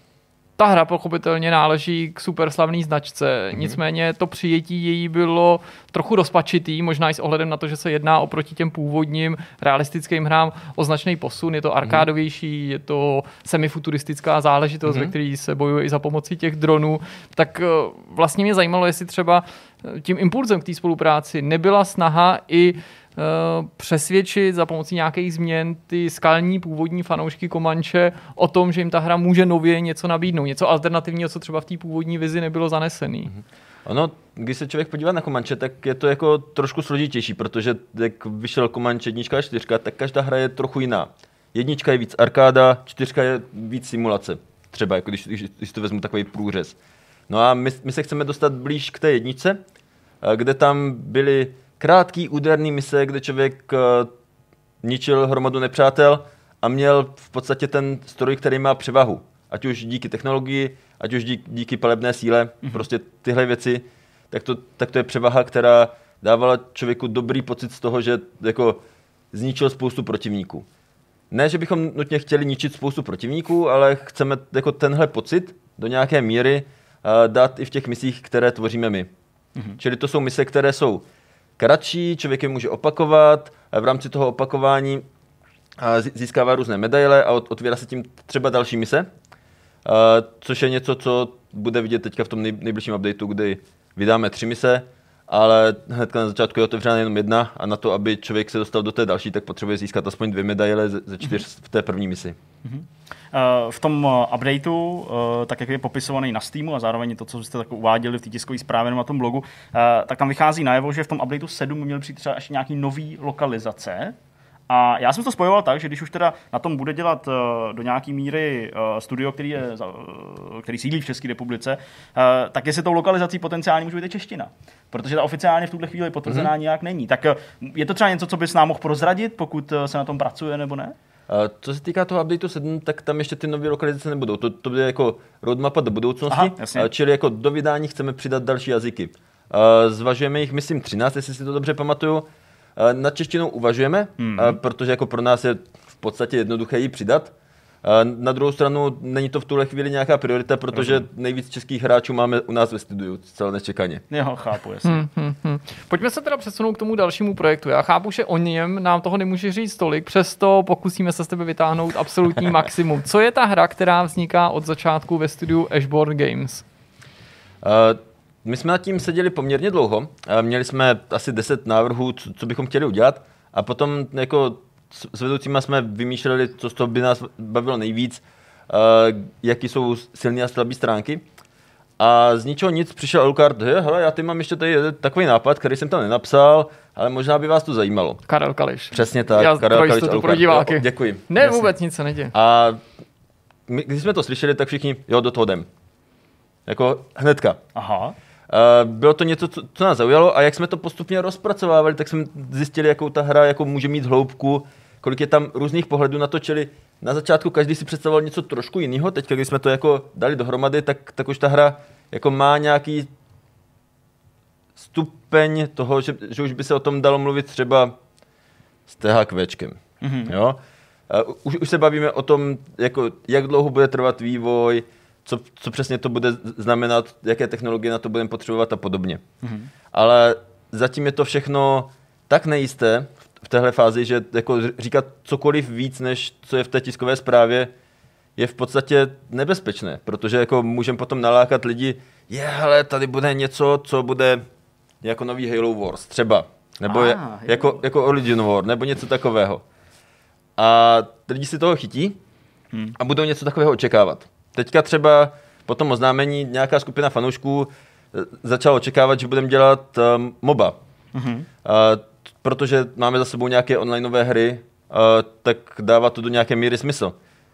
Speaker 2: ta hra pochopitelně náleží k superslavné značce. Hmm. Nicméně to přijetí její bylo trochu rozpačitý, možná i s ohledem na to, že se jedná oproti těm původním realistickým hrám o značný posun. Je to arkádovější, je to semifuturistická záležitost, hmm. ve které se bojuje i za pomocí těch dronů. Tak vlastně mě zajímalo, jestli třeba tím impulzem k té spolupráci nebyla snaha i Uh, přesvědčit za pomocí nějakých změn ty skalní původní fanoušky Comanche o tom, že jim ta hra může nově něco nabídnout, něco alternativního, co třeba v té původní vizi nebylo zanesený. Mm-hmm.
Speaker 4: Ono, když se člověk podívá na Comanche, tak je to jako trošku složitější, protože jak vyšel Comanche jednička a čtyřka, tak každá hra je trochu jiná. Jednička je víc arkáda, čtyřka je víc simulace. Třeba, jako když, když, když to vezmu takový průřez. No a my, my se chceme dostat blíž k té jedničce, kde tam byly krátký úderný mise, kde člověk uh, ničil hromadu nepřátel a měl v podstatě ten stroj, který má převahu. Ať už díky technologii, ať už díky, díky palebné síle, mm-hmm. prostě tyhle věci, tak to, tak to je převaha, která dávala člověku dobrý pocit z toho, že jako zničil spoustu protivníků. ne, že bychom nutně chtěli ničit spoustu protivníků, ale chceme jako tenhle pocit do nějaké míry uh, dát i v těch misích, které tvoříme my. Mm-hmm. Čili to jsou mise, které jsou kratší, člověk je může opakovat, a v rámci toho opakování uh, získává různé medaile a otvírá se tím třeba další mise, uh, což je něco, co bude vidět teďka v tom nej, nejbližším updateu, kdy vydáme tři mise, ale hnedka na začátku je otevřená jenom jedna a na to, aby člověk se dostal do té další, tak potřebuje získat aspoň dvě medaile ze, ze čtyř mm-hmm. v té první misi.
Speaker 3: Mm-hmm. Uh, v tom uh, updateu, uh, tak jak je popisovaný na Steamu a zároveň to, co jste tak uváděli v té tiskové zprávě na tom blogu, uh, tak tam vychází najevo, že v tom updateu sedm měl přijít třeba ještě nějaký nový lokalizace. A já jsem to spojoval tak, že když už teda na tom bude dělat uh, do nějaký míry uh, studio, který, je, uh, který sídlí v České republice, uh, tak jestli tou lokalizací potenciálně může být i čeština. Protože ta oficiálně v tuhle chvíli potvrzená mm-hmm. nějak není. Tak uh, je to třeba něco, co bys nám mohl prozradit, pokud uh, se na tom pracuje, nebo ne?
Speaker 4: Uh, co se týká toho updateu sedm, tak tam ještě ty nové lokalizace nebudou. To, to bude jako roadmapa do budoucnosti, Aha, uh, čili jako do vydání chceme přidat další jazyky. Uh, zvažujeme jich, myslím, třináct, jestli si to dobře pamatuju. Nad češtinou uvažujeme, mm-hmm. protože jako pro nás je v podstatě jednoduché ji přidat. Na druhou stranu není to v tuhle chvíli nějaká priorita, protože Rozumím. nejvíc českých hráčů máme u nás ve studiu, zcela nečekaně.
Speaker 3: Jo, chápu, jasně.
Speaker 2: Hmm, hmm, hmm. Pojďme se teda přesunout k tomu dalšímu projektu. Já chápu, že o něm nám toho nemůže říct tolik, přesto pokusíme se z tebe vytáhnout absolutní maximum. Co je ta hra, která vzniká od začátku ve studiu Ashboard Games?
Speaker 4: Uh, My jsme nad tím seděli poměrně dlouho, měli jsme asi deset návrhů, co, co bychom chtěli udělat a potom jako s vedoucíma jsme vymýšleli, co z toho by nás bavilo nejvíc, uh, jaký jsou silné a slabé stránky. A z ničeho nic přišel Alucard, he, hele, já ty mám ještě tady takový nápad, který jsem tam nenapsal, ale možná by vás to zajímalo.
Speaker 2: Karel Kališ.
Speaker 4: Přesně tak,
Speaker 2: já
Speaker 4: Karel Kališ, Alucard.
Speaker 2: Pro diváky.
Speaker 4: Jo, děkuji.
Speaker 2: Ne, Jasně. vůbec nic se neděje.
Speaker 4: A my, když jsme to slyšeli, tak všichni, jo, do toho jdem. Jako hnedka.
Speaker 3: Aha.
Speaker 4: Uh, bylo to něco, co, co nás zaujalo a jak jsme to postupně rozpracovávali, tak jsme zjistili, jakou ta hra jako může mít hloubku, kolik je tam různých pohledů na to, čili na začátku každý si představoval něco trošku jiného, teď když jsme to jako dali dohromady, tak, tak už ta hra jako má nějaký stupeň toho, že, že už by se o tom dalo mluvit třeba s THQčkem. Mm-hmm. Jo? Uh, už, už se bavíme o tom, jako, jak dlouho bude trvat vývoj, Co, co přesně to bude znamenat, jaké technologie na to budeme potřebovat a podobně. Mm-hmm. Ale zatím je to všechno tak nejisté v téhle fázi, že jako říkat cokoliv víc, než co je v té tiskové zprávě, je v podstatě nebezpečné, protože jako můžeme potom nalákat lidi, je, hele, tady bude něco, co bude jako nový Halo Wars třeba, nebo ah, je, jako, jako Origin War, nebo něco takového. A lidi si toho chytí hmm. a budou něco takového očekávat. Teďka třeba po tom oznámení nějaká skupina fanoušků začala očekávat, že budeme dělat um, MOBA. Mm-hmm. Uh, protože máme za sebou nějaké onlineové hry, uh, tak dává to do nějaké míry smysl.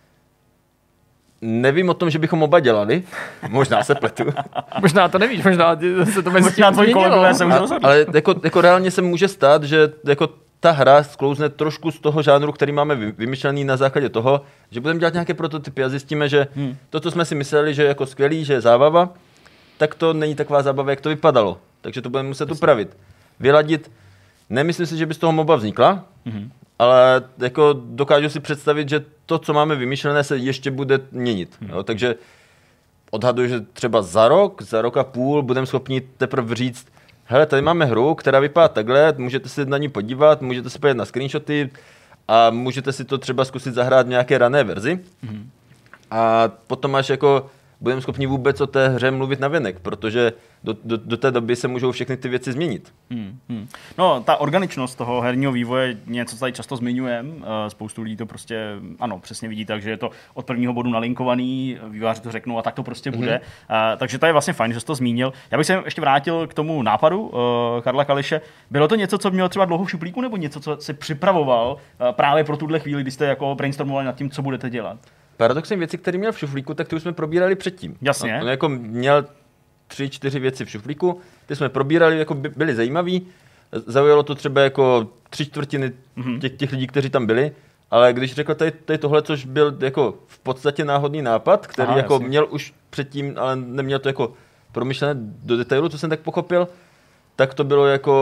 Speaker 4: Nevím o tom, že bychom MOBA dělali, možná se pletu.
Speaker 2: Možná to nevíš, možná se to mezi tím
Speaker 3: změnilo. Se už rozhodl.
Speaker 4: Ale jako, jako reálně se může stát, že jako ta hra sklouzne trošku z toho žánru, který máme vymyšlený na základě toho, že budeme dělat nějaké prototypy a zjistíme, že hmm. to, co jsme si mysleli, že je jako skvělý, že je zábava, tak to není taková zábava, jak to vypadalo. Takže to budeme muset upravit. Vyladit. Nemyslím si, že by z toho MOBA vznikla, hmm. ale jako dokážu si představit, že to, co máme vymyšlené, se ještě bude měnit. Hmm. Jo, takže odhaduji, že třeba za rok, za rok a půl budeme schopni teprve říct, hele, tady máme hru, která vypadá takhle, můžete se na ní podívat, můžete se podívat na screenshoty a můžete si to třeba zkusit zahrát v nějaké rané verzi. Mm-hmm. A potom až jako budeme schopni vůbec o té hře mluvit navenek, protože do, do, do té doby se můžou všechny ty věci změnit. Hmm,
Speaker 3: hmm. No, ta organičnost toho herního vývoje něco, co tady často zmiňujeme. Spoustu lidí to prostě, ano, přesně vidí tak, že je to od prvního bodu nalinkovaný, vývojáři to řeknou a tak to prostě bude. Hmm. Uh, takže to je vlastně fajn, že jsi to zmínil. Já bych se ještě vrátil k tomu nápadu uh, Karla Kališe. Bylo to něco, co mělo třeba dlouho v šuplíku, nebo něco, co si připravoval uh, právě pro tuhle chvíli, kdy jste jako brainstormovali nad tím, co budete dělat?
Speaker 4: Paradoxně věci, které měl v šuflíku, tak ty už jsme probírali předtím.
Speaker 3: Jasně.
Speaker 4: On jako měl tři, čtyři věci v šuflíku, ty jsme probírali, jako by, byly zajímavý. Zaujalo to třeba jako tři čtvrtiny mm-hmm. těch, těch lidí, kteří tam byli, ale když řekl tady, tady tohle, což byl jako v podstatě náhodný nápad, který Aha, jako jasně. měl už předtím, ale neměl to jako promyšlené do detailu, co jsem tak pochopil, tak to bylo jako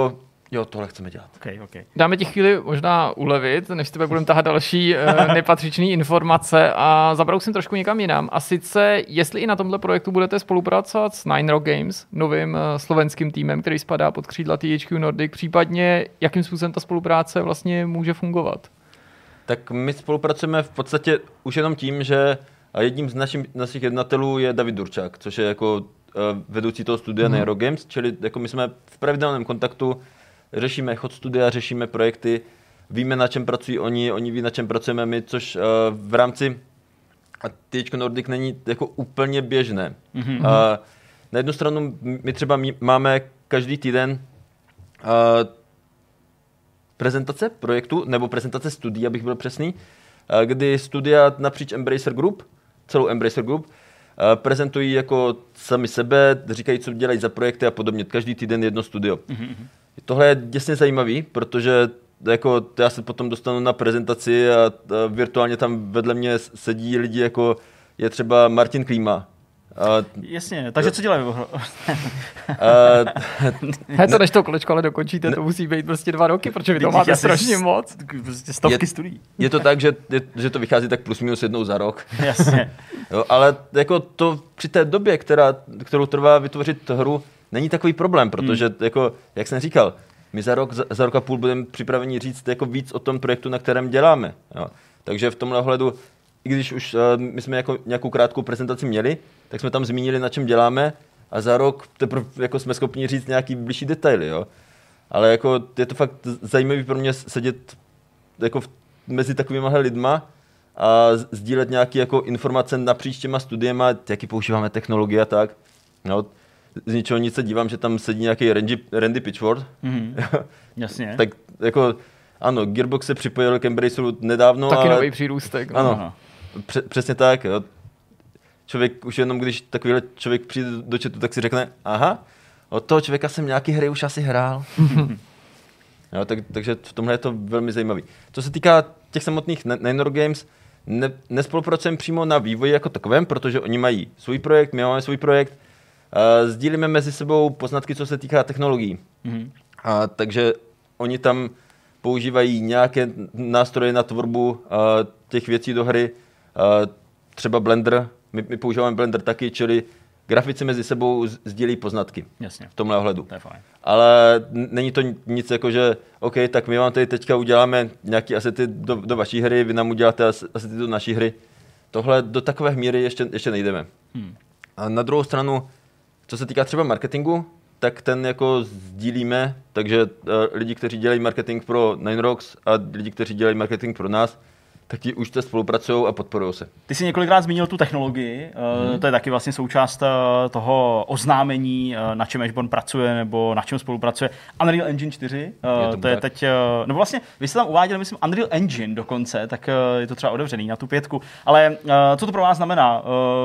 Speaker 4: jo, tohle chceme dělat.
Speaker 3: Okay, okay.
Speaker 2: Dáme ti chvíli možná ulevit, než tebe budeme tahat další uh, nepatřičné informace a zabrousím trošku někam jinam. A sice, jestli i na tomhle projektu budete spolupracovat s Nine Rock Games, novým uh, slovenským týmem, který spadá pod křídla T H Q Nordic, případně jakým způsobem ta spolupráce vlastně může fungovat?
Speaker 4: Tak my spolupracujeme v podstatě už jenom tím, že jedním z našich, našich jednatelů je David Durčák, což je jako uh, vedoucí toho studia mm. Nine Rock Games, čili jako my jsme v pravidelném kontaktu, řešíme chod studia, řešíme projekty, víme, na čem pracují oni, oni ví, na čem pracujeme my, což uh, v rámci T H Q Nordic není jako úplně běžné. Mm-hmm. Uh, na jednu stranu my třeba mý, máme každý týden uh, prezentace projektu, nebo prezentace studia, abych byl přesný, uh, kdy studia napříč Embracer Group, celou Embracer Group, uh, prezentují jako sami sebe, říkají, co dělají za projekty a podobně. Každý týden jedno studio. Mm-hmm. Tohle je děsně zajímavý, protože jako já se potom dostanu na prezentaci a, a virtuálně tam vedle mě sedí lidi, jako je třeba Martin Klíma. A,
Speaker 3: Jasně, takže co dělají?
Speaker 2: He to než to kolečko ale dokončíte, to musí být prostě dva roky, protože vy to máte strašně moc.
Speaker 3: Prostě stovky studií.
Speaker 4: Je to tak, že, je, že to vychází tak plus minus jednou za rok.
Speaker 3: Jasně.
Speaker 4: Jo, ale jako to při té době, která, kterou trvá vytvořit hru, není takový problém, protože, hmm. jako, jak jsem říkal, my za rok, za, za rok a půl budeme připraveni říct jako víc o tom projektu, na kterém děláme. Jo. Takže v tomhle ohledu, i když už uh, my jsme jako nějakou krátkou prezentaci měli, tak jsme tam zmínili, na čem děláme a za rok teprve jako jsme schopni říct nějaký bližší detaily. Jo. Ale jako, je to fakt zajímavý pro mě sedět jako v, mezi takovýma lidma a sdílet nějaké jako informace napříč těma studiema, jaký používáme technologie a tak. No, z ničeho nic se dívám, že tam sedí nějaký Randy, Randy Pitchford.
Speaker 3: Mm-hmm. Jasně.
Speaker 4: Tak jako, ano, Gearbox se připojil k Embraceru nedávno.
Speaker 2: Taky
Speaker 4: ale...
Speaker 2: nový přírůstek. No.
Speaker 4: Ano, pře- přesně tak. Jo. Člověk už jenom, když takovýhle člověk přijde do chatu, tak si řekne, aha, od toho člověka jsem nějaký hry už asi hrál. Jo, tak, takže v tomhle je to velmi zajímavý. Co se týká těch samotných Nine Rock Games, ne, nespolupracujeme přímo na vývoji jako takovém, protože oni mají svůj projekt, my máme svůj projekt. Uh, sdílíme mezi sebou poznatky, co se týká technologií. Mm-hmm. Uh, takže oni tam používají nějaké nástroje na tvorbu uh, těch věcí do hry. Uh, třeba Blender, my, my používáme Blender taky, čili grafici mezi sebou sdílí poznatky.
Speaker 3: Jasně.
Speaker 4: V tomhle ohledu.
Speaker 3: To je fajn.
Speaker 4: Ale není to nic jako, že OK, tak my vám tady teďka uděláme nějaké asety do, do vaší hry, vy nám uděláte asety do naší hry. Tohle do takové míry ještě, ještě nejdeme. Hmm. A na druhou stranu, co se týká třeba marketingu, tak ten jako sdílíme, takže uh, lidi, kteří dělají marketing pro Nine Rocks a lidi, kteří dělají marketing pro nás, tak ti už te spolupracují a podporují se.
Speaker 3: Ty jsi několikrát zmínil tu technologii, hmm. to je taky vlastně součást toho oznámení, na čem Ashborn pracuje nebo na čem spolupracuje. Unreal Engine čtyři, je to je tak. Teď, no vlastně, vy jste tam uváděli, myslím, Unreal Engine dokonce, tak je to třeba otevřený na tu pětku, ale co to pro vás znamená?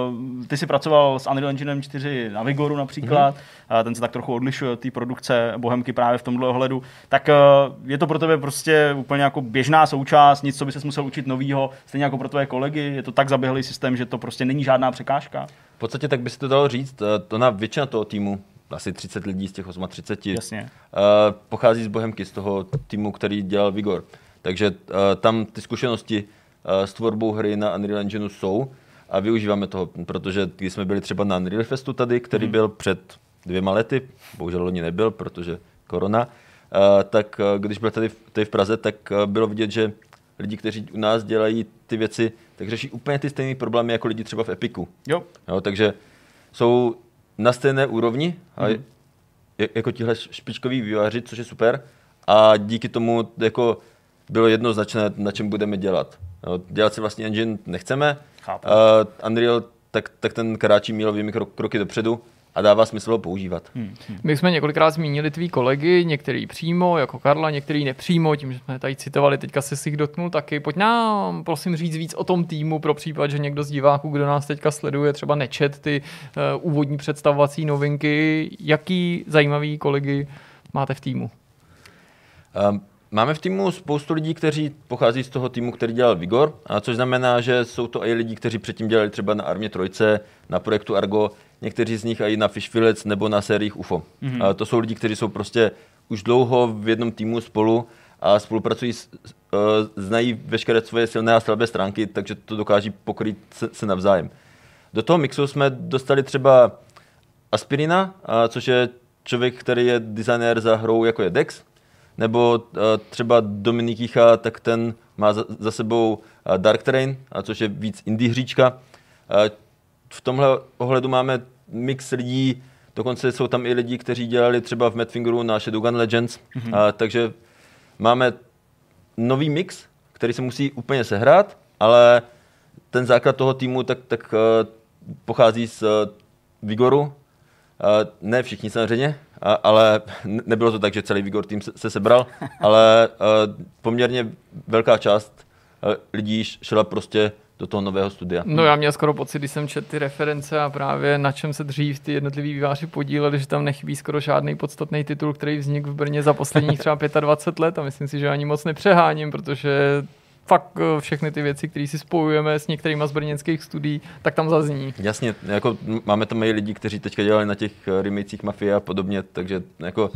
Speaker 3: Ty jsi pracoval s Unreal Enginem čtyři na Vigoru například, hmm. ten se tak trochu odlišuje od té produkce Bohemky právě v tomhle ohledu, tak je to pro tebe prostě úplně jako běžná součást, nic, co by ses musel učit novýho, stejně jako pro tvoje kolegy, je to tak zaběhlý systém, že to prostě není žádná překážka?
Speaker 4: V podstatě tak by se to dalo říct, to na většina toho týmu, asi třicet lidí z těch třicet osm,
Speaker 3: Jasně.
Speaker 4: pochází z Bohemky, z toho týmu, který dělal Vigor. Takže tam ty zkušenosti s tvorbou hry na Unreal Engineu jsou a využíváme toho, protože když jsme byli třeba na Unreal Festu tady, který hmm. byl před dvěma lety, bohužel loni nebyl, protože korona, tak když byl tady, tady v Praze, tak bylo vidět, že lidi, kteří u nás dělají ty věci, tak řeší úplně ty stejné problémy jako lidi třeba v Epiku.
Speaker 3: Jo.
Speaker 4: Jo, takže jsou na stejné úrovni, mm-hmm. a jako tihle špičkoví vývojáři, což je super. A díky tomu jako bylo jednoznačné, na čem budeme dělat. Jo, dělat si vlastní engine nechceme.
Speaker 3: Chápu.
Speaker 4: Uh, Unreal, tak, tak ten kráčí mílovými krok, kroky dopředu a dává smysl ho používat. Hmm,
Speaker 2: hmm. My jsme několikrát zmínili tví kolegy, některý přímo, jako Karla, některý nepřímo, tím, že jsme tady citovali, teďka se si jich dotknul taky. Pojď nám, prosím, říct víc o tom týmu pro případ, že někdo z diváků, kdo nás teďka sleduje, třeba nečet ty uh, úvodní představovací novinky. Jaký zajímavý kolegy máte v týmu?
Speaker 4: Um, Máme v týmu spoustu lidí, kteří pochází z toho týmu, který dělal Vigor, a což znamená, že jsou to i lidi, kteří předtím dělali třeba na Armě trojce, na projektu Argo, někteří z nich i na Fish Fillets nebo na sériích U F O. Mm-hmm. A to jsou lidi, kteří jsou prostě už dlouho v jednom týmu spolu a spolupracují, s, uh, znají veškeré svoje silné a slabé stránky, takže to dokáží pokrýt se, se navzájem. Do toho mixu jsme dostali třeba Aspirina, uh, což je člověk, který je designér za hrou jako je Dex, nebo uh, třeba Dominik Jicha, tak ten má za, za sebou uh, Dark Train, uh, což je víc indie hříčka. Uh, v tomhle ohledu máme mix lidí, dokonce jsou tam i lidi, kteří dělali třeba v Madfingeru na Shadowgun Legends, mm-hmm. uh, takže máme nový mix, který se musí úplně sehrát, ale ten základ toho týmu tak, tak uh, pochází z uh, Vigoru. Uh, ne všichni samozřejmě, a, ale nebylo to tak, že celý Vigor tým se, se sebral, ale uh, poměrně velká část uh, lidí šla prostě do toho nového studia.
Speaker 2: No já měl skoro pocit, když jsem četl ty reference a právě na čem se dřív ty jednotliví výváři podíleli, že tam nechybí skoro žádný podstatný titul, který vznikl v Brně za posledních třeba dvacet pět let a myslím si, že ani moc nepřeháním, protože fakt všechny ty věci, které si spojujeme s některýma z brněnských studií, tak tam zazní.
Speaker 4: Jasně, jako máme tam i lidi, kteří teďka dělali na těch remakech Mafie a podobně, takže jako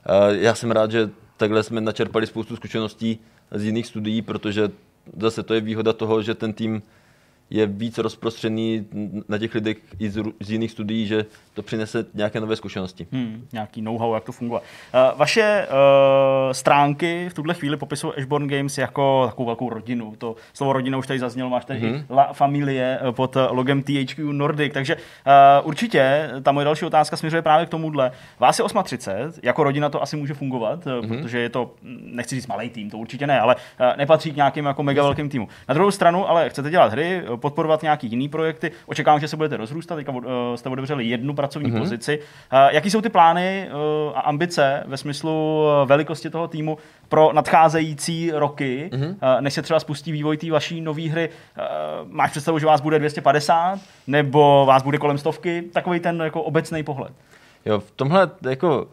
Speaker 4: já jsem rád, že takhle jsme načerpali spoustu zkušeností z jiných studií, protože zase to je výhoda toho, že ten tým je víc rozprostřený na těch lidech i z, z jiných studií, že to přinese nějaké nové zkušenosti.
Speaker 3: Hmm, nějaký know-how, jak to funguje. Uh, vaše uh, stránky v tuhle chvíli popisují Ashborn Games jako takovou velkou rodinu. To slovo rodina už tady zaznělo, máš tady mm-hmm. i La Familie pod logem T H Q Nordic, takže uh, určitě ta moje další otázka směřuje právě k tomuhle. Vás je třicet osm, jako rodina to asi může fungovat, mm-hmm. protože je to, nechci říct malej tým, to určitě ne, ale uh, nepatří k nějakým jako mega velkým týmu. Na druhou stranu, ale chcete dělat hry, podporovat nějaký jiný projekty. Očekávám, že se budete rozrůstat. Teďka uh, jste otevřeli jednu pracovní mm-hmm. pozici. Uh, jaký jsou ty plány uh, a ambice ve smyslu uh, velikosti toho týmu pro nadcházející roky, mm-hmm. uh, než se třeba spustí vývoj té vaší nové hry? Uh, máš představu, že vás bude dvě stě padesát nebo vás bude kolem stovky? Takový ten jako obecný pohled.
Speaker 4: Jo, v tomhle jako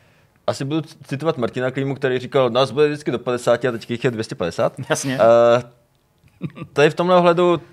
Speaker 4: asi budu citovat Martina Klímu, který říkal, nás bude vždycky do padesáti a teď jich je dvě stě padesát.
Speaker 3: Jasně.
Speaker 4: Uh, Tady v tomhle ohledu uh,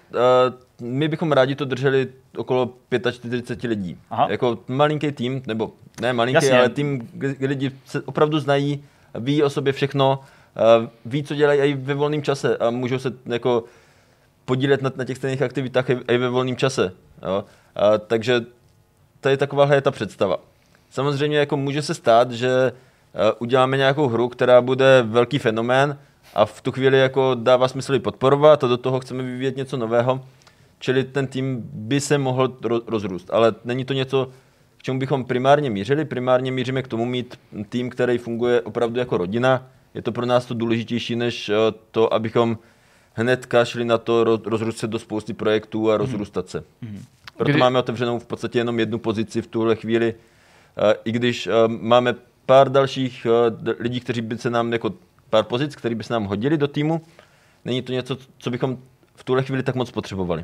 Speaker 4: my bychom rádi to drželi okolo čtyřicet pět lidí. Aha. Jako malinký tým, nebo ne malinký, Jasně. ale tým, kde lidi se opravdu znají, ví o sobě všechno, uh, ví, co dělají i ve volném čase a můžou se jako podílet na, na těch stejných aktivitách i ve volném čase. Jo? Uh, takže tady takováhle je ta představa. Samozřejmě jako může se stát, že uh, uděláme nějakou hru, která bude velký fenomén, a v tu chvíli jako dává smysl ji podporovat a do toho chceme vyvíjet něco nového. Čili ten tým by se mohl rozrůst, ale není to něco, k čemu bychom primárně mířili. Primárně míříme k tomu mít tým, který funguje opravdu jako rodina. Je to pro nás to důležitější, než to, abychom hnedka šli na to rozrůst se do spousty projektů a rozrůstat se. Mm-hmm. Proto Kdy... máme otevřenou v podstatě jenom jednu pozici v tuhle chvíli, i když máme pár dalších lidí, kteří by se nám jako pár pozic, které by se nám hodili do týmu. Není to něco, co bychom v tuhle chvíli tak moc potřebovali.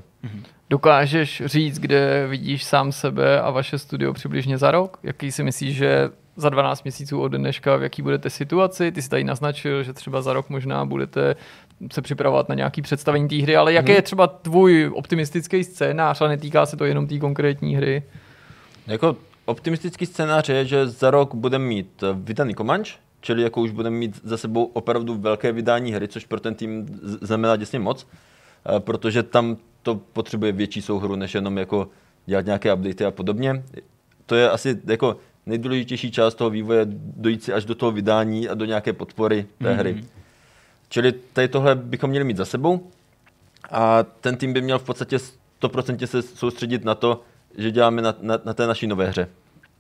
Speaker 2: Dokážeš říct, kde vidíš sám sebe a vaše studio přibližně za rok? Jaký si myslíš, že za dvanáct měsíců od dneška, v jaký budete situaci? Ty jsi tady naznačil, že třeba za rok možná budete se připravovat na nějaké představení té hry, ale jaký hmm. je třeba tvůj optimistický scénář a netýká se to jenom té konkrétní hry? Jako
Speaker 4: optimistický scénář je, že za rok budeme mít vydaný Comanche, čili jako už budeme mít za sebou opravdu velké vydání hry, což pro ten tým znamená děsně moc, protože tam to potřebuje větší souhru, než jenom jako dělat nějaké updaty a podobně. To je asi jako nejdůležitější část toho vývoje, dojít si až do toho vydání a do nějaké podpory té mm-hmm. hry. Čili tady tohle bychom měli mít za sebou a ten tým by měl v podstatě sto procent se soustředit na to, že děláme na, na, na té naší nové hře.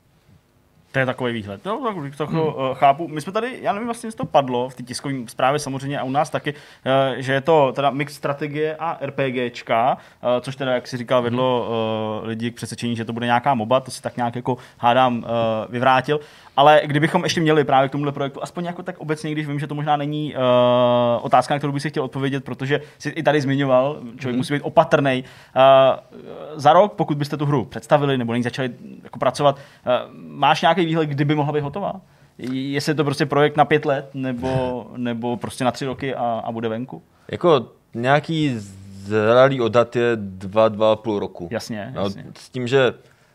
Speaker 3: To je takový výhled. No, tak to hmm. chápu. My jsme tady, já nevím vlastně, jestli to padlo v té tiskové zprávě samozřejmě a u nás taky, že je to teda mix strategie a RPGčka, což teda, jak si říkal, vedlo hmm. lidi k přesvědčení, že to bude nějaká moba, to si tak nějak jako hádám vyvrátil. Ale kdybychom ještě měli právě k tomuhle projektu, aspoň jako tak obecně, když vím, že to možná není uh, otázka, na kterou bych si chtěl odpovědět, protože jsi i tady zmiňoval, člověk mm. musí být opatrnej. Uh, za rok, pokud byste tu hru představili nebo není začali jako pracovat, uh, máš nějaký výhled, kdyby mohla být hotová? Jestli je to prostě projekt na pět let nebo, nebo prostě na tři roky a, a bude venku?
Speaker 4: Jako nějaký zralý odhad je dva, dva a půl roku.
Speaker 3: Jasně,
Speaker 4: no,
Speaker 3: jasně.
Speaker 4: S tím, že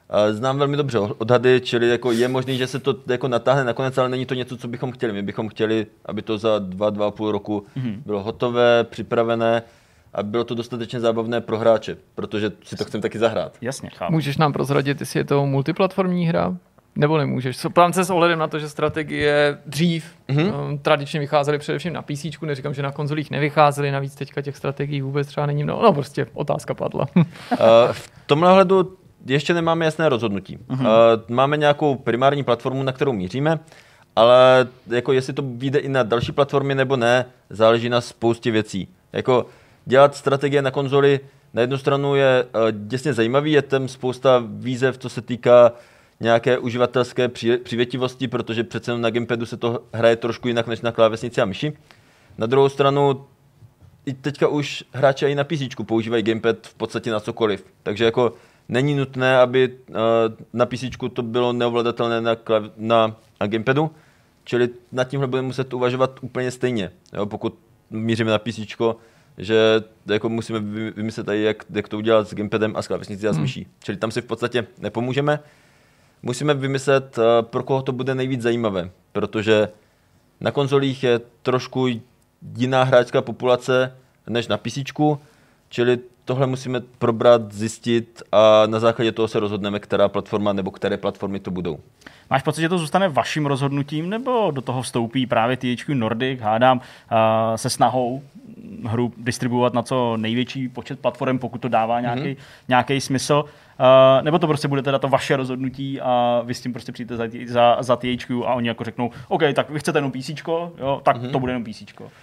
Speaker 4: Znám velmi dobře odhady, čili jako je možné, že se to jako natáhne nakonec, ale není to něco, co bychom chtěli. My bychom chtěli, aby to za dva, dva a půl roku mm-hmm. bylo hotové, připravené a bylo to dostatečně zábavné pro hráče, protože si to chceme taky zahrát.
Speaker 3: Jasně, chápu.
Speaker 2: Můžeš nám prozradit, jestli je to multiplatformní hra? Nebo nemůžeš? Plán se s ohledem na to, že strategie dřív mm-hmm. um, tradičně vycházely především na PCčku, neříkám, že na konzolích nevycházely, navíc teďka těch strategií vůbec třeba není mnoho. No prostě otázka padla. uh,
Speaker 4: v tomhle ohledu ještě nemáme jasné rozhodnutí. Mm-hmm. Uh, máme nějakou primární platformu, na kterou míříme, ale jako jestli to vyjde i na další platformy nebo ne, záleží na spoustě věcí. Jako dělat strategie na konzoli na jednu stranu je uh, děsně zajímavý, je tam spousta výzev, co se týká nějaké uživatelské přívětivosti, protože přece na gamepadu se to hraje trošku jinak než na klávesnici a myši. Na druhou stranu i teďka už hráči i na PCčku používají gamepad v podstatě na cokoliv. Takže jako není nutné, aby uh, na PCčku to bylo neovladatelné na, klav- na, na gamepadu, čili nad tímhle budeme muset uvažovat úplně stejně, jo, pokud míříme na PCčko, že jako musíme vymyslet i jak, jak to udělat s gamepadem a s klávesnicí a s myší. Hmm. Čili tam si v podstatě nepomůžeme. Musíme vymyslet, pro koho to bude nejvíc zajímavé, protože na konzolích je trošku jiná hráčská populace než na PCčku, čili tohle musíme probrat, zjistit a na základě toho se rozhodneme, která platforma nebo které platformy to budou.
Speaker 3: Máš pocit, že to zůstane vaším rozhodnutím, nebo do toho vstoupí právě T H Q Nordic, hádám, se snahou hru distribuovat na co největší počet platform, pokud to dává nějaký, mm-hmm. nějaký smysl, uh, nebo to prostě bude teda to vaše rozhodnutí a vy s tím prostě přijdete za, za, za T H Q a oni jako řeknou, OK, tak vy chcete jenom PCčko, jo, tak mm-hmm. to bude jenom PCčko. Uh,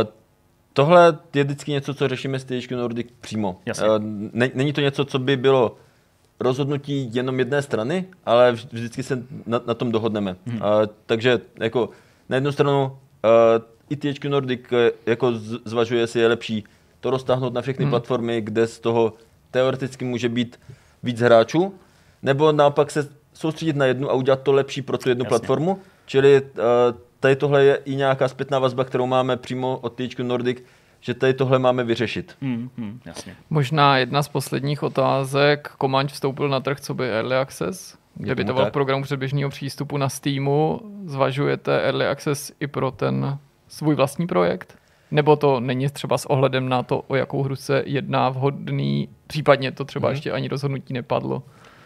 Speaker 4: tohle je vždycky něco, co řešíme s T H Q Nordic přímo. Uh, ne, není to něco, co by bylo rozhodnutí jenom jedné strany, ale vždycky se na, na tom dohodneme. Hmm. Uh, takže jako na jednu stranu uh, i T H Q Nordic uh, jako zvažuje, jestli je lepší to roztáhnout na všechny hmm. platformy, kde z toho teoreticky může být víc hráčů, nebo naopak se soustředit na jednu a udělat to lepší pro tu jednu Jasně. platformu. Čili uh, tady tohle je i nějaká zpětná vazba, kterou máme přímo od T H Q Nordic, že tady tohle máme vyřešit.
Speaker 3: Hmm, hmm, jasně.
Speaker 2: Možná jedna z posledních otázek. Comanche vstoupil na trh, co by Early Access, kde by to bylo v programu předběžného přístupu na Steamu. Zvažujete Early Access i pro ten svůj vlastní projekt? Nebo to není třeba s ohledem na to, o jakou hru se jedná vhodný, případně to třeba hmm. ještě ani rozhodnutí nepadlo?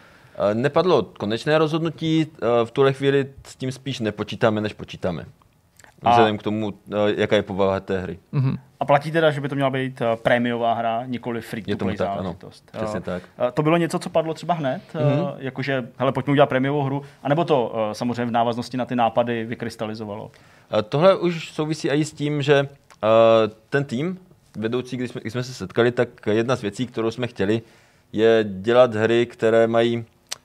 Speaker 4: Nepadlo konečné rozhodnutí, v tuhle chvíli s tím spíš nepočítáme, než počítáme. Vzhledem k tomu, jaká je povaha té hry.
Speaker 3: Mm-hmm. A platí teda, že by to měla být prémiová hra, nikoli free-to-play záležitost.
Speaker 4: Ano, přesně tak.
Speaker 3: To bylo něco, co padlo třeba hned, mm-hmm. jakože, hele, pojďme udělat prémiovou hru, anebo to samozřejmě v návaznosti na ty nápady vykrystalizovalo?
Speaker 4: Tohle už souvisí i s tím, že ten tým vedoucí, když jsme, když jsme se setkali, tak jedna z věcí, kterou jsme chtěli, je dělat hry, které mají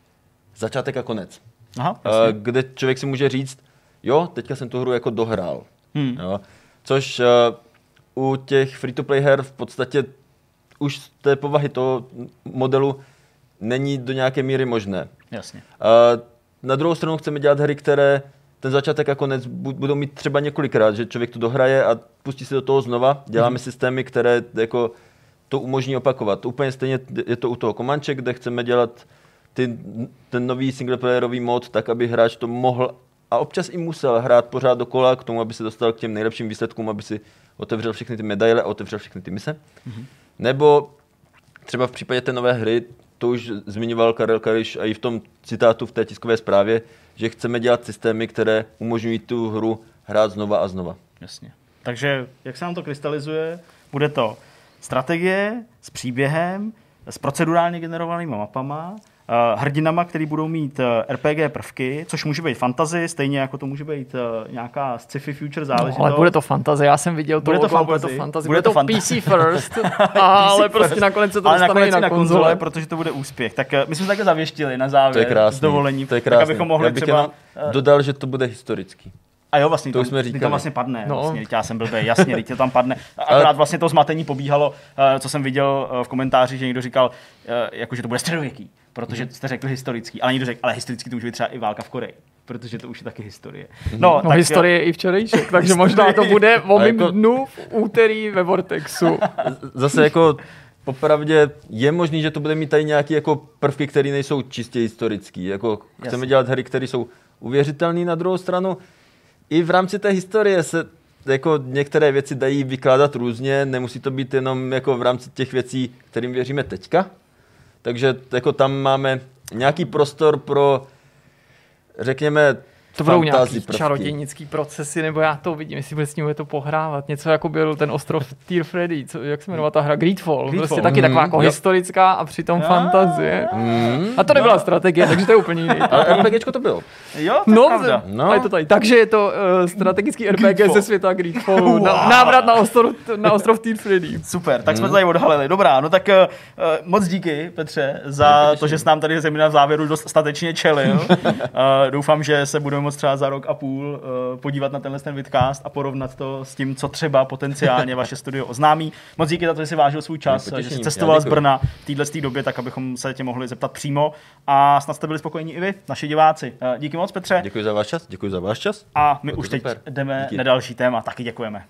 Speaker 4: začátek a konec.
Speaker 3: Aha,
Speaker 4: kde člověk si může říct, jo, teďka jsem tu hru jako dohrál. Hmm. Jo. Což uh, u těch free-to-play her v podstatě už z té povahy toho modelu není do nějaké míry možné.
Speaker 3: Jasně.
Speaker 4: Uh, na druhou stranu chceme dělat hry, které ten začátek a konec budou mít třeba několikrát, že člověk to dohraje a pustí se do toho znova. Děláme hmm. systémy, které jako to umožní opakovat. Úplně stejně je to u toho Comanche, kde chceme dělat ty, ten nový singleplayerový mod tak, aby hráč to mohl a občas i musel hrát pořád dokola k tomu, aby se dostal k těm nejlepším výsledkům, aby si otevřel všechny ty medaile a otevřel všechny ty mise. Mm-hmm. Nebo třeba v případě té nové hry, to už zmiňoval Karel Kariš a i v tom citátu v té tiskové zprávě, že chceme dělat systémy, které umožňují tu hru hrát znova a znova.
Speaker 3: Jasně. Takže jak se nám to krystalizuje, bude to strategie s příběhem, s procedurálně generovanými mapama, hrdinama, který budou mít R P G prvky, což může být fantasy, stejně jako to může být nějaká sci-fi future záležitost. No,
Speaker 2: ale bude to fantasy, já jsem viděl
Speaker 3: bude
Speaker 2: to,
Speaker 3: to
Speaker 2: bude to fantasy,
Speaker 3: bude
Speaker 2: to, to P C first, ale prostě nakonec se to dostane i na, na konzole. konzole.
Speaker 3: Protože to bude úspěch. Tak my jsme se takhle zavěštili na závěr
Speaker 4: to je krásný,
Speaker 3: s dovolením,
Speaker 4: to je krásný.
Speaker 3: Tak abychom mohli
Speaker 4: já bych
Speaker 3: třeba...
Speaker 4: dodal, že to bude historický.
Speaker 3: A jo, vlastně,
Speaker 4: to
Speaker 3: tam,
Speaker 4: jsme říkali.
Speaker 3: tam vlastně padne, no. vlastně, já jsem blbý, jasně, teď to tam padne. Akorát vlastně to zmatení pobíhalo, co jsem viděl v komentáři, že někdo říkal, jako, že to bude středověký, protože jste řekli historický, ale někdo řekl, ale historický to může být třeba i válka v Koreji, protože to už je taky historie.
Speaker 2: No, no tak, historie je i včerejšek, takže možná to bude o mým jako... dnu v úterý ve Vortexu.
Speaker 4: Zase jako popravdě je možný, že to bude mít tady nějaké jako prvky, které nejsou čistě historické. Jako chceme dělat hry, které jsou uvěřitelné na druhou stranu. I v rámci té historie se jako některé věci dají vykládat různě, nemusí to být jenom jako v rámci těch věcí, kterým věříme teďka. Takže jako tam máme nějaký prostor pro, řekněme,
Speaker 2: to budou nějaký
Speaker 4: prvky.
Speaker 2: čarodějnický procesy, nebo já to vidím, jestli bude s ním bude to pohrávat. Něco jako byl ten ostrov Tear Freddy, co, jak se jmenovala ta hra? Greedfall. Greedfall. Prostě taky mm, taková jako historická a přitom fantazie. Mm, a to nebyla no. strategie, takže to je úplně jiný.
Speaker 4: Ale RPGčko to bylo.
Speaker 3: Jo, to
Speaker 2: no,
Speaker 3: je pravda.
Speaker 2: No. A je to tady. Takže je to uh, strategický R P G ze světa Greedfallu. Wow. Na, návrat na ostrov, na ostrov Tear Freddy.
Speaker 3: Super, tak jsme to tady odhalili. Dobrá, no tak uh, moc díky, Petře, za to, že jsi nám tady země v závěru dostatečně čelil. uh, doufám, že se budeme moct třeba za rok a půl uh, podívat na tenhle ten vidcast a porovnat to s tím, co třeba potenciálně vaše studio oznámí. Moc díky za to, že jsi vážil svůj čas, že jsi cestoval z Brna v této době, tak abychom se tě mohli zeptat přímo a snad jste byli spokojení i vy, naši diváci. Uh, díky moc, Petře.
Speaker 4: Děkuji za váš čas, děkuji za váš čas.
Speaker 3: A my už teď super. jdeme díky. na další téma, taky děkujeme.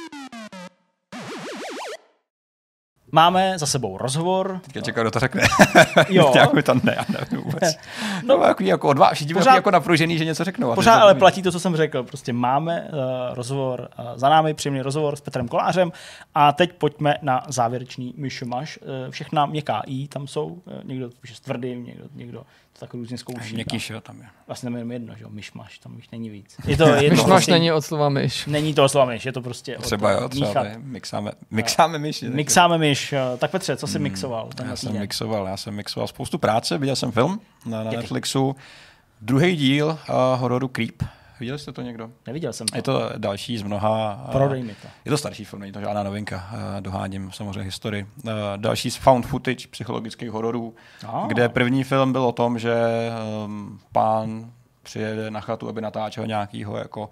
Speaker 3: Máme za sebou rozhovor.
Speaker 1: Teď čekám, kdo to řekne.
Speaker 3: Jo.
Speaker 1: Jako to ne, já nevím vůbec. No, no jako, jako odvá, všichni pořád, jako napružený, že něco řeknou.
Speaker 3: Pořád ale platí to, co jsem řekl. Prostě máme uh, rozhovor uh, za námi, příjemný rozhovor s Petrem Kolářem a teď pojďme na závěrečný myšmaš. Uh, všechna měkká i tam jsou. Uh, někdo píše s tvrdým, někdo, někdo to tak různě zkouší.
Speaker 1: Měkký, jo, tam je.
Speaker 3: Vlastně tam jenom jedno, že jo, myšmaš, tam jich není víc. Je to, je to
Speaker 2: myšmaš prostě, není od slova myš.
Speaker 3: Není to od slova myš, je to prostě
Speaker 1: třeba jo, třeba mixáme, mixáme myš.
Speaker 3: Mixáme myš. Tak Petře, co jsi hmm, mixoval?
Speaker 1: Já jsem mixoval, já jsem mixoval spoustu práce, viděl jsem film na, na Netflixu, druhý díl uh, hororu Creep. Viděli jste to někdo?
Speaker 3: Neviděl jsem to.
Speaker 1: Je to další z mnoha. Uh,
Speaker 3: Prodej mi to.
Speaker 1: Je to starší film, není to žádná novinka, uh, doháním samozřejmě historii. Uh, další z found footage psychologických hororů, oh. kde první film byl o tom, že um, pán přijede na chatu, aby natáčel nějakýho jako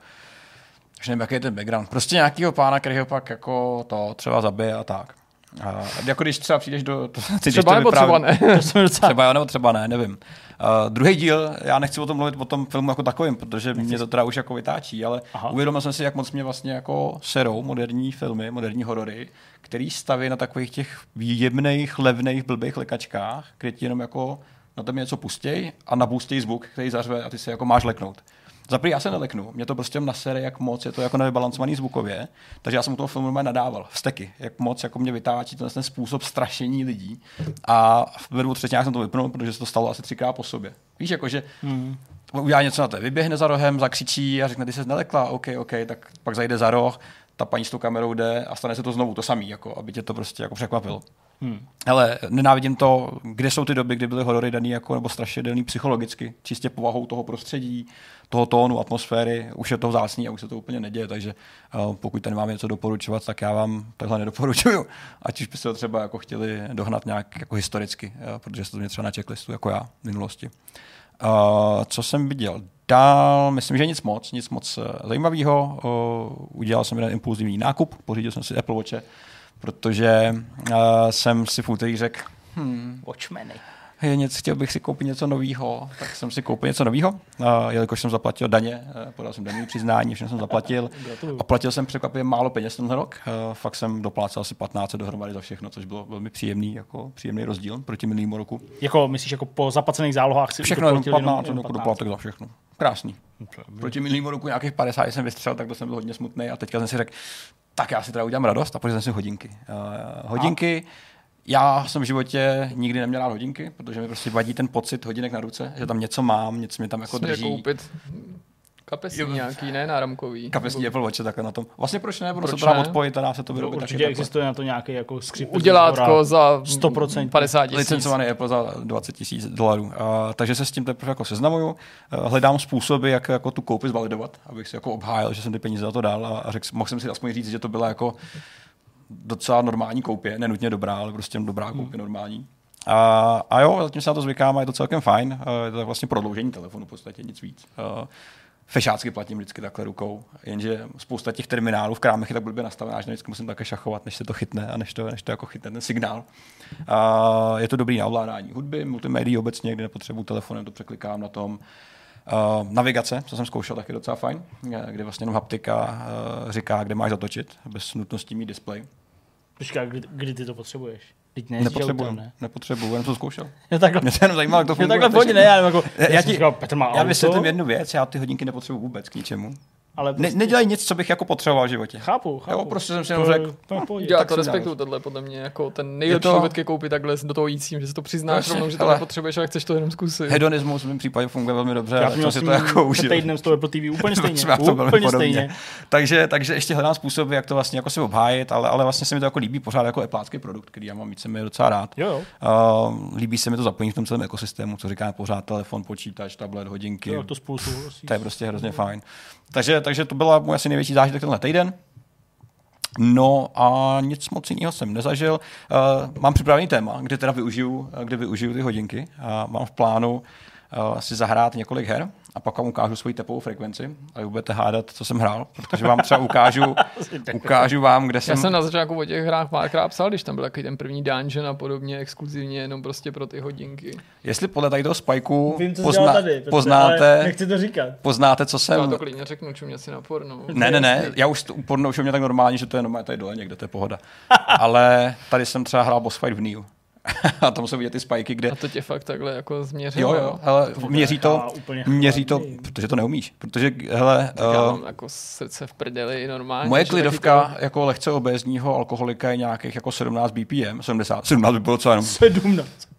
Speaker 1: už nevím, jaký je ten background. Prostě nějakýho pána, který ho pak jako to třeba zabije a tak. A jako když třeba přijdeš do... To, ty,
Speaker 2: třeba nebo třeba ne.
Speaker 1: Třeba jo, nebo třeba ne, nevím. Uh, druhý díl, já nechci o tom mluvit o tom filmu jako takovým, protože nechci. Mě to teda už jako vytáčí, ale Aha. uvědomil jsem si, jak moc mě vlastně jako serou moderní filmy, moderní horory, který staví na takových těch jemných, levných, blbých lekačkách, kde ti jenom jako na tebe něco pustěj a nabůstěj zvuk, který zařve a ty se jako máš leknout. Zaprý já se neleknu, mě to prostě nasere, jak moc je to jako nevybalancovaný zvukově, takže já jsem u toho filmu normálně nadával, vzteky, jak moc jako mě vytáčí ten, ten způsob strašení lidí a ve dvou třetinách jsem to vypnul, protože se to stalo asi třikrát po sobě. Víš, jakože hmm. udělá něco na to, vyběhne za rohem, zakřičí a řekne, ty se nelekla, OK, OK, tak pak zajde za roh, ta paní s tou kamerou jde a stane se to znovu to samý, jako, aby tě to prostě jako překvapilo. Hmm. Ale nenávidím to, kde jsou ty doby, kdy byly horory daný jako, nebo strašidelný psychologicky, čistě povahou toho prostředí, toho tónu, atmosféry, už je to vzácný a už se to úplně neděje, takže uh, pokud tady máme něco doporučovat, tak já vám tohle nedoporučuju, ať už byste to třeba jako chtěli dohnat nějak jako historicky, uh, protože jste to mě třeba na checklistu, jako já v minulosti. Uh, co jsem viděl dál, myslím, že nic moc, nic moc uh, zajímavého. Uh, udělal jsem jeden impulzivní nákup, pořídil jsem si Apple Watche, protože uh, jsem si v úterý řekl, hmm,
Speaker 3: Watchmeny.
Speaker 1: Je něco, chtěl bych si koupit něco nového, tak jsem si koupil něco nového, uh, jelikož jsem zaplatil daně, uh, podal jsem daňové přiznání, všechno jsem zaplatil a platil jsem překvapivě málo peněz ten rok. Uh, fakt jsem doplácal asi patnáct dohromady za všechno, což bylo velmi příjemný, jako příjemný rozdíl proti minulému roku.
Speaker 3: Jako myslíš, jako po zaplacených zálohách si
Speaker 1: všechno jenom patnáct, jenom doplatek za všechno. Krásný. Proti minulému roku nějakých padesát jsem vystřelil, tak to jsem byl hodně smutný a teďka jsem si řekl, tak já si teda udělám radost a pořídil jsem si hodinky. Uh, hodinky a? Já jsem v životě nikdy neměl rád hodinky, protože mi prostě vadí ten pocit hodinek na ruce, že tam něco mám, něco mě tam jako drží.
Speaker 2: Koupit kapesní nějaký, ne náramkový.
Speaker 1: Kapesní Apple Watch takhle na tom. Vlastně proč ne, proč se to dá odpojit a dá se to vyrobit
Speaker 3: no,
Speaker 1: taky
Speaker 3: takhle. Existuje na to nějaký jako skřip.
Speaker 2: Udělátko za
Speaker 3: sto procent
Speaker 2: padesát tisíc.
Speaker 1: Licencovaný Apple za dvacet tisíc dolarů. Uh, takže se s tím teprve jako seznamuju. Uh, hledám způsoby, jak jako tu koupi zvalidovat, abych si jako obhájil, že jsem ty peníze za to dal a, a řek, mohl jsem si aspoň říct, že to byla jako docela normální koupě, nenutně dobrá, ale prostě dobrá koupě, hmm. normální. A, a jo, zatím se na to zvykám a je to celkem fajn. Je to vlastně prodloužení telefonu, v podstatě nic víc. Fešácky platím vždycky takhle rukou, jenže spousta těch terminálů v krámech je tak blbě nastavená, že vždycky musím také šachovat, než se to chytne a než to, než to jako chytne ten signál. A je to dobrý na ovládání hudby, multimédií obecně, kdy nepotřebuji telefonem, to překlikám na tom. Uh, navigace, co jsem zkoušel, tak je docela fajn, kde vlastně jenom haptika uh, říká, kde máš zatočit, bez nutnosti mít displej.
Speaker 3: Počkej, kdy, kdy ty to potřebuješ? Teď nejezdíš
Speaker 1: Nepotřebuji,
Speaker 3: autem, ne?
Speaker 1: nepotřebuji, jenom to zkoušel.
Speaker 3: Je takhle,
Speaker 1: Mě to jenom zajímalo, jak to
Speaker 3: je
Speaker 1: funguje.
Speaker 3: takhle vodě, ne, já, jako, já,
Speaker 1: já
Speaker 3: já
Speaker 1: ti-
Speaker 3: ti říkal, Petr má
Speaker 1: Já
Speaker 3: auto,
Speaker 1: vysvětlím jednu věc, já ty hodinky nepotřebuji vůbec k ničemu.
Speaker 3: ale
Speaker 1: Ne,
Speaker 3: prostě,
Speaker 1: nedělají nic, co bych jako potřeboval v životě.
Speaker 3: chápu, chápu.
Speaker 1: Jo, prostě jsem si
Speaker 3: To
Speaker 1: jenom
Speaker 3: je-
Speaker 1: řekl,
Speaker 3: to je v pohodě.
Speaker 2: Já
Speaker 1: tak
Speaker 2: to
Speaker 1: si
Speaker 2: respektuju,
Speaker 1: dám.
Speaker 2: tohle podle mě jako ten nejlepší
Speaker 1: to-
Speaker 2: důvod ke koupit takhle do toho jícím, že si to přiznáš
Speaker 1: Jasně,
Speaker 2: rovnou, že to
Speaker 1: hele.
Speaker 2: nepotřebuješ, ale chceš to jenom zkusit.
Speaker 1: Hedonismus v mém případě funguje velmi dobře,
Speaker 3: Já
Speaker 1: já
Speaker 3: jsem měl
Speaker 1: jsem
Speaker 3: s
Speaker 1: si
Speaker 3: tím
Speaker 1: to jako
Speaker 3: před
Speaker 1: užil.
Speaker 3: týdnem z toho Apple T V úplně stejně.
Speaker 1: Jsme to velmi
Speaker 3: Úplně
Speaker 1: podobně.
Speaker 3: stejně.
Speaker 1: Takže, takže ještě hledám způsoby, jak to vlastně jako si obhájit, ale, ale vlastně se mi to jako líbí pořád jako eplácký produkt, který já mám víceméně docela rád.
Speaker 3: Jo, jo.
Speaker 1: Uh, líbí se mi to zapojení v tom celém ekosystému, co říkáme pořád, telefon, počítač, tablet, hodinky.
Speaker 3: Jo, to spolu souhlasí.
Speaker 1: To je prostě hrozně fajn. Takže, takže to byla můj asi největší zážitek tenhle týden. No a nic moc jiného jsem nezažil. Uh, mám připravený téma, kde teda využiju, kde využiju ty hodinky. Uh, mám v plánu uh, si zahrát několik her a pak vám ukážu svoji tepovou frekvenci a vy budete hádat, co jsem hrál, protože vám třeba ukážu, ukážu vám, kde
Speaker 2: Já
Speaker 1: jsem...
Speaker 2: jsem na začátku o těch hrách párkrát psal, když tam byl takový ten první dungeon a podobně, exkluzivně jenom prostě pro ty hodinky.
Speaker 1: Jestli podle tady toho spajku
Speaker 3: Vím, co
Speaker 1: pozna,
Speaker 3: pozná, tady, prostě,
Speaker 1: poznáte,
Speaker 3: ale nechci to říkat.
Speaker 1: poznáte, co
Speaker 2: Já
Speaker 1: jsem...
Speaker 2: to klidně řeknu, čumě si na porno.
Speaker 1: Ne, ne, ne, já už to porno už je mě tak normální, že to je normálně tady dole někde, to je pohoda. Ale tady jsem třeba hrál boss fight v Neo. A tam jsou vidět ty spajky, kde...
Speaker 2: A to tě fakt takhle jako změřilo.
Speaker 1: Jo, jo, hele, měří to,
Speaker 3: nechává úplně
Speaker 1: měří to,
Speaker 3: chladný.
Speaker 1: protože to neumíš. Protože, hele,
Speaker 2: Tak já
Speaker 1: uh,
Speaker 2: mám jako srdce v prdeli normálně.
Speaker 1: moje
Speaker 2: že
Speaker 1: klidovka
Speaker 2: taky
Speaker 1: jako lehce obézního alkoholika je nějakých jako sedmnáct B P M, sedmdesát, sedmnáct by bylo co jenom.
Speaker 3: sedmnáct.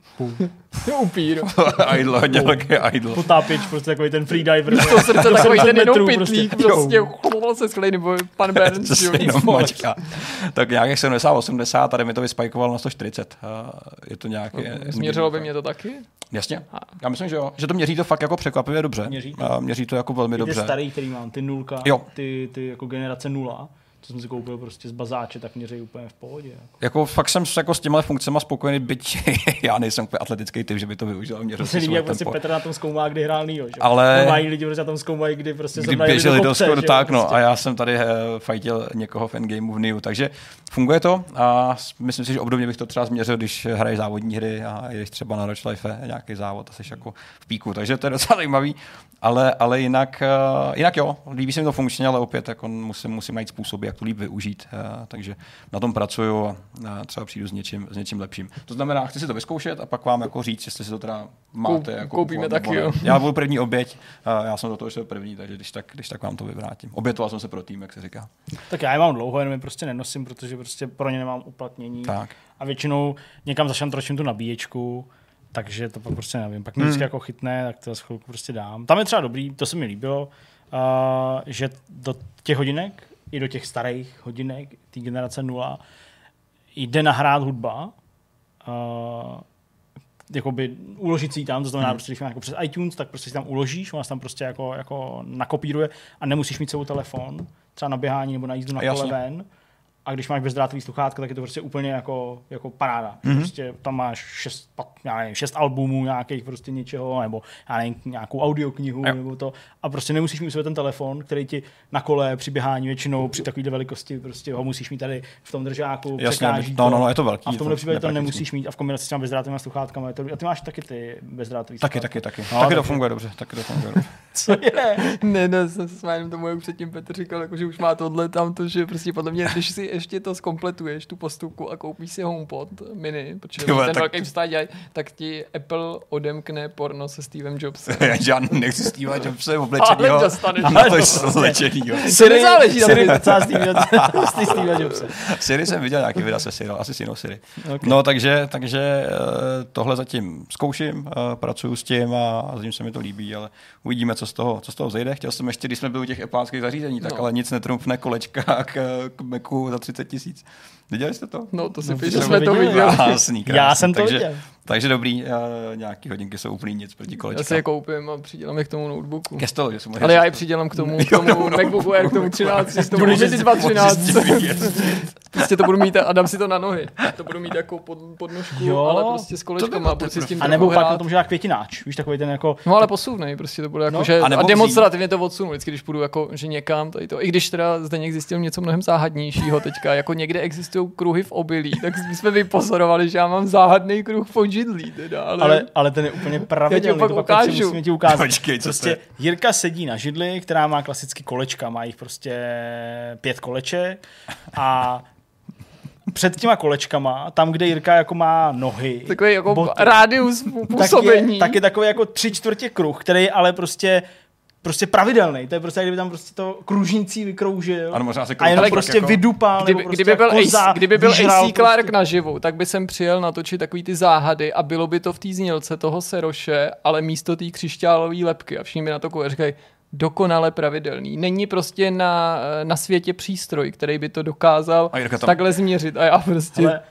Speaker 2: To upír.
Speaker 1: Idle, hodně velký idle.
Speaker 3: Potápěč, prostě takový ten freediver.
Speaker 2: To srdce takový ten jenom
Speaker 3: metrů
Speaker 2: pitlík,
Speaker 3: prostě.
Speaker 2: prostě chlubal se sklej, nebo pan Burns,
Speaker 1: To
Speaker 2: že jo,
Speaker 1: se
Speaker 2: nic
Speaker 1: jenom
Speaker 2: moc.
Speaker 1: mačka. Tak nějakých sedmdesát, osmdesát, tady mi to vyspajkovalo na sto čtyřicet. Uh, Je to nějaký...
Speaker 2: Změřilo by mě to taky?
Speaker 1: Jasně. Já myslím, že jo. Že to měří to fakt jako překvapivě dobře.
Speaker 3: Měří to.
Speaker 1: Uh, Měří to jako velmi
Speaker 3: Ty
Speaker 1: dobře.
Speaker 3: starý, který mám, ty nulka,
Speaker 1: Jo.
Speaker 3: ty, ty jako generace nula, co jsem si koupil prostě z bazáče, tak měří úplně v pohodě. Jako.
Speaker 1: Jako fakt jsem s- jako s těma funkcemi spokojený, byť já nejsem úplně atletický typ, že by to využil a měřil
Speaker 3: Se
Speaker 1: si
Speaker 3: líbí,
Speaker 1: svoje
Speaker 3: jak prostě
Speaker 1: tempo.
Speaker 3: Petr na tom zkoumá, kdy hrál Neo, že?
Speaker 1: Ale-
Speaker 3: Mají lidi, prostě na tom zkoumají, kdy prostě
Speaker 1: Kdy
Speaker 3: zrovna jeli
Speaker 1: běželi do
Speaker 3: kopce,
Speaker 1: skoru,
Speaker 3: že jo,
Speaker 1: tak no,
Speaker 3: prostě.
Speaker 1: a já jsem tady uh, fajtil někoho v endgameu v Neu, takže funguje to a s- myslím si, že obdobně bych to třeba změřil, když hraješ závodní hry a jdeš třeba na Roach Life nějaký závod a jsi jako v píku, takže to je docela zajímavý, ale, ale jinak, uh, jinak jo, líbí se mi to funkčně, ale opět jako musím, musím najít způsoby, jak to líp využít, uh, takže na tom pracuju a uh, třeba přijdu s něčím, s něčím lepším. To znamená, chci si to vyzkoušet a pak vám jako říct, jestli si to teda máte.
Speaker 2: Koup-
Speaker 1: jako
Speaker 2: koupíme
Speaker 1: kupovat,
Speaker 2: taky,
Speaker 1: nebo ne.
Speaker 2: jo.
Speaker 1: Já budu první oběť, uh, já jsem do toho šel první, takže když tak, když tak vám to vyvrátím. Obětoval jsem se pro tým, jak se říká.
Speaker 3: Tak já je mám dlouho, jenom je prostě nenosím, protože prostě pro ně nemám uplatnění.
Speaker 1: Tak.
Speaker 3: A většinou někam zašantročím tu nabíječku, takže to pak prostě nevím. Pak mě vždycky
Speaker 1: Hmm.
Speaker 3: jako chytne, tak to za chvilku prostě dám. Tam je třeba dobrý, to se mi líbilo, uh, že do těch hodinek, i do těch starých hodinek, té generace nula, jde nahrát hudba, uh, jakoby uložit si ji tam, to znamená, hmm. prostě, když mám jako přes iTunes, tak prostě si tam uložíš, ona se tam prostě jako, jako nakopíruje a nemusíš mít celou telefon, třeba na běhání nebo na jízdu na
Speaker 1: Jasně.
Speaker 3: kole ven. A když máš bezdrátový sluchátka, tak je to prostě úplně jako, jako paráda. Mm-hmm. Prostě tam máš šest, pat, já nevím, šest albumů nějakých prostě něčeho, nebo já nevím, nějakou audioknihu,
Speaker 1: Jo.
Speaker 3: nebo to. A prostě nemusíš mít svůj ten telefon, který ti na kole při běhání většinou při takovéhle velikosti prostě ho musíš mít tady v tom držáku,
Speaker 1: Jasně,
Speaker 3: překáží
Speaker 1: no,
Speaker 3: to.
Speaker 1: no, no, je to velký,
Speaker 3: A v
Speaker 1: je
Speaker 3: tomhle
Speaker 1: to
Speaker 3: případě to
Speaker 1: nepraktický.
Speaker 3: nemusíš mít a v kombinaci s těmi bezdrátovými sluchátkami. Je to, a ty máš taky ty bezdrátový
Speaker 1: Taky,
Speaker 3: sluchátka.
Speaker 1: taky, taky.
Speaker 3: No,
Speaker 1: taky to
Speaker 3: taky.
Speaker 1: funguje dobře, taky to funguje dobře.
Speaker 3: Co je?
Speaker 2: Ne, ne, jsem se smájem tomu, jak předtím Petr říkal, jako, že už má tohle tam, to, že prostě podle mě, když si ještě to zkompletuješ, tu postupku a koupíš si HomePod mini, protože
Speaker 1: Ty vole,
Speaker 2: ten
Speaker 1: tak-
Speaker 2: velký vstát dělají, tak ti Apple odemkne porno se Stevem Jobsem.
Speaker 1: Já žádný nechci Steve Jobse oblečenýho,
Speaker 2: Ale dostaneš.
Speaker 1: na to oblečenýho.
Speaker 2: Siri nezáleží na
Speaker 3: Siri,
Speaker 2: tom.
Speaker 3: docela Steve Steve Jobse.
Speaker 1: Siri jsem viděl nějaký videa se Siri, asi si jinou Siri.
Speaker 3: Okay.
Speaker 1: No takže, takže eh, tohle zatím zkouším, eh, pracuju s tím a zatím se mi to líbí, ale uvidíme, co z toho, co z toho vzejde. Chtěl jsem ještě, když jsme byli u těch apáckých zařízení, tak
Speaker 2: No.
Speaker 1: ale nic netrumfne kolečka k, k Macu za třicet tisíc. Viděli jste to?
Speaker 2: No to si
Speaker 3: No,
Speaker 2: píš,
Speaker 3: to
Speaker 2: že
Speaker 3: jsme
Speaker 2: jsme to
Speaker 3: viděli.
Speaker 2: viděli.
Speaker 1: Krásný, krásný.
Speaker 3: Já jsem to
Speaker 1: takže,
Speaker 3: viděl.
Speaker 1: takže dobrý, eh, nějaký hodinky jsou úplný nic proti
Speaker 2: Já si je
Speaker 1: kolečka.
Speaker 2: koupím a přidělám je k tomu notebooku.
Speaker 1: Ke stolu, že jsem
Speaker 2: Ale já je přidělám k tomu, k tomu MacBooku Air, k tomu třináct, k tomu
Speaker 3: Budeš
Speaker 2: dva třináct.
Speaker 1: jezdit.
Speaker 2: Prostě to budu mít a dám si to na nohy. To budu mít jako pod, podnožku,
Speaker 3: Jo.
Speaker 2: ale prostě s kolečkama, budu si s tím
Speaker 3: A nebo
Speaker 2: trochu
Speaker 3: pak na
Speaker 2: hrát.
Speaker 3: tom, že jak květináč. Víš, takový ten jako...
Speaker 2: No ale posuvnej, prostě to bude jako,
Speaker 3: No.
Speaker 2: že
Speaker 1: A
Speaker 2: a,
Speaker 1: nebo
Speaker 2: a
Speaker 1: vzít-
Speaker 2: demonstrativně to odsunu, vždycky, když půjdu jako, že někam, tady to. I když teda Zdeněk zjistil něco mnohem záhadnějšího teďka, jako někde existují kruhy v obilí, tak my jsme vypozorovali, že já mám záhadný kruh v podžidlí teda, ale,
Speaker 3: Ale, ale ten je úplně pravidelný.
Speaker 2: pak
Speaker 3: to pak
Speaker 2: ukážu.
Speaker 3: si musíme ti ukázat.
Speaker 1: Počkej, co to
Speaker 3: prostě
Speaker 1: je?
Speaker 3: Jirka sedí na židli, která má klasicky kolečka, má jich prostě pět koleček a před těma kolečkama, tam, kde Jirka jako má nohy.
Speaker 2: Takový jako
Speaker 3: boty,
Speaker 2: rádius působení.
Speaker 3: Tak je, tak je takový jako tři čtvrtě kruh, který je ale prostě prostě pravidelný. To je prostě, kdyby tam prostě to kružnicí vykroužil.
Speaker 1: Ano, možná se
Speaker 3: a jenom
Speaker 1: tak
Speaker 3: prostě jako vydupal.
Speaker 2: Kdyby,
Speaker 3: prostě
Speaker 2: kdyby byl,
Speaker 3: koza,
Speaker 2: A C, kdyby byl A C Clark
Speaker 3: prostě
Speaker 2: naživu, tak by jsem přijel natočit takový ty záhady a bylo by to v té znělce toho Seroše, ale místo té křišťálové lebky. A všichni mi na to koukají, říkají, dokonale pravidelný. Není prostě na, na světě přístroj, který by to dokázal tam... takhle změřit. A já prostě...
Speaker 3: Ale...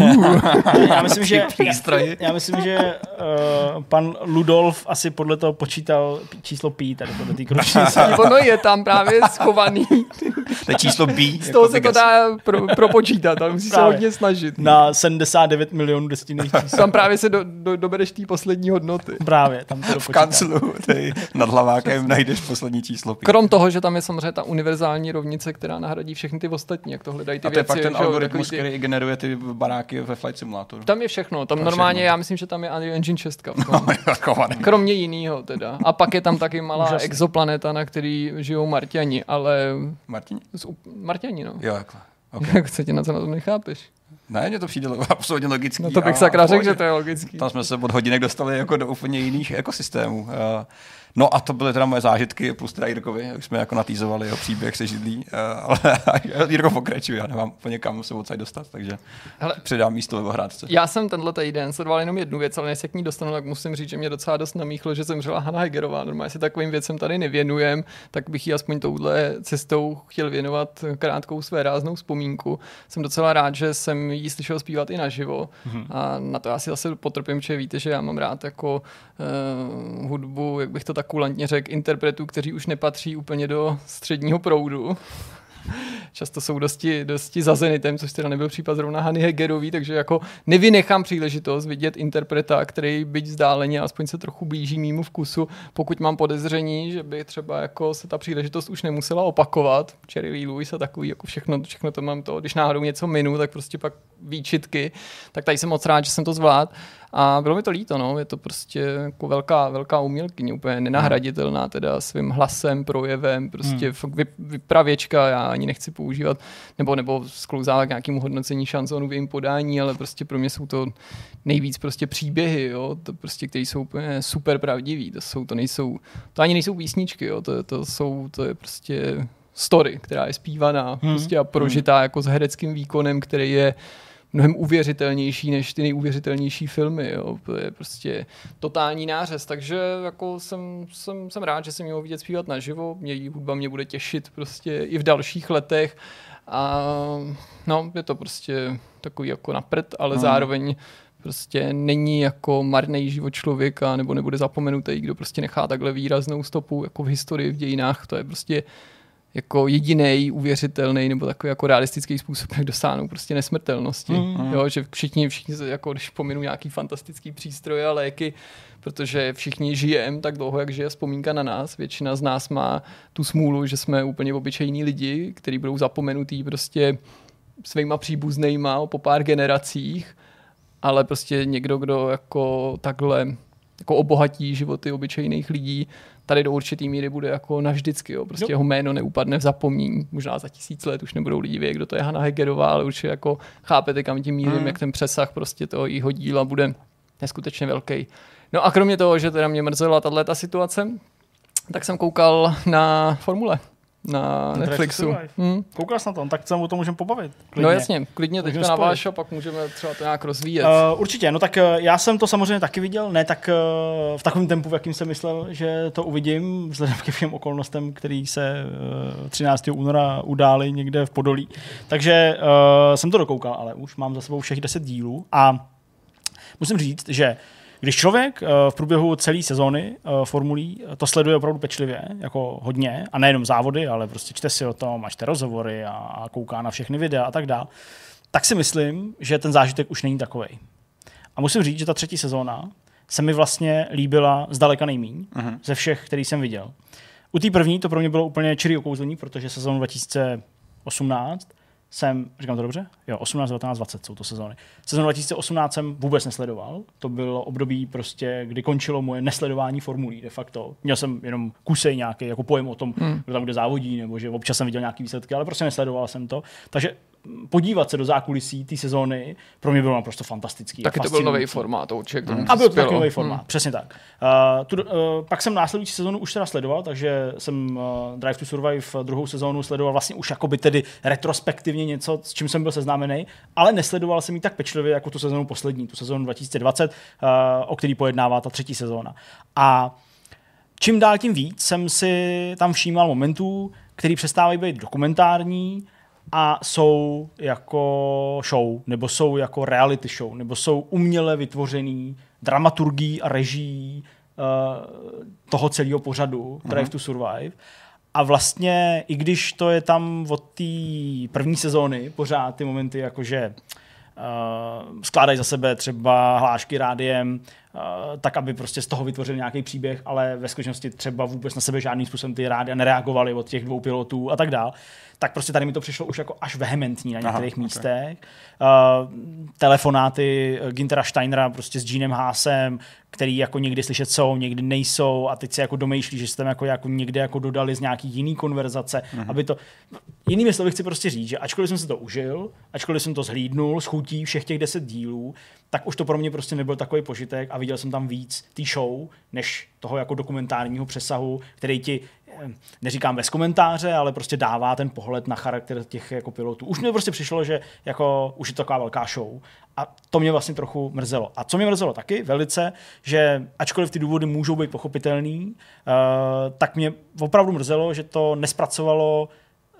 Speaker 3: já myslím, že, já, já myslím, že uh, pan Ludolf asi podle toho počítal číslo pi, tady podle té kručnice.
Speaker 2: Ono je tam právě schovaný.
Speaker 1: To je číslo B.
Speaker 2: Z toho se to dá pro, propočítat, ale musí se hodně snažit.
Speaker 3: Na sedmdesát devět milionů destinných čísel.
Speaker 2: Tam právě se do, do, dobereš té poslední hodnoty.
Speaker 3: Právě, tam to
Speaker 1: v kanclu tady nad hlavákem najdeš poslední číslo pi.
Speaker 2: Krom toho, že tam je samozřejmě ta univerzální rovnice, která nahradí všechny ty ostatní, jak to hledají ty
Speaker 1: a to
Speaker 2: věci.
Speaker 1: A to je fakt ten algoritmus,
Speaker 2: ty...
Speaker 1: který generuje ty baráky ve Flight Simulátoru.
Speaker 2: Tam je všechno. Tam to normálně, všechno. Já myslím, že tam je Unreal Engine šest.
Speaker 1: No,
Speaker 2: kromě jinýho teda. A pak je tam taky malá Úžasný. exoplaneta, na který žijou Marťani, ale...
Speaker 1: Martini?
Speaker 2: Marťani, no.
Speaker 1: Jo, takhle. Okay.
Speaker 2: Jak se tě na to na to nechápeš?
Speaker 1: Ne, mně to přijde absolutně logický.
Speaker 2: No to bych sakra řekl, že to je logický.
Speaker 1: Tam jsme se od hodinek dostali jako do úplně jiných ekosystémů. No a to byly teda moje zážitky plus teda Jirkovi, už jsme jako natýzovali jeho příběh se židlí, ale Jirko pokračuje, já nemám úplně kam se odsaď dostat, takže hele, předám místo ve Vohrádce.
Speaker 2: Já jsem tenhle týden sledoval jenom jednu věc, ale než se k ní dostanu, tak musím říct, že mě docela dost namíchlo, že zemřela Hana Hegerová. Normálně si takovým věcem tady nevěnujem, tak bych jí aspoň touhle cestou chtěl věnovat krátkou své ráznou vzpomínku. Jsem docela rád, že jsem jí slyšel zpívat i naživo mm-hmm. a na to já si zase potrpím, že víte, že já mám rád jako uh, hudbu, jak bych to tak kulantně řekl, interpretů, kteří už nepatří úplně do středního proudu. Často jsou dosti, dosti za zenitem, což teda nebyl případ zrovna Hany Hegerový, takže jako nevynechám příležitost vidět interpreta, který byť vzdáleně aspoň se trochu blíží mýmu vkusu, pokud mám podezření, že by třeba jako se ta příležitost už nemusela opakovat. Cherry Lee Lewis a takový, jako všechno, všechno to mám to, když náhodou něco minu, tak prostě pak výčitky, tak tady jsem moc rád, že jsem to zvládl. A bylo mi to líto, no, je to prostě jako velká, velká umělkyně, úplně nenahraditelná teda svým hlasem, projevem, prostě hmm. vypravěčka, já ani nechci používat, nebo, nebo sklouzávat k nějakému hodnocení šansonu v jejím podání, ale prostě pro mě jsou to nejvíc prostě příběhy, jo, to prostě, které jsou úplně super pravdivý, to jsou, to nejsou, to ani nejsou písničky, jo, to, to jsou, to je prostě story, která je zpívaná hmm. prostě a prožitá hmm. jako s hereckým výkonem, který je mnohem uvěřitelnější než ty nejuvěřitelnější filmy. Jo. To je prostě totální nářez. Takže jako jsem, jsem, jsem rád, že jsem měl vidět zpívat naživo. Její hudba mě bude těšit prostě i v dalších letech. A no, je to prostě takový jako na prd, ale hmm. zároveň prostě není jako marný život člověka, nebo nebude zapomenutý, kdo prostě nechá takhle výraznou stopu jako v historii, v dějinách. To je prostě jako jedinej uvěřitelný nebo takový jako realistický způsob, jak dosáhnout prostě nesmrtelnosti. Mm. Jo, že všichni, všichni jako když pominu nějaký fantastický přístroje a léky, protože všichni žijeme tak dlouho, jak žije vzpomínka na nás. Většina z nás má tu smůlu, že jsme úplně obyčejní lidi, kteří budou zapomenutý prostě svýma příbuznejma po pár generacích, ale prostě někdo, kdo jako takhle jako obohatí životy obyčejných lidí, tady do určitý míry bude jako navždycky. Jo. Prostě jo. Jeho jméno neupadne v zapomnění. Možná za tisíc let už nebudou lidi vědět, kdo to je Hana Hegerová, ale určitě jako chápete, kam tím mířím, mm. jak ten přesah prostě toho jeho díla bude neskutečně velký. No a kromě toho, že teda mě mrzela tato situace, tak jsem koukal na Formule. Na Netflixu. Hmm.
Speaker 3: Koukal jsi na to, tak se o tom můžeme pobavit. Klidně.
Speaker 2: No jasně, klidně teďka naváš a pak můžeme třeba to nějak rozvíjet.
Speaker 3: Uh, určitě, no tak uh, já jsem to samozřejmě taky viděl, ne tak uh, v takovém tempu, v jakým jsem myslel, že to uvidím, vzhledem ke všem okolnostem, který se uh, třináctého února udály někde v Podolí. Takže uh, jsem to dokoukal, ale už mám za sebou všech deset dílů a musím říct, že když člověk v průběhu celé sezóny formulí to sleduje opravdu pečlivě, jako hodně, a nejenom závody, ale prostě čte si o tom, a čte rozhovory a kouká na všechny videa a tak dál, tak si myslím, že ten zážitek už není takovej. A musím říct, že ta třetí sezóna se mi vlastně líbila zdaleka nejmíň uh-huh. ze všech, který jsem viděl. U té první to pro mě bylo úplně čirý okouzlení, protože sezónu dva tisíce osmnáct jsem, říkám to dobře? Jo, osmnáct, devatenáct, dvacet jsou to sezóny. Sezónu dva tisíce osmnáct jsem vůbec nesledoval. To bylo období prostě, kdy končilo moje nesledování formulí de facto. Měl jsem jenom kusej nějaký, jako pojem o tom, hmm. kdo tam kde závodí, nebo že občas jsem viděl nějaký výsledky, ale prostě nesledoval jsem to. Takže podívat se do zákulisí té sezóny, pro mě bylo naprosto fantastický.
Speaker 2: Taky to byl nový formát, určitě.
Speaker 3: Hmm. A byl to taky nový formát, hmm. přesně tak. Uh, tu, uh, pak jsem následující sezónu už teda sledoval, takže jsem uh, Drive to Survive druhou sezónu sledoval vlastně už jakoby tedy retrospektivně něco, s čím jsem byl seznámený, ale nesledoval jsem ji tak pečlivě jako tu sezónu poslední, tu sezónu dva tisíce dvacet, uh, o který pojednává ta třetí sezóna. A čím dál tím víc jsem si tam všímal momentů, který přestávají být dokumentární a jsou jako show, nebo jsou jako reality show, nebo jsou uměle vytvořený dramaturgií a režií uh, toho celého pořadu Drive uh-huh. to Survive. A vlastně, i když to je tam od té první sezóny, pořád ty momenty jakože Uh, skládají za sebe třeba hlášky rádiem, uh, tak, aby prostě z toho vytvořili nějaký příběh, ale ve skutečnosti třeba vůbec na sebe žádným způsobem ty rádia nereagovaly od těch dvou pilotů a tak dál. Tak prostě tady mi to přišlo už jako až vehementní na některých Aha, místech. Okay. Uh, telefonáty Güntera Steinera prostě s Genem Haasem, který jako někdy slyšet jsou, někdy nejsou a teď se jako domýšlí, že se tam jako, jako někde jako dodali z nějaký jiný konverzace, mm-hmm. aby to... Jinými slovy chci prostě říct, že ačkoliv jsem se to užil, ačkoliv jsem to zhlídnul s chutí všech těch deset dílů, tak už to pro mě prostě nebyl takový požitek a viděl jsem tam víc té show, než toho jako dokumentárního přesahu, který ti, neříkám bez komentáře, ale prostě dává ten pohled na charakter těch jako pilotů. Už mi prostě přišlo, že jako už je to taková velká show a to mě vlastně trochu mrzelo. A co mě mrzelo taky velice, že ačkoliv ty důvody můžou být pochopitelný, uh, tak mě opravdu mrzelo, že to nespracovalo,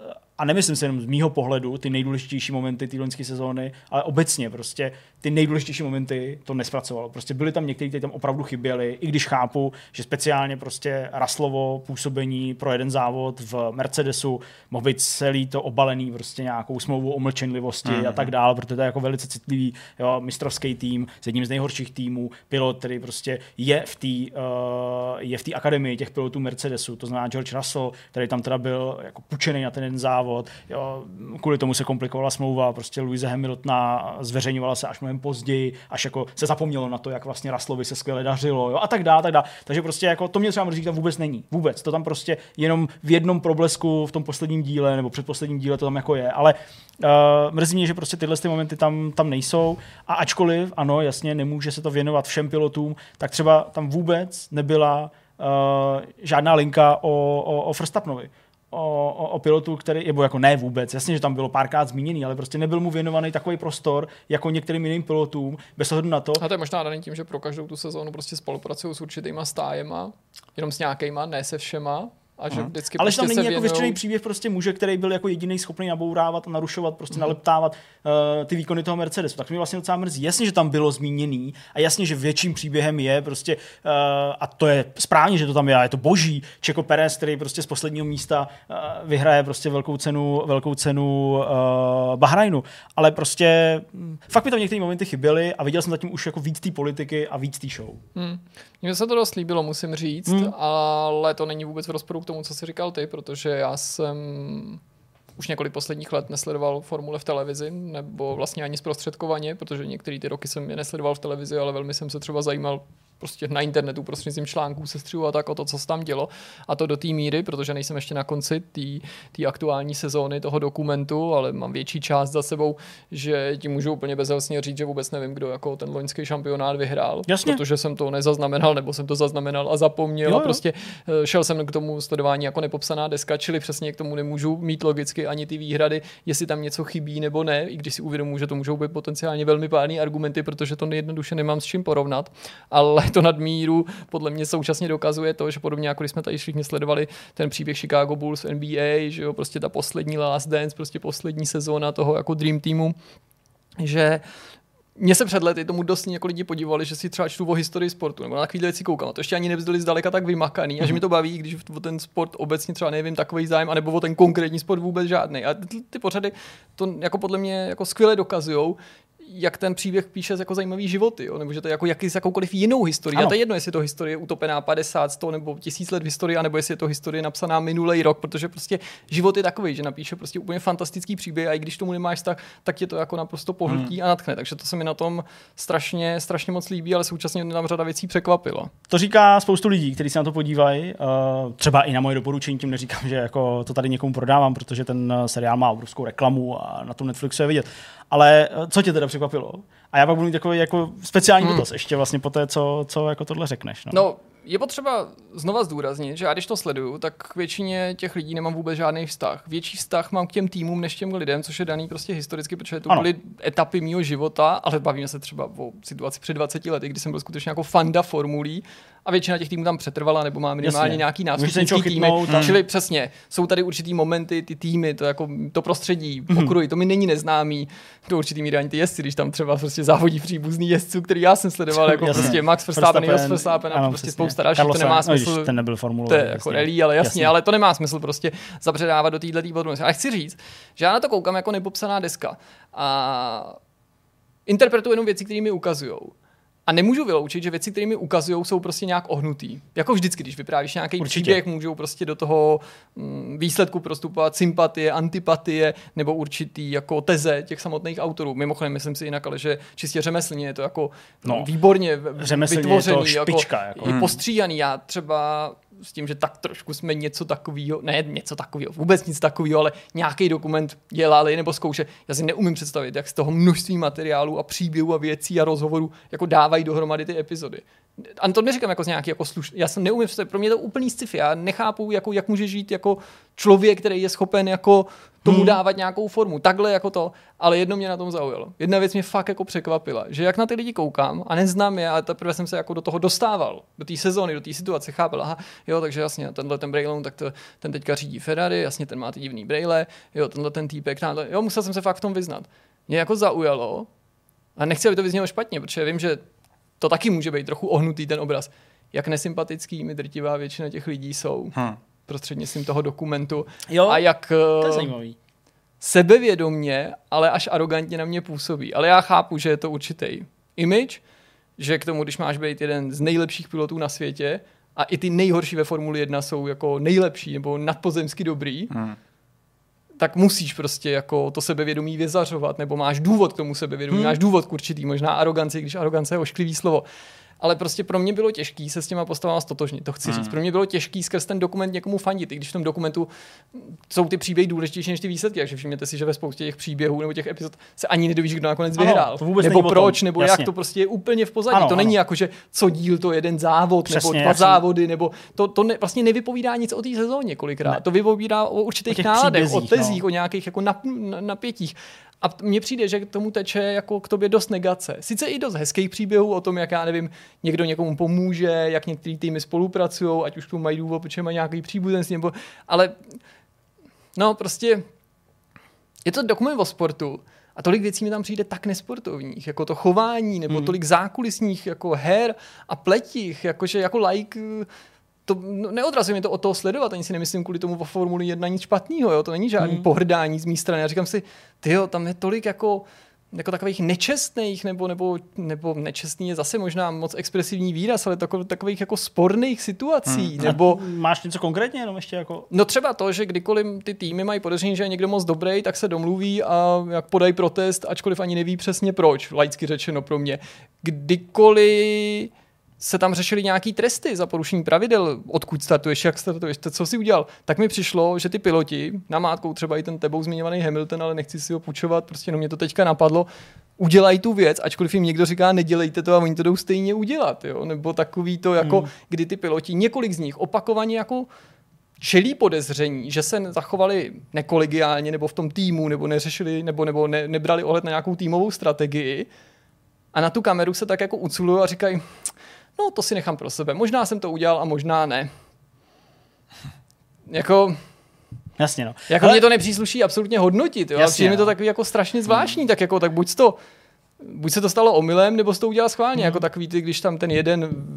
Speaker 3: a nemyslím si jenom z mýho pohledu, ty nejdůležitější momenty té loňské sezóny, ale obecně prostě ty nejdůležitější momenty to nespracovalo. Prostě byly tam některé, které tam opravdu chyběly, i když chápu, že speciálně prostě Russellovo působení pro jeden závod v Mercedesu mohl být celý to obalený prostě nějakou smlouvou o mlčenlivosti mm-hmm. a tak dále, protože to je jako velice citlivý jo, mistrovský tým s jedním z nejhorších týmů, pilot, který prostě je v té uh, je v té akademii těch pilotů Mercedesu, to znamená George Russell, který tam teda byl jako pučený na ten jeden závod. Jo, kvůli tomu se komplikovala smlouva, prostě Louise Hamiltona zveřejňovala se až mnohem později, až jako se zapomnělo na to, jak vlastně Russellovi se skvěle dařilo, jo, a tak dále, tak dále. Takže prostě jako to mě třeba mrzí, tam vůbec není. Vůbec. To tam prostě jenom v jednom problesku v tom posledním díle nebo předposledním díle to tam jako je, ale uh, mrzí mě, že prostě tyhle ty momenty tam, tam nejsou a ačkoliv, ano, jasně, nemůže se to věnovat všem pilotům, tak třeba tam vůbec nebyla uh, žádná linka o, o, o Verstappenovi. O, o, o pilotu, který, nebo jako ne vůbec, jasně, že tam bylo párkrát zmíněný, ale prostě nebyl mu věnovaný takový prostor jako některým jiným pilotům, bez ohledu na to.
Speaker 2: A to je možná daný tím, že pro každou tu sezónu prostě spolupracují s určitýma stájema, jenom s nějakýma, ne se všema. A že vždycky
Speaker 3: ale
Speaker 2: prostě
Speaker 3: že tam není jako
Speaker 2: věnujou...
Speaker 3: vyřčený příběh prostě muže, který byl jako jediný schopný nabourávat a narušovat, prostě mm. naleptávat uh, ty výkony toho Mercedesu. Tak to mě vlastně docela mrzí. Jasně, že tam bylo zmíněný a jasně, že větším příběhem je prostě uh, a to je správně, že to tam je, je to boží. Checo Perez, který prostě z posledního místa uh, vyhraje prostě velkou cenu, velkou cenu uh, Bahrajnu. Ale prostě um, fakt mi tam některé momenty chyběly a viděl jsem zatím už jako víc té politiky a víc té show.
Speaker 2: Mm. Mně se to dost líbilo, musím říct, mm. ale to není vůbec v rozporu k tomu, co jsi říkal ty, protože já jsem už několik posledních let nesledoval formule v televizi, nebo vlastně ani zprostředkovaně, protože některé ty roky jsem je nesledoval v televizi, ale velmi jsem se třeba zajímal prostě na internetu prostřednictvím článků, sestřihu a tak o to, co se tam dělo. A to do té míry, protože nejsem ještě na konci té aktuální sezóny toho dokumentu, ale mám větší část za sebou, že ti můžu úplně bezhlasně říct, že vůbec nevím, kdo jako ten loňský šampionát vyhrál.
Speaker 3: Jasně.
Speaker 2: Protože jsem to nezaznamenal, nebo jsem to zaznamenal a zapomněl. Jo, jo. A prostě šel jsem k tomu sledování jako nepopsaná deska, čili přesně k tomu nemůžu mít logicky ani ty výhrady, jestli tam něco chybí nebo ne, i když si uvědomuji, že to můžou být potenciálně velmi pádný argumenty, protože to jednoduše nemám s čím porovnat. Ale to nadmíru podle mě současně dokazuje to, že podobně jako když jsme tady všichni sledovali ten příběh Chicago Bulls v N B A, že jo, prostě ta poslední Last Dance, prostě poslední sezóna toho jako Dream Teamu, že mně se před lety tomu dost jako lidi podívali, že si třeba čtu o historii sportu, nebo na takovýhle věci koukám. A to ještě ani nebyli zdaleka tak vymakaný, a že mi to baví, když o ten sport obecně třeba nevím takový zájem, anebo o ten konkrétní sport vůbec žádný. A ty, ty pořady to jako podle mě jako skvěle dokazujou, jak ten příběh píše jako zajímavý životy, jo? Nebo že to je jako jaký, s jakoukoliv jinou historií. A to je jedno, jestli je to historie utopená padesát, sto nebo tisíc let v historii, anebo jestli je to historie napsaná minulý rok, protože prostě život je takový, že napíše prostě úplně fantastický příběh a i když tomu nemáš vztah, tak tě to jako naprosto pohltí hmm. a natchne. Takže to se mi na tom strašně, strašně moc líbí, ale současně nám řada věcí překvapila.
Speaker 3: To říká spoustu lidí, kteří se na to podívají. Uh, třeba i na moje doporučení, tím neříkám, že jako to tady někomu prodávám, protože ten seriál má obrovskou reklamu a na tom Netflixu je vidět. Ale co tě teda překvapilo? A já pak budu mít takový jako speciální hmm. dotaz ještě vlastně po té, co, co jako tohle řekneš. No.
Speaker 2: no, je potřeba znova zdůraznit, že já když to sleduju, tak k většině těch lidí nemám vůbec žádný vztah. Větší vztah mám k těm týmům než těm lidem, což je daný prostě historicky, protože to ano. byly etapy mýho života, ale bavíme se třeba o situaci před dvaceti lety, kdy jsem byl skutečně jako fanda formulí a většina těch týmů tam přetrvala nebo má minimálně Jasně. nějaký nástupnický týmy. Hmm. Čili přesně, jsou tady určitý momenty, ty týmy, to jako to prostředí, hmm. okruhy, to mi není neznámý. Do určitý míry ani ty jezdci, když tam třeba prostě závodí příbuzný jezdců, který já jsem sledoval, jako jasně. prostě Max Verstappen, Jos Verstappen a prostě spousta dalších, to nemá smysl.
Speaker 3: No, ten nebyl formulový.
Speaker 2: To je jako rally, ale jasně, jasně, ale to nemá smysl prostě zabředávat do této podrobnosti. Ale chci říct, že já na to koukám jako nepopsaná deska a interpretuji jenom věci, které mi ukazujou. A nemůžu vyloučit, že věci, které mi ukazují, jsou prostě nějak ohnutý. Jako vždycky, když vyprávíš nějaký příběh, můžou prostě do toho mm, výsledku prostupovat sympatie, antipatie nebo určitý jako teze těch samotných autorů. Mimochodem, myslím si jinak, ale že čistě řemeslně je to jako no, výborně vytvořený,
Speaker 3: je to špička, jako, jako.
Speaker 2: i postříhaný. Já třeba s tím, že tak trošku jsme něco takového, ne něco takového, vůbec nic takového, ale nějaký dokument dělali nebo zkoušeli. Já si neumím představit, jak z toho množství materiálů a příběhů a věcí a rozhovorů jako dávají dohromady ty epizody. A to neříkám jako z nějaký jako slušný. Já jsem neumím představit, pro mě je to úplný sci-fi. Já nechápu, jako, jak může žít jako člověk, který je schopen jako tomu hmm. dávat nějakou formu. Takhle jako to, ale jedno mě na tom zaujalo. Jedna věc mě fakt jako překvapila, že jak na ty lidi koukám a neznám je, a teprve jsem se jako do toho dostával, do té sezóny, do té situace, chápal, aha, jo, takže jasně, tenhle ten Brailon, tak to, ten teďka řídí Ferrari, jasně, ten má ty divný brejle, jo, tenhle ten týpek, náhle, jo, musel jsem se fakt v tom vyznat. Mě jako zaujalo, a nechci, aby to vyznělo špatně, protože vím, že to taky může být trochu ohnutý ten obraz. Jak nesympatický mi drtivá většina těch lidí jsou hmm. prostřednictvím toho dokumentu.
Speaker 3: Jo,
Speaker 2: a jak
Speaker 3: to je zajímavý.
Speaker 2: Sebevědomně, ale až arrogantně na mě působí. Ale já chápu, že je to určitý image, že k tomu, když máš být jeden z nejlepších pilotů na světě a i ty nejhorší ve Formuli jedna jsou jako nejlepší nebo nadpozemsky dobrý, hmm. tak musíš prostě jako to sebevědomí vyzařovat, nebo máš důvod k tomu sebevědomí, hmm. máš důvod k určitý, možná aroganci, když arogance je ošklivý slovo. Ale prostě pro mě bylo těžký se s těma postavama stotožnit, to chci hmm. říct. Pro mě bylo těžký skrz ten dokument někomu fandit, i když v tom dokumentu jsou ty příběhy důležitější než ty výsledky. Takže všimněte si, že ve spoustě těch příběhů nebo těch epizod se ani nedovíš, kdo nakonec ano, vyhrál. Nebo proč, nebo Jasně. jak to prostě je úplně v pozadí. Ano, to ano. není jako, že co díl to jeden závod, Přesně, nebo dva závody, nebo to, to ne, vlastně nevypovídá nic o té sezóně kolikrát. Ne. To vypovídá o určitých o náladech, o tezích, no. o nějakých jako nap, napětích. A mně přijde, že k tomu teče jako k tobě dost negace. Sice i dost hezkých příběhů o tom, jak já nevím, někdo někomu pomůže, jak některý týmy spolupracují, ať už tu mají důvod, protože mají nějaký příbuzenství, nebo ale no prostě je to dokument o sportu a tolik věcí mi tam přijde tak nesportovních, jako to chování, nebo hmm. tolik zákulisních jako her a pletích, jakože jako like to neodrazuje mě to od toho sledovat, ani si nemyslím kvůli tomu o Formuli jedna nic špatného, jo? To není žádný hmm. pohrdání z mé strany. Já říkám si, tyjo, tam je tolik jako, jako takových nečestných, nebo, nebo, nebo nečestný je zase možná moc expresivní výraz, ale takových, takových jako sporných situací. Hmm. Nebo...
Speaker 3: Máš něco konkrétně jenom ještě jako?
Speaker 2: No třeba to, že kdykoliv ty týmy mají podezření, že je někdo moc dobrý, tak se domluví a jak podají protest, ačkoliv ani neví přesně proč, laicky řečeno pro mě. Kdykoliv se tam řešily nějaký tresty za porušení pravidel, odkud startuješ, jak startuješ, to, co jsi udělal, tak mi přišlo, že ty piloti, namátkou třeba i ten tebou zmiňovaný Hamilton, ale nechci si ho půjčovat, prostě no mě to teďka napadlo, udělají tu věc, ačkoliv jim někdo říká, nedělejte to a oni to jdou stejně udělat, jo? Nebo takový to, jako hmm. kdy ty piloti, několik z nich opakovaně jako čelí podezření, že se zachovali nekolegiálně nebo v tom týmu, nebo neřešili, nebo, nebo ne, nebrali ohled na nějakou týmovou strategii a na tu kameru se tak jako uculují a říkají, no to si nechám pro sebe. Možná jsem to udělal a možná ne. Jako...
Speaker 3: Jasně, no.
Speaker 2: Jako ale... mě to nepřísluší absolutně hodnotit, jo. Jasně, mi to takový jako strašně zvláštní, hmm. tak jako tak buď to buď se to stalo omylem, nebo se to udělal schválně, hmm. jako takový ty, když tam ten jeden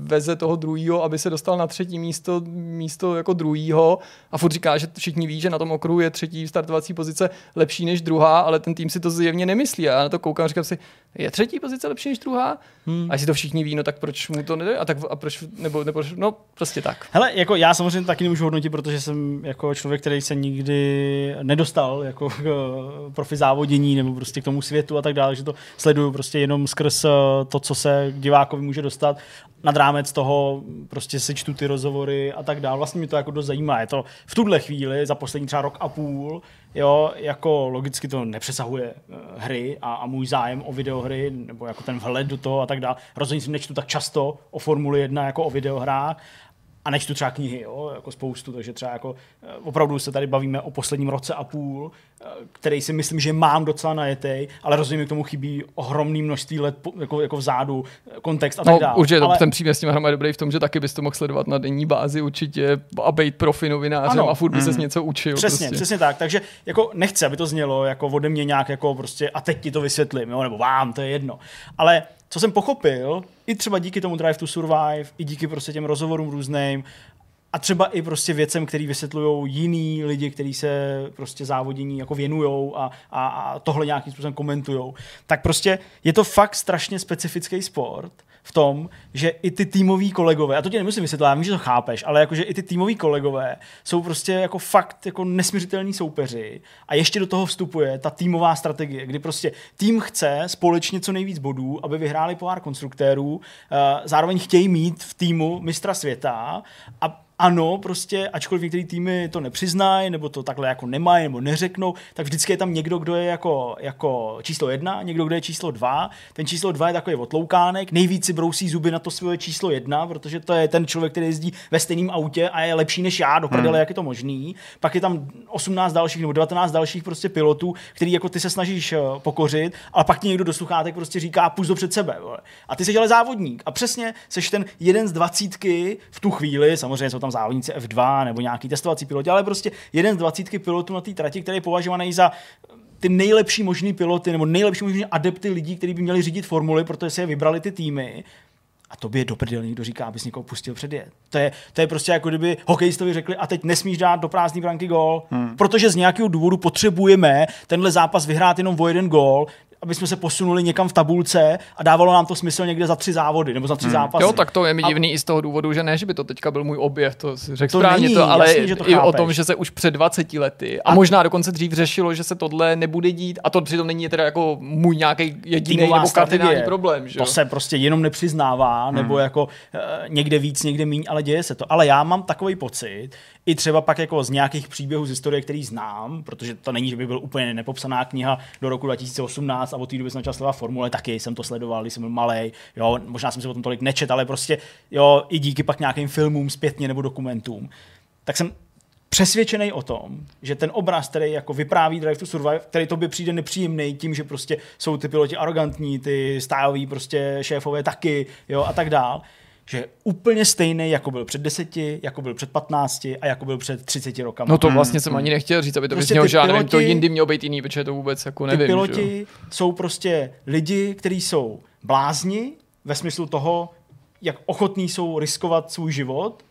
Speaker 2: veze toho druhýho, aby se dostal na třetí místo, místo jako druhýho a furt říká, že všichni ví, že na tom okruhu je třetí startovací pozice lepší než druhá, ale ten tým si to zjevně nemyslí. A já na to koukám a říkám si, je třetí pozice lepší než druhá? Hmm. A jestli to všichni ví, no tak proč mu to nejde? A, tak, a proč, nebo, nebo, no prostě tak.
Speaker 3: Hele, jako já samozřejmě taky nemůžu hodnotit, protože jsem jako člověk, který se nikdy nedostal jako k profi závodění nebo prostě k tomu světu a tak dále, že to sleduju prostě jenom skrz to, co se k divákovi může dostat. Nad rámec toho prostě si čtu ty rozhovory a tak dále. Vlastně mě to jako dost zajímá. Je to v tuhle chvíli za poslední třeba rok a půl, jo, jako logicky to nepřesahuje hry a, a můj zájem o videohry nebo jako ten vhled do toho a tak dále. Rozhodně si nečtu tak často o Formuli jedna jako o videohrách. A nečtu třeba knihy, jo, jako spoustu, takže třeba jako opravdu se tady bavíme o posledním roce a půl, který si myslím, že mám docela najetej, ale rozhodně mi k tomu chybí ohromný množství let jako, jako vzadu, kontext a tak
Speaker 2: no,
Speaker 3: dále.
Speaker 2: Určitě
Speaker 3: ale...
Speaker 2: ten příběh s tím hrama je dobrý v tom, že taky bys to mohl sledovat na denní bázi určitě a být profi novinářem ano. a furt by mm. ses něco učil.
Speaker 3: Přesně,
Speaker 2: prostě.
Speaker 3: přesně tak. Takže jako nechci, aby to znělo jako ode mě nějak jako prostě a teď ti to vysvětlím, jo, nebo vám, to je jedno. Ale co jsem pochopil, i třeba díky tomu Drive to Survive, i díky prostě těm rozhovorům různým, a třeba i prostě věcem, který vysvětlují jiný lidi, kteří se prostě závodění jako věnujou a, a, a tohle nějakým způsobem komentujou. Tak prostě je to fakt strašně specifický sport v tom, že i ty týmoví kolegové, a to ti nemusím vysvětlit, já vím, že to chápeš, ale jakože i ty týmoví kolegové jsou prostě jako fakt jako nesmiřitelní soupeři a ještě do toho vstupuje ta týmová strategie, kdy prostě tým chce společně co nejvíc bodů, aby vyhráli pohár konstruktérů, zároveň chtějí mít v týmu mistra světa a ano, prostě, ačkoliv některé týmy to nepřiznají, nebo to takhle jako nemají, nebo neřeknou, tak vždycky je tam někdo, kdo je jako, jako číslo jedna, někdo, kdo je číslo dva. Ten číslo dva je takový otloukánek, nejvíc si brousí zuby na to svoje číslo jedna, protože to je ten člověk, který jezdí ve stejném autě a je lepší než já, do prdele, hmm. jak je to možný. Pak je tam osmnáct dalších nebo devatenáct dalších prostě pilotů, který jako ty se snažíš pokořit, ale pak ti někdo do sluchátek prostě říká, půjď do před sebe. Vole. A ty jsi ale závodník. A přesně seš ten jeden z dvacítky v tu chvíli, samozřejmě jsou tam závodníci F dva nebo nějaký testovací piloti, ale prostě jeden z dvacítky pilotů na té trati, který je považovaný za ty nejlepší možný piloty nebo nejlepší možný adepty lidí, kteří by měli řídit formuly, protože se je vybrali ty týmy. A tobě do prdele někdo říká, abys někoho pustil předjet. To je, to je prostě jako kdyby hokejistovi řekli a teď nesmíš dát do prázdný branky gól, hmm. protože z nějakého důvodu potřebujeme tenhle zápas vyhrát jenom o jeden gól, aby jsme se posunuli někam v tabulce a dávalo nám to smysl někde za tři závody nebo za tři hmm. zápasy.
Speaker 2: Jo, tak to je mi divný a... i z toho důvodu, že ne, že by to teďka byl můj objev, to řekl správně, to, ale jasný, že to i o tom, že se už před dvaceti lety a, a možná dokonce dřív řešilo, že se tohle nebude dít a to přitom není teda jako můj nějaký jediný nebo kardinální problém. Že?
Speaker 3: To se prostě jenom nepřiznává hmm. nebo jako uh, někde víc, někde míň, ale děje se to. Ale já mám takový pocit, i třeba pak jako z nějakých příběhů z historie, který znám, protože to není, že by byl úplně nepopsaná kniha do roku dva tisíce osmnáct a od té doby jsem začal sledovat formule, taky jsem to sledoval, když jsem byl malej, jo, možná jsem si o tom tolik nečet, ale prostě jo, i díky pak nějakým filmům zpětně nebo dokumentům. Tak jsem přesvědčený o tom, že ten obraz, který jako vypráví Drive to Survive, který tobě přijde nepříjemný tím, že prostě jsou ty piloti arrogantní, ty styloví prostě šéfové taky, jo, a tak dál, že je úplně stejný, jako byl před deseti, jako byl před patnácti a jako byl před třiceti rokama.
Speaker 2: No to vlastně jsem ani nechtěl říct, aby to prostě vyznělo, že piloti, to jindy mělo být jiný, protože to vůbec jako nevím. Ty
Speaker 3: piloti
Speaker 2: že?
Speaker 3: Jsou prostě lidi, kteří jsou blázni ve smyslu toho, jak ochotní jsou riskovat svůj život,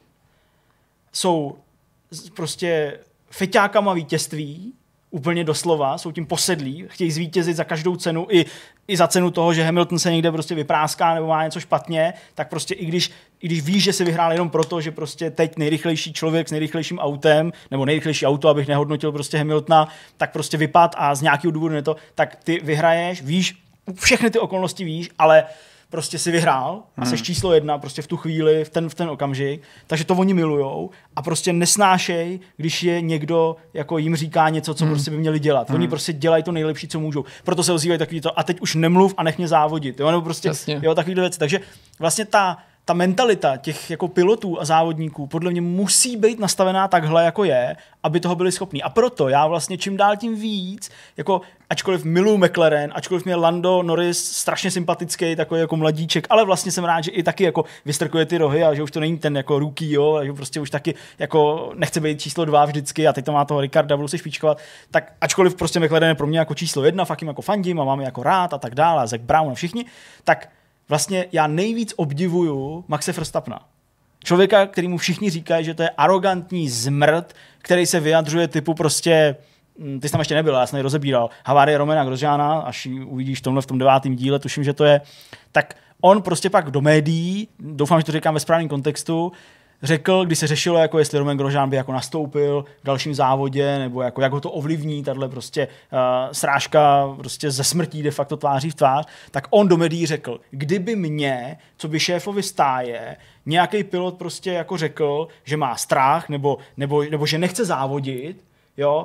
Speaker 3: jsou prostě feťákama vítězství, úplně doslova, jsou tím posedlí, chtějí zvítězit za každou cenu, i, i za cenu toho, že Hamilton se někde prostě vypráská nebo má něco špatně, tak prostě i když, i když víš, že si vyhrál jenom proto, že prostě teď nejrychlejší člověk s nejrychlejším autem, nebo nejrychlejší auto, abych nehodnotil prostě Hamiltona, tak prostě vypad a z nějakého důvodu ne to, tak ty vyhraješ, víš, všechny ty okolnosti víš, ale prostě si vyhrál a seš číslo jedna prostě v tu chvíli, v ten, v ten okamžik, takže to oni milujou a prostě nesnášej, když je někdo jako jim říká něco, co hmm. prostě by měli dělat. Hmm. Oni prostě dělají to nejlepší, co můžou. Proto se ozývají takový to a teď už nemluv a nech mě závodit. Jo, nebo prostě jo, takovýhle věci. Takže vlastně ta ta mentalita těch jako pilotů a závodníků podle mě musí být nastavená takhle, jako je, aby toho byli schopní. A proto já vlastně čím dál tím víc, jako ačkoliv miluji McLaren, ačkoliv mě Lando Norris strašně sympatický, takový jako mladíček, ale vlastně jsem rád, že i taky jako vystrkuje ty rohy a že už to není ten jako rookie, jo, a že prostě už taky jako nechce být číslo dva vždycky a teď to má toho Ricarda, budu se špičkovat, tak ačkoliv prostě McLaren je pro mě jako číslo jedna, fakt jim jako fandím a mám je jako rád a tak dále, a Zac Brown a všichni, tak vlastně já nejvíc obdivuju Maxe Verstappena. Člověka, kterýmu všichni říkají, že to je arrogantní zmrt, který se vyjadřuje typu prostě, ty jsi tam ještě nebyl, já jsem ji rozebíral, havárie Romana Grosjeana, až ji uvidíš v tomhle v tom devátém díle, tuším, že to je, tak on prostě pak do médií, doufám, že to říkám ve správném kontextu, řekl, když se řešilo, jako jestli Romain Grosjean by jako nastoupil v dalším závodě, nebo jako jak ho to ovlivní, tahle prostě uh, srážka prostě ze smrtí de facto tváří v tvář, tak on do médií řekl, kdyby mě, co by šéfovi stáje, nějaký pilot prostě jako řekl, že má strach, nebo, nebo, nebo že nechce závodit, jo,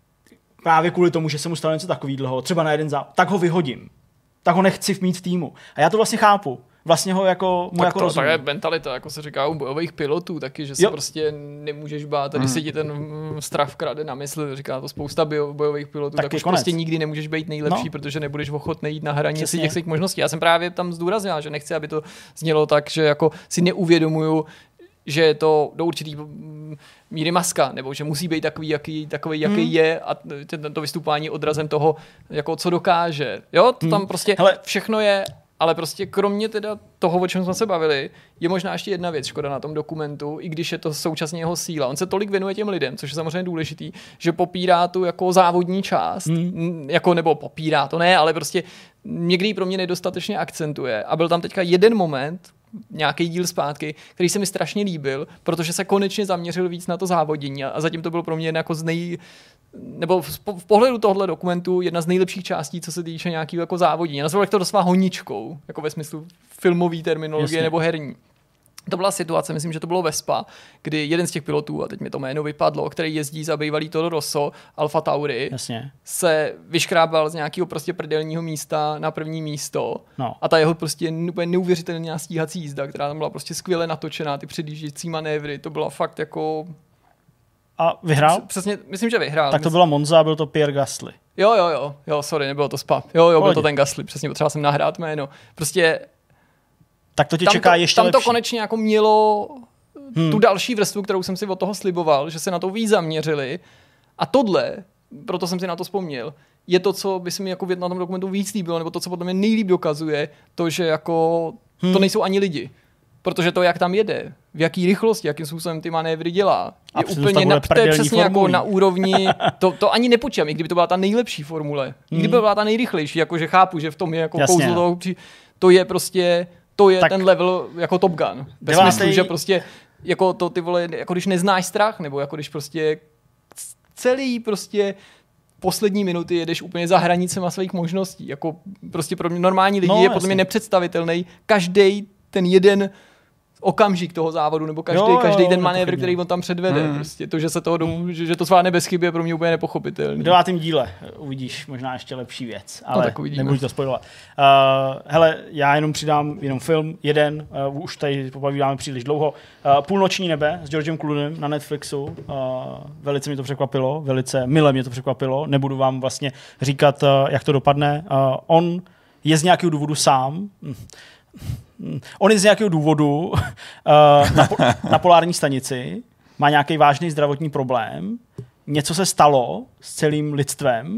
Speaker 3: právě kvůli tomu, že se mu stalo něco takovýhleho, třeba na jeden závod, tak ho vyhodím. Tak ho nechci mít v týmu. A já to vlastně chápu. Vlastně ho jako mu
Speaker 2: tak
Speaker 3: jako
Speaker 2: to,
Speaker 3: rozumím.
Speaker 2: Tak je mentalita, jako se říká u bojových pilotů taky, že se
Speaker 3: jo.
Speaker 2: prostě nemůžeš bát, tady hmm. si ti ten strach krade na mysl, říká to spousta bio, bojových pilotů, tak, tak už konec. Prostě nikdy nemůžeš být nejlepší, no. protože nebudeš ochotný jít na hranici těch svých možností. Já jsem právě tam zdůraznil, že nechci, aby to znělo tak, že jako si neuvědomuju, že je to do určitý míry maska, nebo že musí být takový, jaký, takový, jaký hmm. je a tento vystupování odrazem toho, jako co dokáže. Jo, to tam hmm. prostě Hele. všechno je. Ale prostě kromě teda toho, o čem jsme se bavili, je možná ještě jedna věc, škoda na tom dokumentu, i když je to současně jeho síla. On se tolik věnuje těm lidem, což je samozřejmě důležitý, že popírá tu jako závodní část, mm. jako nebo popírá to ne, ale prostě někdy pro mě nedostatečně akcentuje. A byl tam teďka jeden moment, nějaký díl zpátky, který se mi strašně líbil, protože se konečně zaměřil víc na to závodění a zatím to bylo pro mě jako z nej nebo v pohledu tohohle dokumentu jedna z nejlepších částí, co se týče nějakého jako závodění. Nazval to doslova honičkou, jako ve smyslu filmové terminologie Jasně. nebo herní. To byla situace, myslím, že to bylo ve Spa, kdy jeden z těch pilotů, a teď mi to jméno vypadlo, který jezdí za bývalý Toro Rosso, Alfa Tauri,
Speaker 3: Jasně.
Speaker 2: se vyškrábal z nějakého prostě prdelního místa na první místo.
Speaker 3: No.
Speaker 2: A ta jeho prostě úplně neuvěřitelná stíhací jízda, která tam byla prostě skvěle natočená, ty předjíždějící manévry, to byla fakt jako...
Speaker 3: A vyhrál?
Speaker 2: Přesně, myslím, že vyhrál.
Speaker 3: Tak to byla Monza, byl to Pierre Gasly.
Speaker 2: Jo, jo, jo, jo, sorry, nebylo to Spa. Jo, jo, byl to ten Gasly, přesně, potřeboval jsem nahrát jméno. Prostě
Speaker 3: tak to tě čeká
Speaker 2: to,
Speaker 3: ještě
Speaker 2: tam
Speaker 3: lepší.
Speaker 2: Tam to konečně jako mělo hmm. tu další vrstvu, kterou jsem si od toho sliboval, že se na to víc zaměřili. A tohle, proto jsem si na to vzpomněl, je to, co by se mi jako na tom dokumentu víc líbilo, nebo to, co podle mě nejlíp dokazuje, to, že jako hmm. to nejsou ani lidi. Protože to, jak tam jede, v jaký rychlosti, jakým způsobem ty manévry dělá, je
Speaker 3: a
Speaker 2: úplně na, to je přesně jako na úrovni, to, to ani nepočítám, i kdyby to byla ta nejlepší formule, i kdyby byla ta nejrychlejší, jakože chápu, že v tom je jako kouzlo toho, to je prostě, to je tak ten level jako Top Gun. Bez smyslu, že prostě jako to ty vole, jako když neznáš strach, nebo jako když prostě celý prostě poslední minuty jedeš úplně za hranicema svých možností. Jako prostě pro normální lidi no, je podle mě nepředstavitelný každý ten jeden okamžik toho závodu, nebo každý, jo, každý ten manévr, který on tam předvede. Hmm. Prostě to, že se toho, hmm. že, že to zvládne bez chyby, je pro mě úplně nepochopitelný.
Speaker 3: V devátém díle uvidíš možná ještě lepší věc, ale
Speaker 2: no,
Speaker 3: nebudu to spojovat. Uh, hele, já jenom přidám jenom film, jeden, uh, už tady popovídáme příliš dlouho. Uh, Půlnoční nebe s Georgem Clooneym na Netflixu. Uh, velice mě to překvapilo, velice mile mě to překvapilo. Nebudu vám vlastně říkat, uh, jak to dopadne. Uh, on je z nějakého důvodu sám. On je z nějakého důvodu uh, na, po, na polární stanici, má nějaký vážný zdravotní problém, něco se stalo s celým lidstvem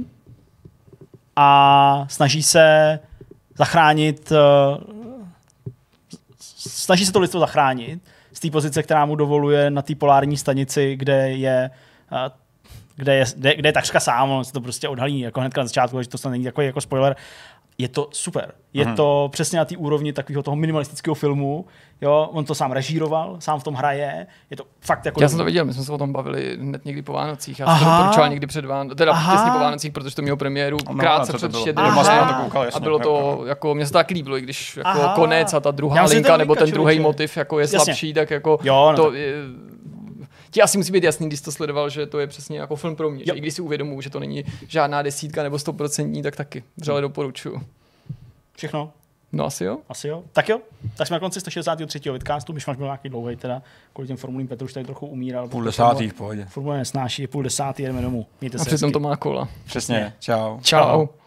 Speaker 3: a snaží se zachránit, uh, snaží se to lidstvo zachránit z té pozice, která mu dovoluje na té polární stanici, kde je, uh, kde je, kde, kde je takřka sám, on se to prostě odhalí jako hnedka na začátku, že to snad není takový jako spoiler. Je to super. Je mm. to přesně na té úrovni takového toho minimalistického filmu. Jo, on to sám režíroval, sám v tom hraje. Je to fakt jako...
Speaker 2: Já jsem to viděl, my jsme se o tom bavili hned někdy po Vánocích. Já jsem to doporučoval někdy před Vánocích, teda těsně po Vánocích, protože to mělo premiéru no, krátce před Štědrým. A bylo to, jako, mně se to tak líbilo, i když jako konec a ta druhá linka, nebo ten druhý motiv jako je slabší, tak jako
Speaker 3: jo, no
Speaker 2: to...
Speaker 3: tak.
Speaker 2: Je, ti asi musí být jasný, když jsi to sledoval, že to je přesně jako film pro mě. Že i když si uvědomuji, že to není žádná desítka nebo stoprocentní, tak taky vřele doporučuju.
Speaker 3: Všechno?
Speaker 2: No asi jo.
Speaker 3: Asi jo. Tak jo, tak jsme na konci sto šedesátého třetího vidcastu, myš máš byl nějaký dlouhej teda, kvůli těm formulím Petr už tady trochu umíral.
Speaker 1: Půl desátý v pohodě.
Speaker 3: Formule nesnáší, je půl desátý, jdeme domů. Mějte se.
Speaker 2: A přitom to má kola.
Speaker 1: Přesně, čau.
Speaker 2: Čau.